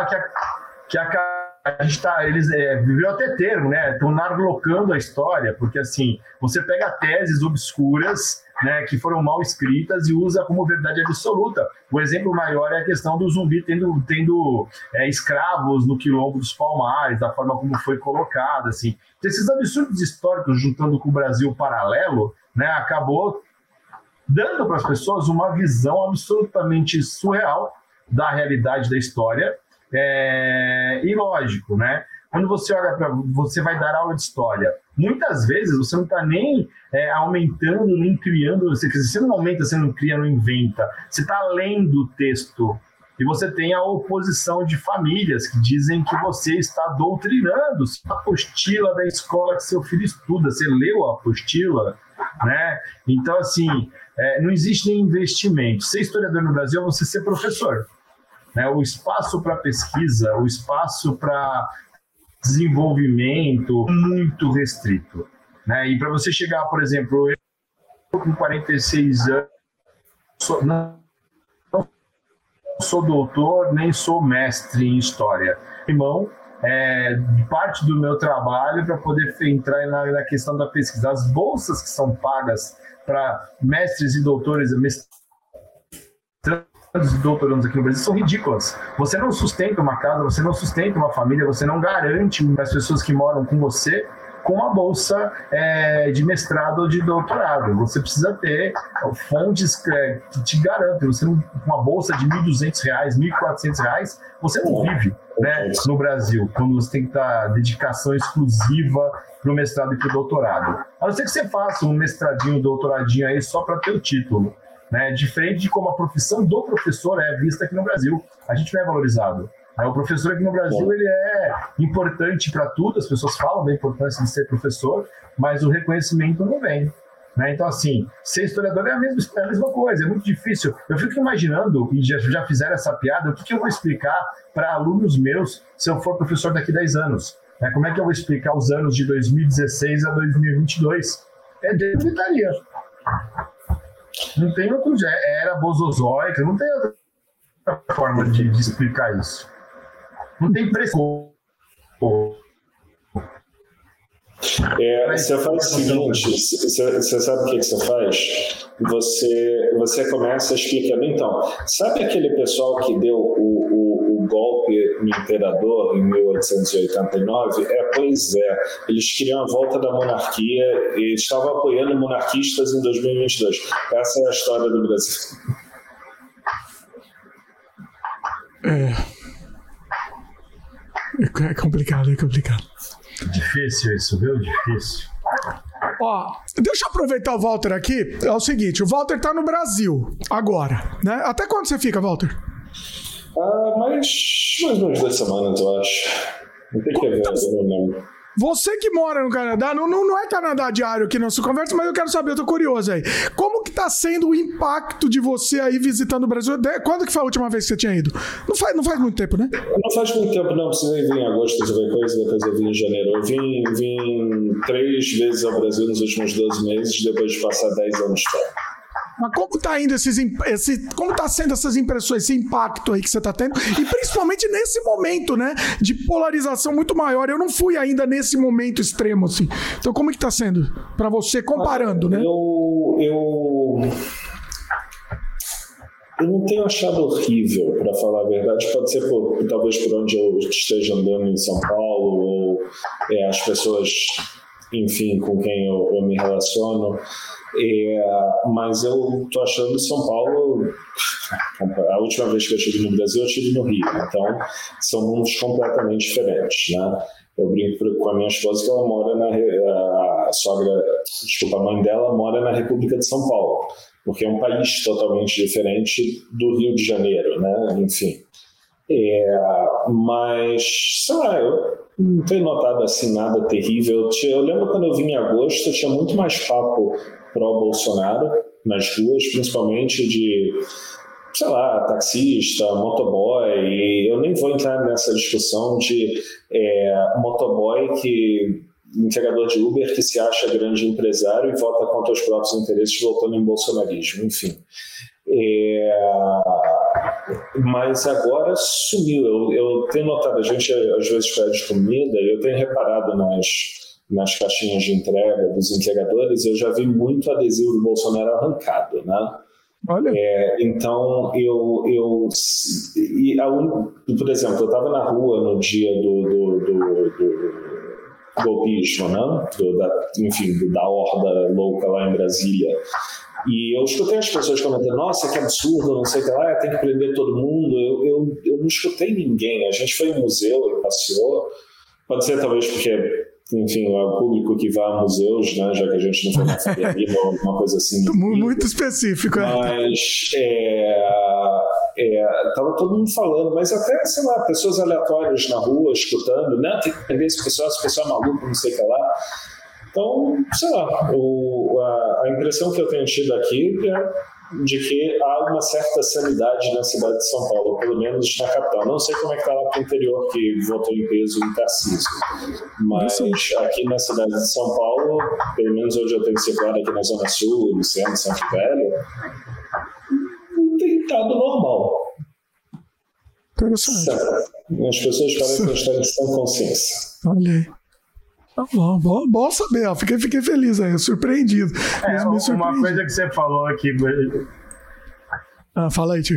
a gente tá, eles viveu até termo, né? Estão narlocando a história, porque assim, você pega teses obscuras, né, que foram mal escritas e usa como verdade absoluta. O exemplo maior é a questão do Zumbi tendo escravos no Quilombo dos Palmares, da forma como foi colocado, assim. Então, esses absurdos históricos, juntando com o Brasil paralelo, né, acabou dando para as pessoas uma visão absolutamente surreal da realidade da história. E lógico, né? Quando você olha você vai dar aula de história, muitas vezes você não está nem aumentando, nem criando, você não aumenta, você não cria, não inventa, você está lendo o texto e você tem a oposição de famílias que dizem que você está doutrinando a apostila da escola que seu filho estuda, você leu a apostila, né? Então, assim, não existe nem investimento. Ser historiador no Brasil é você ser professor. Né? O espaço para pesquisa, o espaço para desenvolvimento muito restrito, né? E para você chegar, por exemplo, eu com 46 anos, não sou doutor, nem sou mestre em história. Irmão, parte do meu trabalho para poder entrar na questão da pesquisa. As bolsas que são pagas para mestres e doutores, e doutorandos aqui no Brasil são ridículas. Você não sustenta uma casa, você não sustenta uma família, você não garante para as pessoas que moram com você com a bolsa de mestrado ou de doutorado. Você precisa ter fontes que te garantem. Você não, com uma bolsa de R$1.200, R$1.400, você não vive, né, no Brasil, quando você tem que dar dedicação exclusiva para o mestrado e para o doutorado. A não ser que você faça um mestradinho, doutoradinho aí só para ter o título. Né? Diferente de como a profissão do professor é vista aqui no Brasil. A gente não é valorizado. O professor aqui no Brasil ele é importante para tudo, as pessoas falam da importância de ser professor, mas o reconhecimento não vem. Né? Então, assim, ser historiador é a mesma coisa, é muito difícil. Eu fico imaginando, e já fizeram essa piada, o que eu vou explicar para alunos meus se eu for professor daqui a 10 anos? Né? Como é que eu vou explicar os anos de 2016 a 2022? É gritaria. Não tem outro jeito. Era bozozoica, não tem outra forma de explicar isso. Não tem preço. Você faz o seguinte, você sabe o que você faz? Você começa explicando, então, sabe aquele pessoal que deu o golpe no imperador em 1889? Pois é, eles queriam a volta da monarquia e estavam apoiando monarquistas em 2022. Essa é a história do Brasil. É complicado. Difícil isso, viu? Difícil. Ó, deixa eu aproveitar o Walter aqui. É o seguinte, o Walter tá no Brasil agora, né? Até quando você fica, Walter? Mais umas 2 semanas, eu acho. Não tem que ver, eu não lembro. Você que mora no Canadá, não é Canadá diário aqui na nossa conversa, mas eu quero saber, eu tô curioso aí. Como que tá sendo o impacto de você aí visitando o Brasil? Quando que foi a última vez que você tinha ido? Não faz muito tempo, né? Não faz muito tempo, não. Precisei vir em agosto, fazer coisa, depois eu vim em janeiro. Eu vim 3 vezes ao Brasil nos últimos 12 meses, depois de passar 10 anos fora. Mas como tá indo como tá sendo essas impressões, esse impacto aí que você tá tendo? E principalmente nesse momento, né? De polarização muito maior. Eu não fui ainda nesse momento extremo, assim. Então como que tá sendo pra você, comparando, né? Eu não tenho achado horrível, para falar a verdade. Pode ser talvez por onde eu esteja andando em São Paulo, ou as pessoas, enfim, com quem eu me relaciono. Mas eu tô achando São Paulo, a última vez que eu estive no Brasil, eu estive no Rio, então são mundos completamente diferentes, né? Eu brinco com a minha esposa que ela mora a mãe dela mora na República de São Paulo, porque é um país totalmente diferente do Rio de Janeiro, né? Enfim. Mas, sei lá, eu não tenho notado assim nada terrível. Eu lembro quando eu vim em agosto, tinha muito mais papo pró-Bolsonaro nas ruas, principalmente de, sei lá, taxista, motoboy, e eu nem vou entrar nessa discussão de motoboy entregador de Uber que se acha grande empresário e vota contra os próprios interesses voltando em bolsonarismo, enfim. Mas agora sumiu. Eu tenho notado, a gente às vezes pede comida e eu tenho reparado nas caixinhas de entrega dos entregadores, eu já vi muito adesivo do Bolsonaro arrancado, né? Olha. Então, por exemplo, eu estava na rua no dia do golpismo, né? Da horda louca lá em Brasília. E eu escutei as pessoas comentando, nossa, que absurdo, não sei o que lá, tem que prender todo mundo. Eu não escutei ninguém. A gente foi em museu e passeou. Pode ser talvez porque, enfim, é o público que vai a museus, né? Já que a gente não foi na Faria ou alguma coisa assim. Muito específico, Mas tava todo mundo falando, mas até, sei lá, pessoas aleatórias na rua escutando, né? Tem que prender esse pessoal é maluco, não sei o que lá. Então, sei lá, a impressão que eu tenho tido aqui é de que há uma certa sanidade na cidade de São Paulo, pelo menos na capital. Não sei como é que está lá para o interior, que votou em peso em Tarcísio, mas aqui na cidade de São Paulo, pelo menos onde eu tenho circulado aqui na Zona Sul, no centro, Santo Velho, tem estado normal. Interessante. As pessoas parecem estar em sã consciência. Olha aí. Tá bom saber, ó. Fiquei feliz aí, surpreendido. Uma coisa que você falou aqui. Fala aí, tio.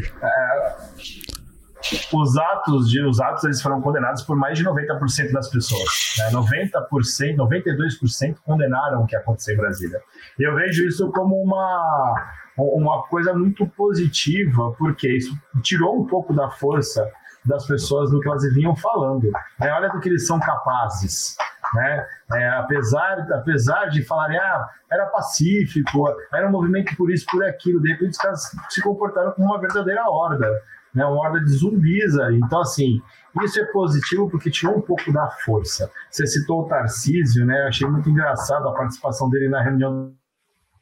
Os atos eles foram condenados por mais de 90% das pessoas. Né? 90%, 92% condenaram o que aconteceu em Brasília. E eu vejo isso como uma coisa muito positiva, porque isso tirou um pouco da força das pessoas do que elas vinham falando. Olha do que eles são capazes. Né? Apesar de falarem era pacífico, era um movimento por isso, por aquilo, de repente os caras se comportaram como uma verdadeira horda, né? Uma horda de zumbis. Então, assim, isso é positivo porque tirou um pouco da força. Você citou o Tarcísio, né? Eu achei muito engraçado a participação dele na reunião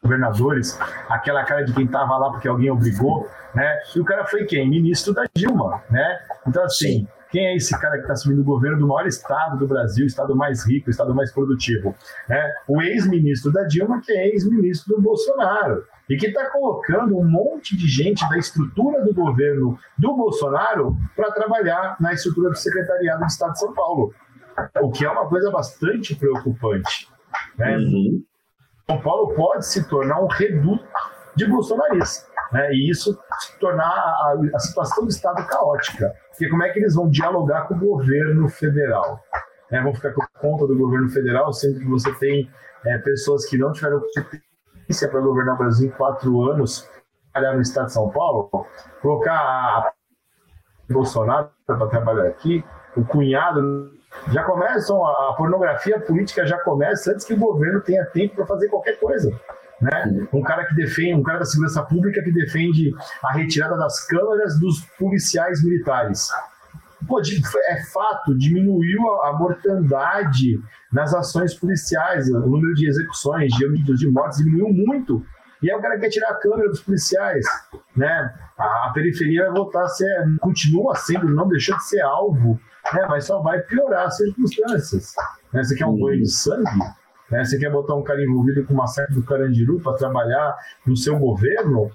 governadores, aquela cara de quem estava lá porque alguém obrigou, né? E o cara foi quem? Ministro da Dilma, né? Então, assim, quem é esse cara que está assumindo o governo do maior estado do Brasil, o estado mais rico, o estado mais produtivo? Né? O ex-ministro da Dilma, que é ex-ministro do Bolsonaro, e que está colocando um monte de gente da estrutura do governo do Bolsonaro para trabalhar na estrutura do secretariado do estado de São Paulo, o que é uma coisa bastante preocupante, né? São Paulo pode se tornar um reduto de bolsonaristas, né? E isso se tornar a situação do Estado caótica. Porque como é que eles vão dialogar com o governo federal? Vão ficar por conta do governo federal, sendo que você tem pessoas que não tiveram competência para governar o Brasil em 4 anos, trabalhar no Estado de São Paulo, colocar a Bolsonaro para trabalhar aqui, o cunhado... Já começam, a pornografia política já começa antes que o governo tenha tempo para fazer qualquer coisa, né? Um cara da segurança pública que defende a retirada das câmeras dos policiais militares. Pô, é fato, diminuiu a mortandade nas ações policiais, o número de execuções, de homicídios, de mortes diminuiu muito. E aí o cara quer tirar a câmera dos policiais, né? A periferia vai voltar a ser, continua sendo, não deixou de ser alvo, né? Mas só vai piorar as circunstâncias. Né? Você quer um banho de sangue? Né? Você quer botar um cara envolvido com o massacre do Carandiru para trabalhar no seu governo?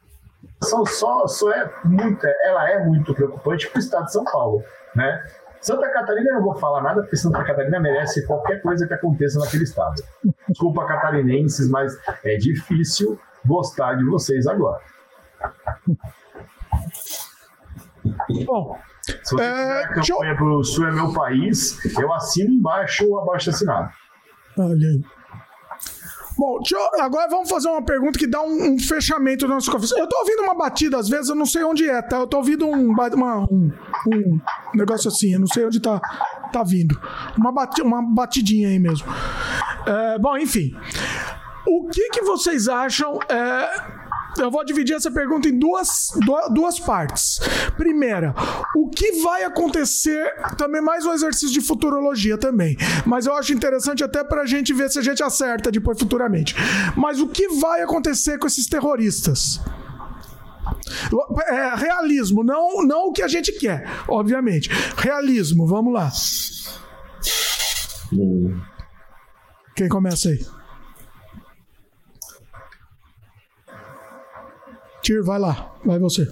Ela é muito preocupante para o estado de São Paulo, né? Santa Catarina eu não vou falar nada, porque Santa Catarina merece qualquer coisa que aconteça naquele estado. Desculpa, catarinenses, mas é difícil gostar de vocês agora. Bom, se você fizer a campanha para o Sul é meu país, eu assino embaixo o abaixo-assinado. Olha aí. Bom, agora vamos fazer uma pergunta que dá um fechamento do nosso conversa. Eu tô ouvindo uma batida, às vezes eu não sei onde é, tá? Eu tô ouvindo um negócio assim, eu não sei onde tá vindo. Uma batidinha aí mesmo. Bom, enfim. O que vocês acham... Eu vou dividir essa pergunta em duas partes. Primeira, o que vai acontecer, também mais um exercício de futurologia também, mas eu acho interessante até pra gente ver se a gente acerta depois futuramente. Mas o que vai acontecer com esses terroristas? Realismo, não o que a gente quer, obviamente. Realismo, vamos lá. Quem começa aí? Tir, vai lá, vai você.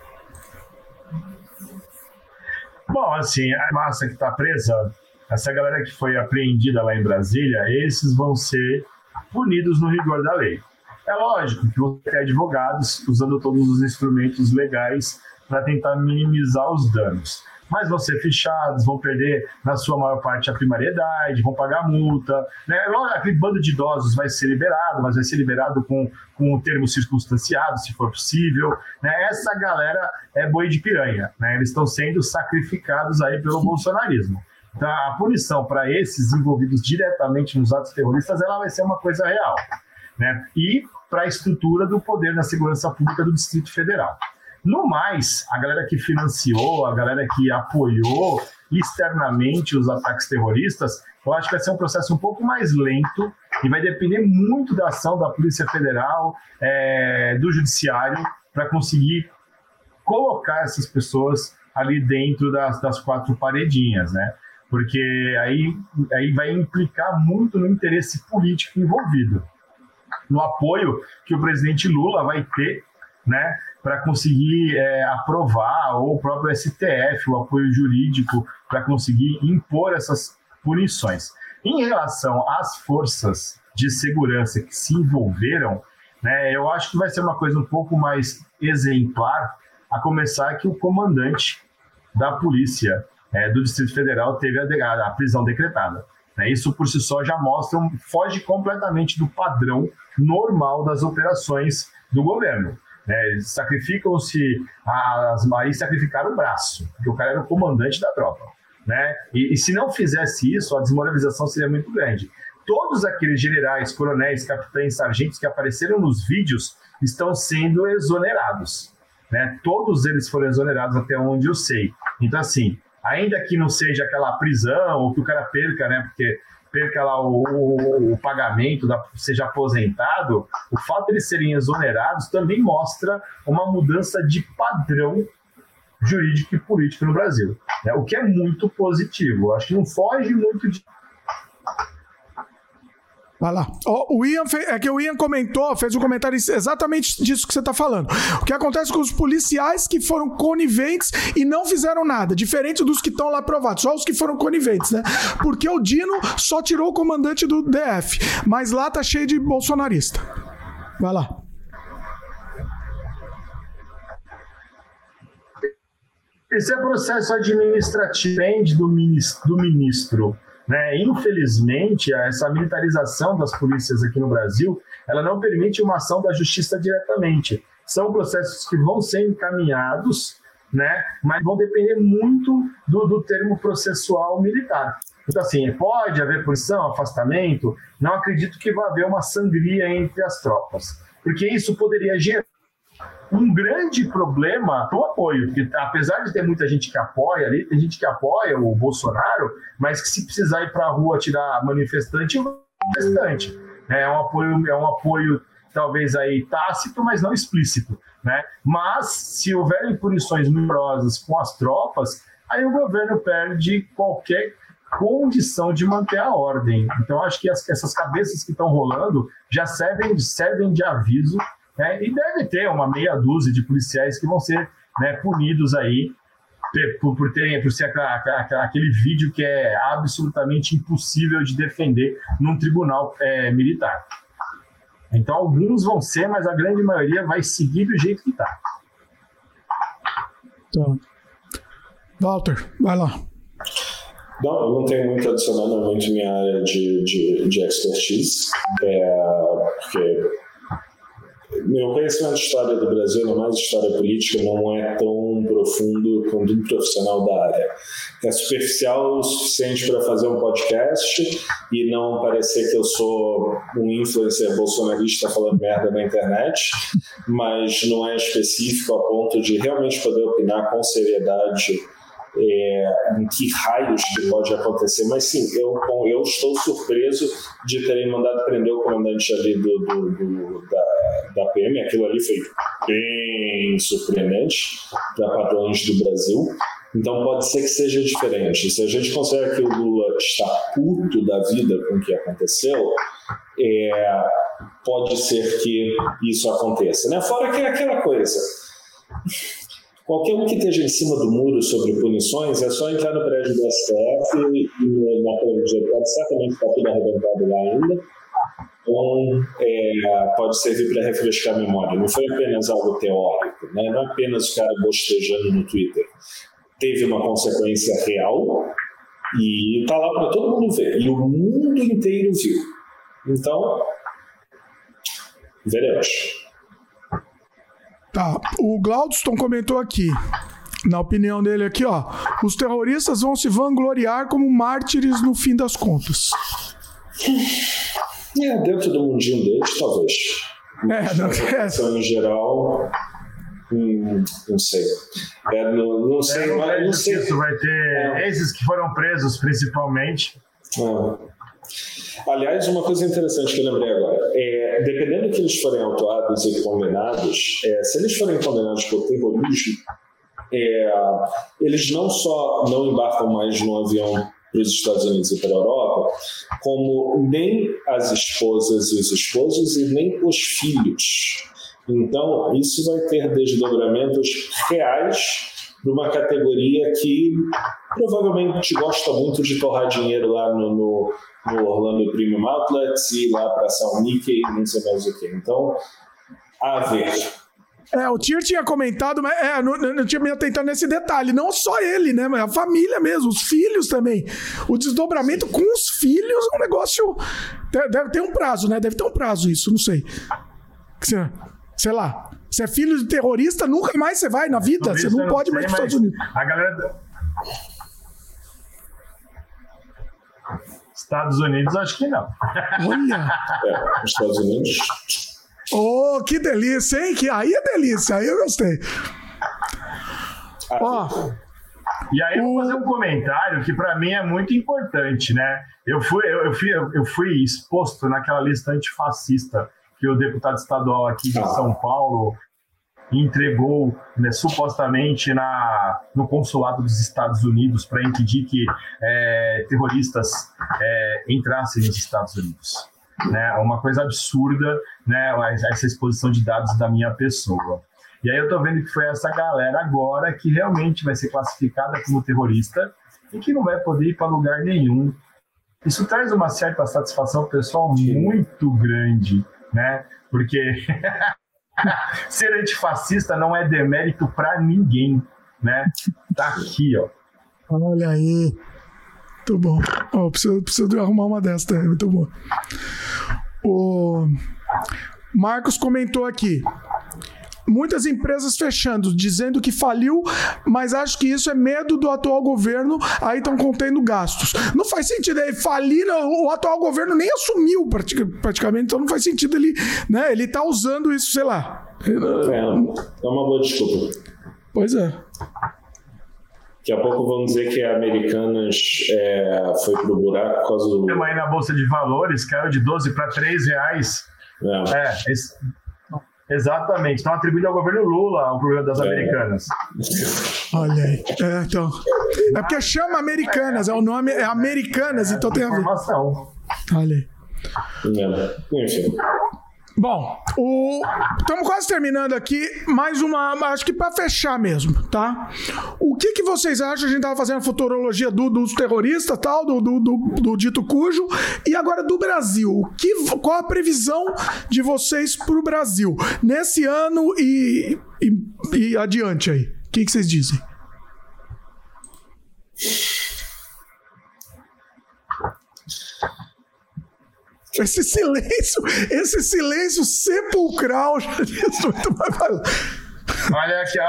Bom, assim, a massa que está presa, essa galera que foi apreendida lá em Brasília, esses vão ser punidos no rigor da lei. É lógico que vão ter advogados usando todos os instrumentos legais para tentar minimizar os danos. Mas vão ser fichados, vão perder, na sua maior parte, a primariedade, vão pagar multa. Né? Aquele bando de idosos vai ser liberado, mas vai ser liberado com o termo circunstanciado, se for possível. Né? Essa galera é boi de piranha. Né? Eles estão sendo sacrificados aí pelo bolsonarismo. Então, a punição para esses envolvidos diretamente nos atos terroristas, ela vai ser uma coisa real. Né? E para a estrutura do poder da segurança pública do Distrito Federal. No mais, a galera que financiou, a galera que apoiou externamente os ataques terroristas, eu acho que vai ser um processo um pouco mais lento e vai depender muito da ação da Polícia Federal, do Judiciário, para conseguir colocar essas pessoas ali dentro das 4 paredinhas, né? Porque aí vai implicar muito no interesse político envolvido, no apoio que o presidente Lula vai ter, né, para conseguir aprovar, ou o próprio STF, o apoio jurídico, para conseguir impor essas punições. Em relação às forças de segurança que se envolveram, né, eu acho que vai ser uma coisa um pouco mais exemplar, a começar que o comandante da polícia do Distrito Federal teve a prisão decretada. Isso por si só já mostra, foge completamente do padrão normal das operações do governo. Eles sacrificam-se, aí sacrificaram o braço, porque o cara era o comandante da tropa. Né? E se não fizesse isso, a desmoralização seria muito grande. Todos aqueles generais, coronéis, capitães, sargentos que apareceram nos vídeos estão sendo exonerados. Né? Todos eles foram exonerados até onde eu sei. Então, assim, ainda que não seja aquela prisão, ou que o cara perca, né? Porque perca lá o pagamento, seja aposentado, o fato de eles serem exonerados também mostra uma mudança de padrão jurídico e político no Brasil, né? O que é muito positivo. Acho que não foge muito de... Vai lá. O Ian o Ian comentou, fez um comentário exatamente disso que você está falando. O que acontece com os policiais que foram coniventes e não fizeram nada, diferente dos que estão lá provados, só os que foram coniventes, né? Porque o Dino só tirou o comandante do DF, mas lá tá cheio de bolsonarista. Vai lá. Esse é processo administrativo, depende do ministro. Né? Infelizmente, essa militarização das polícias aqui no Brasil, ela não permite uma ação da justiça diretamente. São processos que vão ser encaminhados, né? Mas vão depender muito do termo processual militar. Então, assim, pode haver punição, afastamento, não acredito que vá haver uma sangria entre as tropas, porque isso poderia gerar um grande problema no apoio, porque apesar de ter muita gente que apoia ali, tem gente que apoia o Bolsonaro, mas que se precisar ir para a rua tirar manifestante, é um apoio talvez aí tácito, mas não explícito, né? Mas se houverem punições numerosas com as tropas, aí o governo perde qualquer condição de manter a ordem. Então acho que essas cabeças que estão rolando já servem de aviso. E deve ter uma meia dúzia de policiais que vão ser, né, punidos aí por ser aquele vídeo que é absolutamente impossível de defender num tribunal militar. Então alguns vão ser, mas a grande maioria vai seguir do jeito que está. Então, Walter, vai lá. Não, eu não tenho muito a adicionar, não é muito minha área de expertise, porque meu conhecimento de história do Brasil, não mais história política, não é tão profundo quanto um profissional da área. É superficial o suficiente para fazer um podcast e não parecer que eu sou um influencer bolsonarista falando merda na internet, mas não é específico a ponto de realmente poder opinar com seriedade em que raios que pode acontecer. Mas sim, eu estou surpreso de terem mandado prender o comandante ali da PM. Aquilo ali foi bem surpreendente para padrões do Brasil. Então pode ser que seja diferente. Se a gente considera que o Lula está puto da vida com o que aconteceu, pode ser que isso aconteça, né? Fora que é aquela coisa, qualquer um que esteja em cima do muro sobre punições é só entrar no prédio do STF e na Câmara dos Deputados, certamente está tudo arrebentado lá ainda. Então, pode servir para refrescar a memória. Não foi apenas algo teórico, né? Não é apenas o cara bostejando no Twitter. Teve uma consequência real e está lá para todo mundo ver. E o mundo inteiro viu. Então, veremos. Tá, o Glaudston comentou aqui, na opinião dele aqui, ó, os terroristas vão se vangloriar como mártires no fim das contas. Dentro do mundinho deles, talvez. Em geral, não sei. Não sei. Isso vai ter esses que foram presos, principalmente. Aliás, uma coisa interessante que eu lembrei agora, dependendo que eles forem autuados e condenados, se eles forem condenados por terrorismo, eles não só não embarcam mais no avião para os Estados Unidos e para a Europa, como nem as esposas e os esposos e nem os filhos. Então, isso vai ter desdobramentos reais de uma categoria que provavelmente gosta muito de torrar dinheiro lá no Orlando Premium Outlets e lá para São Mickey e não sei mais o que. Então, a ver. O Tio tinha comentado, mas não tinha me atentado nesse detalhe. Não só ele, né? Mas a família mesmo, os filhos também. O desdobramento com os filhos é um negócio... Deve ter um prazo, né? Deve ter um prazo isso, não sei. Sei lá. Se é filho de terrorista, nunca mais você vai na vida. Você não pode mais para os Estados Unidos. A galera... Estados Unidos, acho que não. Olha! Os Estados Unidos... Oh, que delícia, hein? Aí é delícia, aí eu gostei. E aí eu vou fazer um comentário que para mim é muito importante, né? Eu fui exposto naquela lista antifascista que o deputado estadual aqui de São Paulo entregou, né, supostamente no consulado dos Estados Unidos para impedir que terroristas entrassem nos Estados Unidos. Né? Uma coisa absurda, né, essa exposição de dados da minha pessoa. E aí eu estou vendo que foi essa galera agora que realmente vai ser classificada como terrorista e que não vai poder ir para lugar nenhum. Isso traz uma certa satisfação pessoal muito grande, né? Porque ser antifascista não é demérito para ninguém, né? Tá aqui, ó. Olha aí. Muito bom. Oh, preciso de arrumar uma dessa também. Muito bom. O Marcos comentou aqui. Muitas empresas fechando, dizendo que faliu, mas acho que isso é medo do atual governo, aí estão contendo gastos. Não faz sentido, falir, o atual governo nem assumiu praticamente, então não faz sentido ele, né? Ele tá usando isso, sei lá. É uma boa desculpa. Pois é. Daqui a pouco vão dizer que a Americanas foi pro buraco por causa do... Aí na Bolsa de Valores caiu de 12 para 3 reais. Exatamente. Estão atribuindo ao governo Lula o problema das Americanas. Olha aí. Então. É porque chama Americanas, o nome é Americanas, então tem a ver. Informação. Olha aí. Enfim. Bom, estamos quase terminando aqui. Mais uma, acho que para fechar mesmo, tá? O que vocês acham? A gente estava fazendo a futurologia dos terroristas, tal, do dito cujo, e agora do Brasil. Qual a previsão de vocês para o Brasil nesse ano e adiante aí? O que vocês dizem? Esse silêncio sepulcral já disse muito mais. Olha aqui,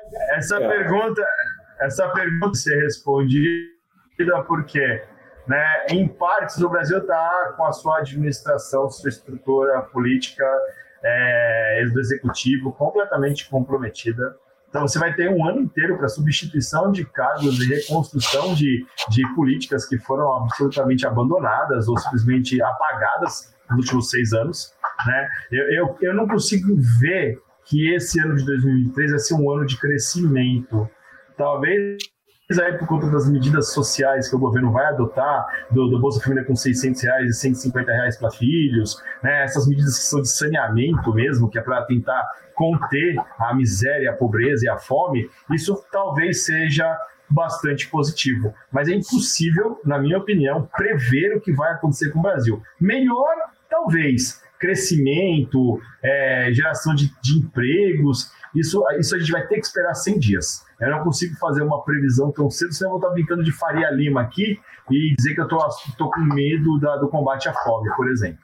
essa pergunta ser respondida porque, né, em partes o Brasil está com a sua administração, sua estrutura política do executivo completamente comprometida. Então você vai ter um ano inteiro para substituição de cargos e reconstrução de políticas que foram absolutamente abandonadas ou simplesmente apagadas nos últimos 6 anos. Né? Eu não consigo ver que esse ano de 2023 vai ser um ano de crescimento. Talvez aí por conta das medidas sociais que o governo vai adotar, do Bolsa Família com R$600 e R$150 para filhos, né? Essas medidas que são de saneamento mesmo, que é para tentar conter a miséria, a pobreza e a fome, isso talvez seja bastante positivo. Mas é impossível, na minha opinião, prever o que vai acontecer com o Brasil. Melhor, talvez, crescimento, geração de empregos, isso a gente vai ter que esperar 100 dias. Eu não consigo fazer uma previsão tão cedo, senão eu vou estar brincando de Faria Lima aqui e dizer que eu tô com medo do combate à fome, por exemplo.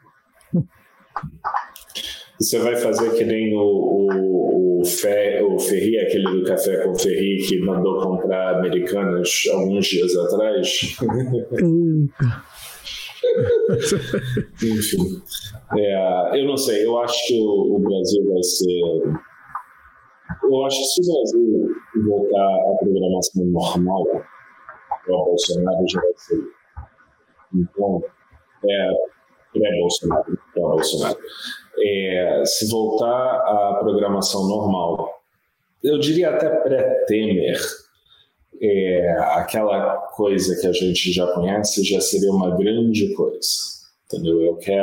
Você vai fazer que nem o Ferri, aquele do Café com Ferri, que mandou comprar Americanas alguns dias atrás? Enfim. Eu não sei, eu acho que o Brasil vai ser... Eu acho que se o Brasil voltar à programação normal, o Bolsonaro já vai ser. Então, pré-Bolsonaro. Se voltar à programação normal, eu diria até pré-Temer, aquela coisa que a gente já conhece já seria uma grande coisa. Entendeu?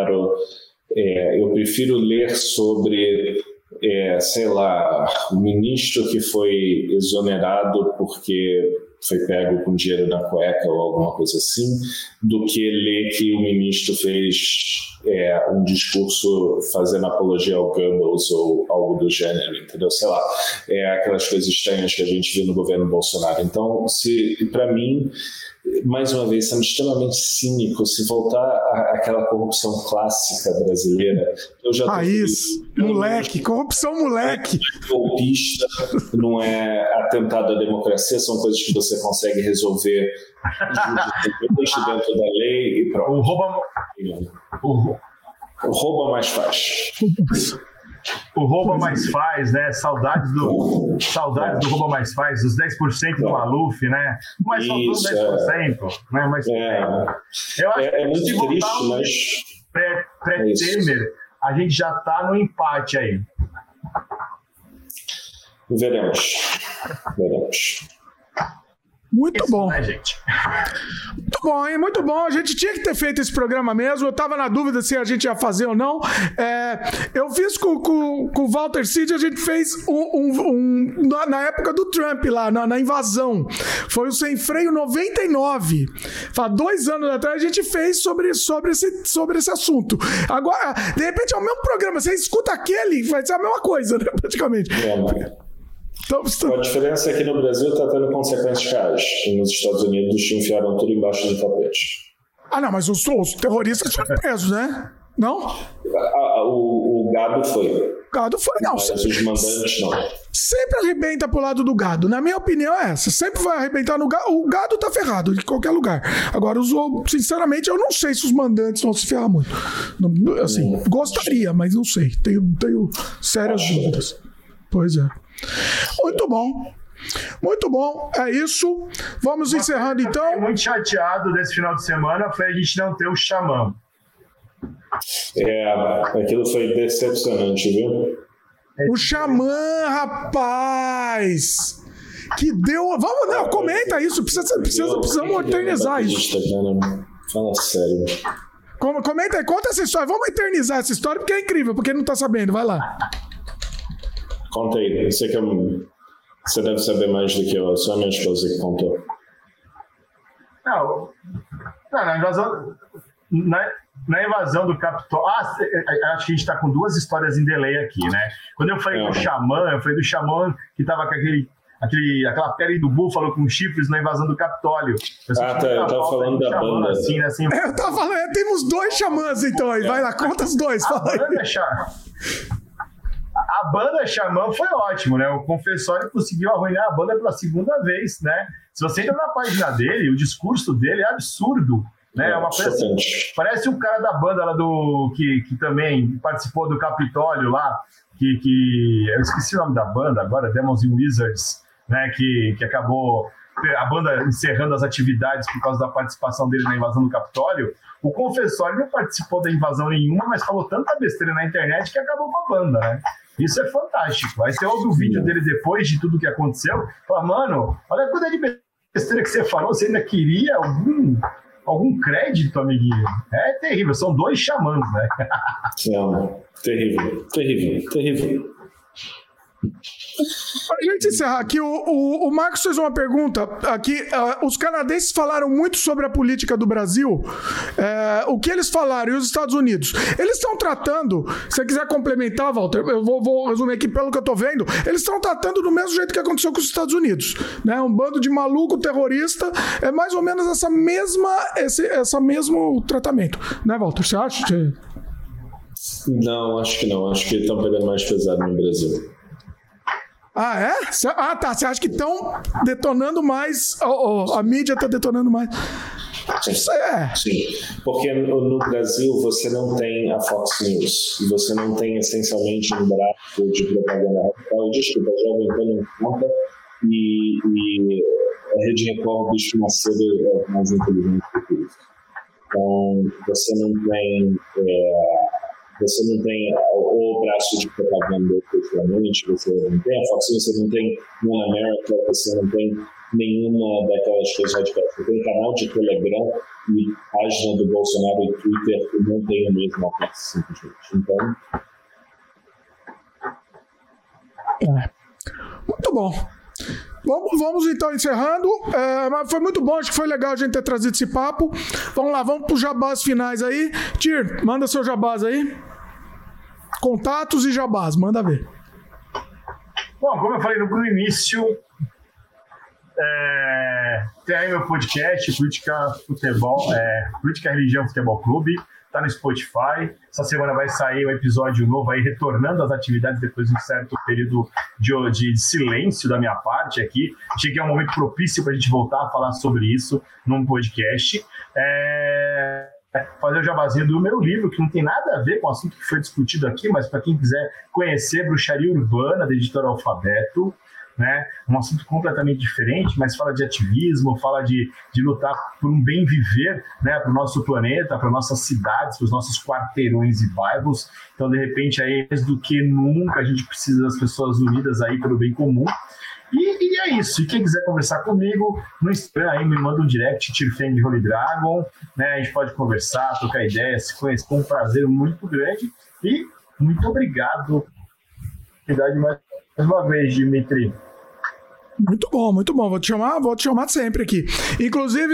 Eu prefiro ler sobre... sei lá, o ministro que foi exonerado porque foi pego com dinheiro na cueca ou alguma coisa assim, do que ler que o ministro fez um discurso fazendo apologia ao Goebbels ou algo do gênero, entendeu? Sei lá, aquelas coisas estranhas que a gente viu no governo Bolsonaro. Então, para mim, mais uma vez, sendo extremamente cínico, se voltar àquela corrupção clássica brasileira, eu já moleque, corrupção moleque. Golpista, não é atentado à democracia, são coisas que você consegue resolver dentro da lei e pronto. O rouba mais fácil. O Rouba Mais Faz, né? Saudades do Rouba Mais Faz, os 10% do Maluf, né? Mas faltou 10%, né? Mas eu acho que muito triste, mas pré-Temer, a gente já tá no empate aí. Veremos. Muito bom. Né, gente? Muito bom, hein? Muito bom. A gente tinha que ter feito esse programa mesmo. Eu tava na dúvida se a gente ia fazer ou não. Eu fiz com o Walter Cid, a gente fez na época do Trump lá, na invasão. Foi o Sem Freio 99. Faz 2 anos atrás a gente fez sobre esse assunto. Agora, de repente é o mesmo programa. Você escuta aquele, vai ser a mesma coisa, né? Praticamente. A diferença é que no Brasil está tendo consequências reais. E nos Estados Unidos enfiaram tudo embaixo do tapete. Não, mas os terroristas foram presos, né? Não? O gado foi. O gado foi, não. Mas os mandantes não. Sempre arrebenta pro lado do gado. Na minha opinião é essa. Sempre vai arrebentar no gado. O gado tá ferrado em qualquer lugar. Agora, sinceramente, eu não sei se os mandantes vão se ferrar muito. Assim, gostaria, mas não sei. Tenho sérias dúvidas. Pois é. Muito bom. Muito bom, é isso. Vamos encerrando então. Fiquei muito chateado desse final de semana foi a gente não ter o Xamã. Aquilo foi decepcionante, viu? O Xamã, rapaz! Que deu. Vamos, não, comenta isso. Precisamos eternizar isso. Fala sério. Comenta aí, conta essa história. Vamos eternizar essa história porque é incrível, porque não tá sabendo. Vai lá. Conta aí. Eu sei que você deve saber mais do que eu. Só a minha esposa que contou. Não, na invasão do Capitólio. Acho que a gente está com 2 histórias em delay aqui, né? Quando eu falei do Xamã, que estava com aquela pele do búfalo com chifres na invasão do Capitólio. Eu tava falando da banda. Assim, eu tava falando, temos 2 xamãs então aí. Vai lá, conta os 2. A banda Xamã foi ótimo, né? O Confessório conseguiu arruinar a banda pela 2ª vez, né? Se você entra na página dele, o discurso dele é absurdo, né? É uma coisa assim, parece um cara da banda lá que também participou do Capitólio lá, eu esqueci o nome da banda agora, Demons and Wizards, né? Que acabou a banda encerrando as atividades por causa da participação dele na invasão do Capitólio. O Confessório não participou da invasão nenhuma, mas falou tanta besteira na internet que acabou com a banda, né? Isso é fantástico. Aí você ouve o vídeo dele depois de tudo que aconteceu, fala, mano, olha a quantidade de besteira que você falou, você ainda queria algum crédito, amiguinho? É terrível, são 2 xamãs, né? Terrível. Para a gente encerrar aqui, o Marcos fez uma pergunta aqui. Os canadenses falaram muito sobre a política do Brasil. O que eles falaram? E os Estados Unidos? Eles estão tratando, se você quiser complementar, Walter, eu vou resumir aqui pelo que eu estou vendo, eles estão tratando do mesmo jeito que aconteceu com os Estados Unidos, né? Um bando de maluco terrorista, é mais ou menos esse mesmo tratamento, né, Walter? Você acha? Não, acho que não. Acho que estão pegando mais pesado no Brasil. Ah, é? Tá. Você acha que estão detonando mais? A mídia está detonando mais? Sim, porque no Brasil você não tem a Fox News e você não tem essencialmente um braço de propaganda radical. Desculpa, Jovem Pan não conta e a Rede Record diz que Macedo é mais inteligente do que isso. Então você não tem o braço de propaganda efetivamente, você não tem a Fox News, você não tem One America, você não tem nenhuma daquelas coisas radicais. Você tem canal de Telegram e página do Bolsonaro e Twitter que não tem o mesmo alcance, simplesmente. Então... Muito bom. Vamos então encerrando, mas foi muito bom, acho que foi legal a gente ter trazido esse papo. Vamos lá, vamos para os jabás finais aí. Tir, manda seu jabás aí. Contatos e jabás, manda ver. Bom, como eu falei no início, tem aí meu podcast, Política, Religião, Futebol Clube, tá no Spotify. Essa semana vai sair um episódio novo aí, retornando às atividades depois de um certo período de silêncio da minha parte aqui. Achei que é um momento propício para a gente voltar a falar sobre isso num podcast. fazer o jabazinho do meu livro, que não tem nada a ver com o assunto que foi discutido aqui, mas para quem quiser conhecer Bruxaria Urbana, da Editora Alfabeto, né? Um assunto completamente diferente, mas fala de ativismo, fala de lutar por um bem viver, né? Para o nosso planeta, para nossas cidades, para os nossos quarteirões e bairros. Então, de repente, aí, mais do que nunca, a gente precisa das pessoas unidas aí pelo bem comum. E é isso. E quem quiser conversar comigo, no Instagram aí, me manda um direct, Tirfeng Holy Dragon, né? A gente pode conversar, trocar ideias, se conhecer. Foi um prazer muito grande. E muito obrigado. Obrigado mais uma vez, Dimitri. Muito bom. Vou te chamar sempre aqui. Inclusive,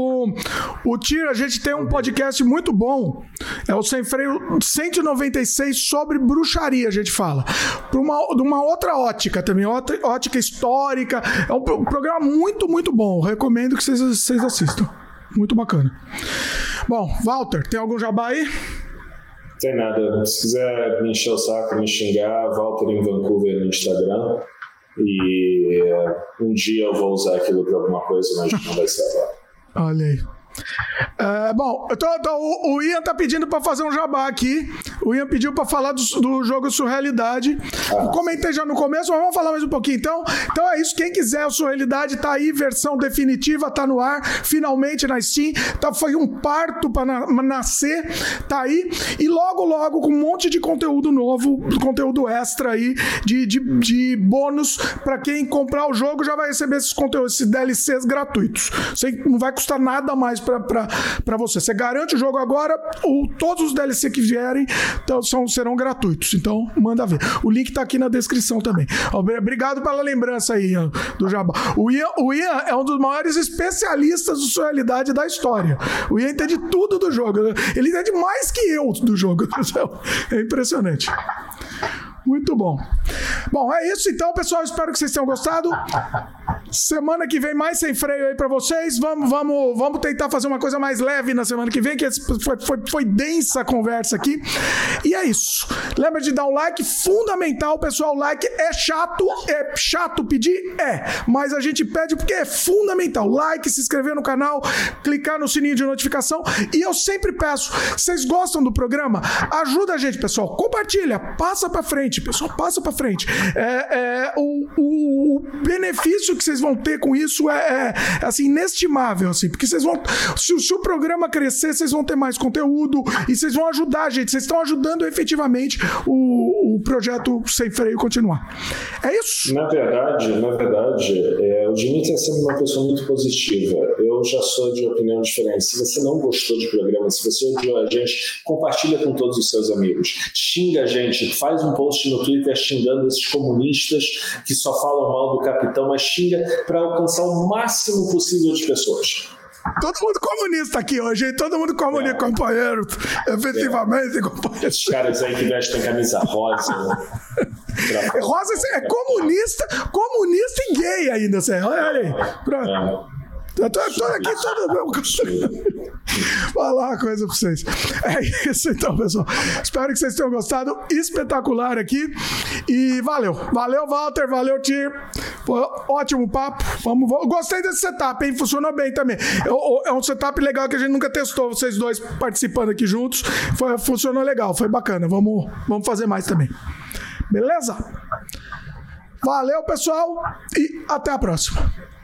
o Tir, a gente tem um podcast muito bom. É o Sem Freio 196 sobre bruxaria, a gente fala. De uma outra ótica também, ótica histórica. É um programa muito, muito bom. Recomendo que vocês assistam. Muito bacana. Bom, Walter, tem algum jabá aí? Tem nada. Se quiser me encher o saco, me xingar, Walter em Vancouver no Instagram. E um dia eu vou usar aquilo para alguma coisa, mas não vai ser agora. Olha aí. Bom, o Ian tá pedindo para fazer um jabá aqui. O Ian pediu para falar do jogo Surrealidade. Comentei já no começo, mas vamos falar mais um pouquinho então. Então é isso, quem quiser o Surrealidade tá aí, versão definitiva, tá no ar, finalmente na Steam. Foi um parto para nascer, tá aí. E logo com um monte de conteúdo novo, conteúdo extra aí, de bônus para quem comprar o jogo, já vai receber esses conteúdos, esses DLCs gratuitos. Não vai custar nada mais para você. Você garante o jogo agora, todos os DLC que vierem serão gratuitos. Então, manda ver. O link tá aqui na descrição também. Obrigado pela lembrança aí, Ian, do jabá. O Ian é um dos maiores especialistas de surrealidade da história. O Ian entende tudo do jogo. Ele entende mais que eu do jogo. É impressionante. Muito bom. Bom, é isso então, pessoal. Espero que vocês tenham gostado. Semana que vem mais Sem Freio aí pra vocês. Vamos tentar fazer uma coisa mais leve na semana que vem, que foi densa a conversa aqui. E é isso. Lembra de dar um like, fundamental, pessoal. O like é chato pedir? Mas a gente pede porque é fundamental. Like, se inscrever no canal, clicar no sininho de notificação. E eu sempre peço, vocês gostam do programa? Ajuda a gente, pessoal. Compartilha, passa pra frente, pessoal. Passa pra frente. O benefício que vocês vão ter com isso é assim, inestimável, assim, porque vocês vão, se o programa crescer, vocês vão ter mais conteúdo e vocês vão ajudar a gente, vocês estão ajudando efetivamente o projeto Sem Freio continuar. É isso? Na verdade, o Dimitri é sempre uma pessoa muito positiva. Eu já sou de opinião diferente. Se você não gostou do programa, se você odiou a gente, compartilha com todos os seus amigos. Xinga a gente, faz um post no Twitter xingando esses comunistas que só falam mal do capitão, mas xinga para alcançar o máximo possível de pessoas. Todo mundo comunista aqui hoje, hein? Todo mundo comunista, companheiro. Efetivamente, companheiro. Os caras aí que vestem camisa rosa. Rosa é comunista e gay ainda, Zé. Olha aí. Pronto. Eu tô aqui todo. Falar uma coisa pra vocês. É isso então, pessoal. Espero que vocês tenham gostado. Espetacular aqui. E valeu. Valeu, Walter. Valeu, Tir. Ótimo papo. Gostei desse setup, hein? Funcionou bem também. É um setup legal que a gente nunca testou. Vocês dois participando aqui juntos. Funcionou legal. Foi bacana. Vamos fazer mais também. Beleza? Valeu, pessoal. E até a próxima.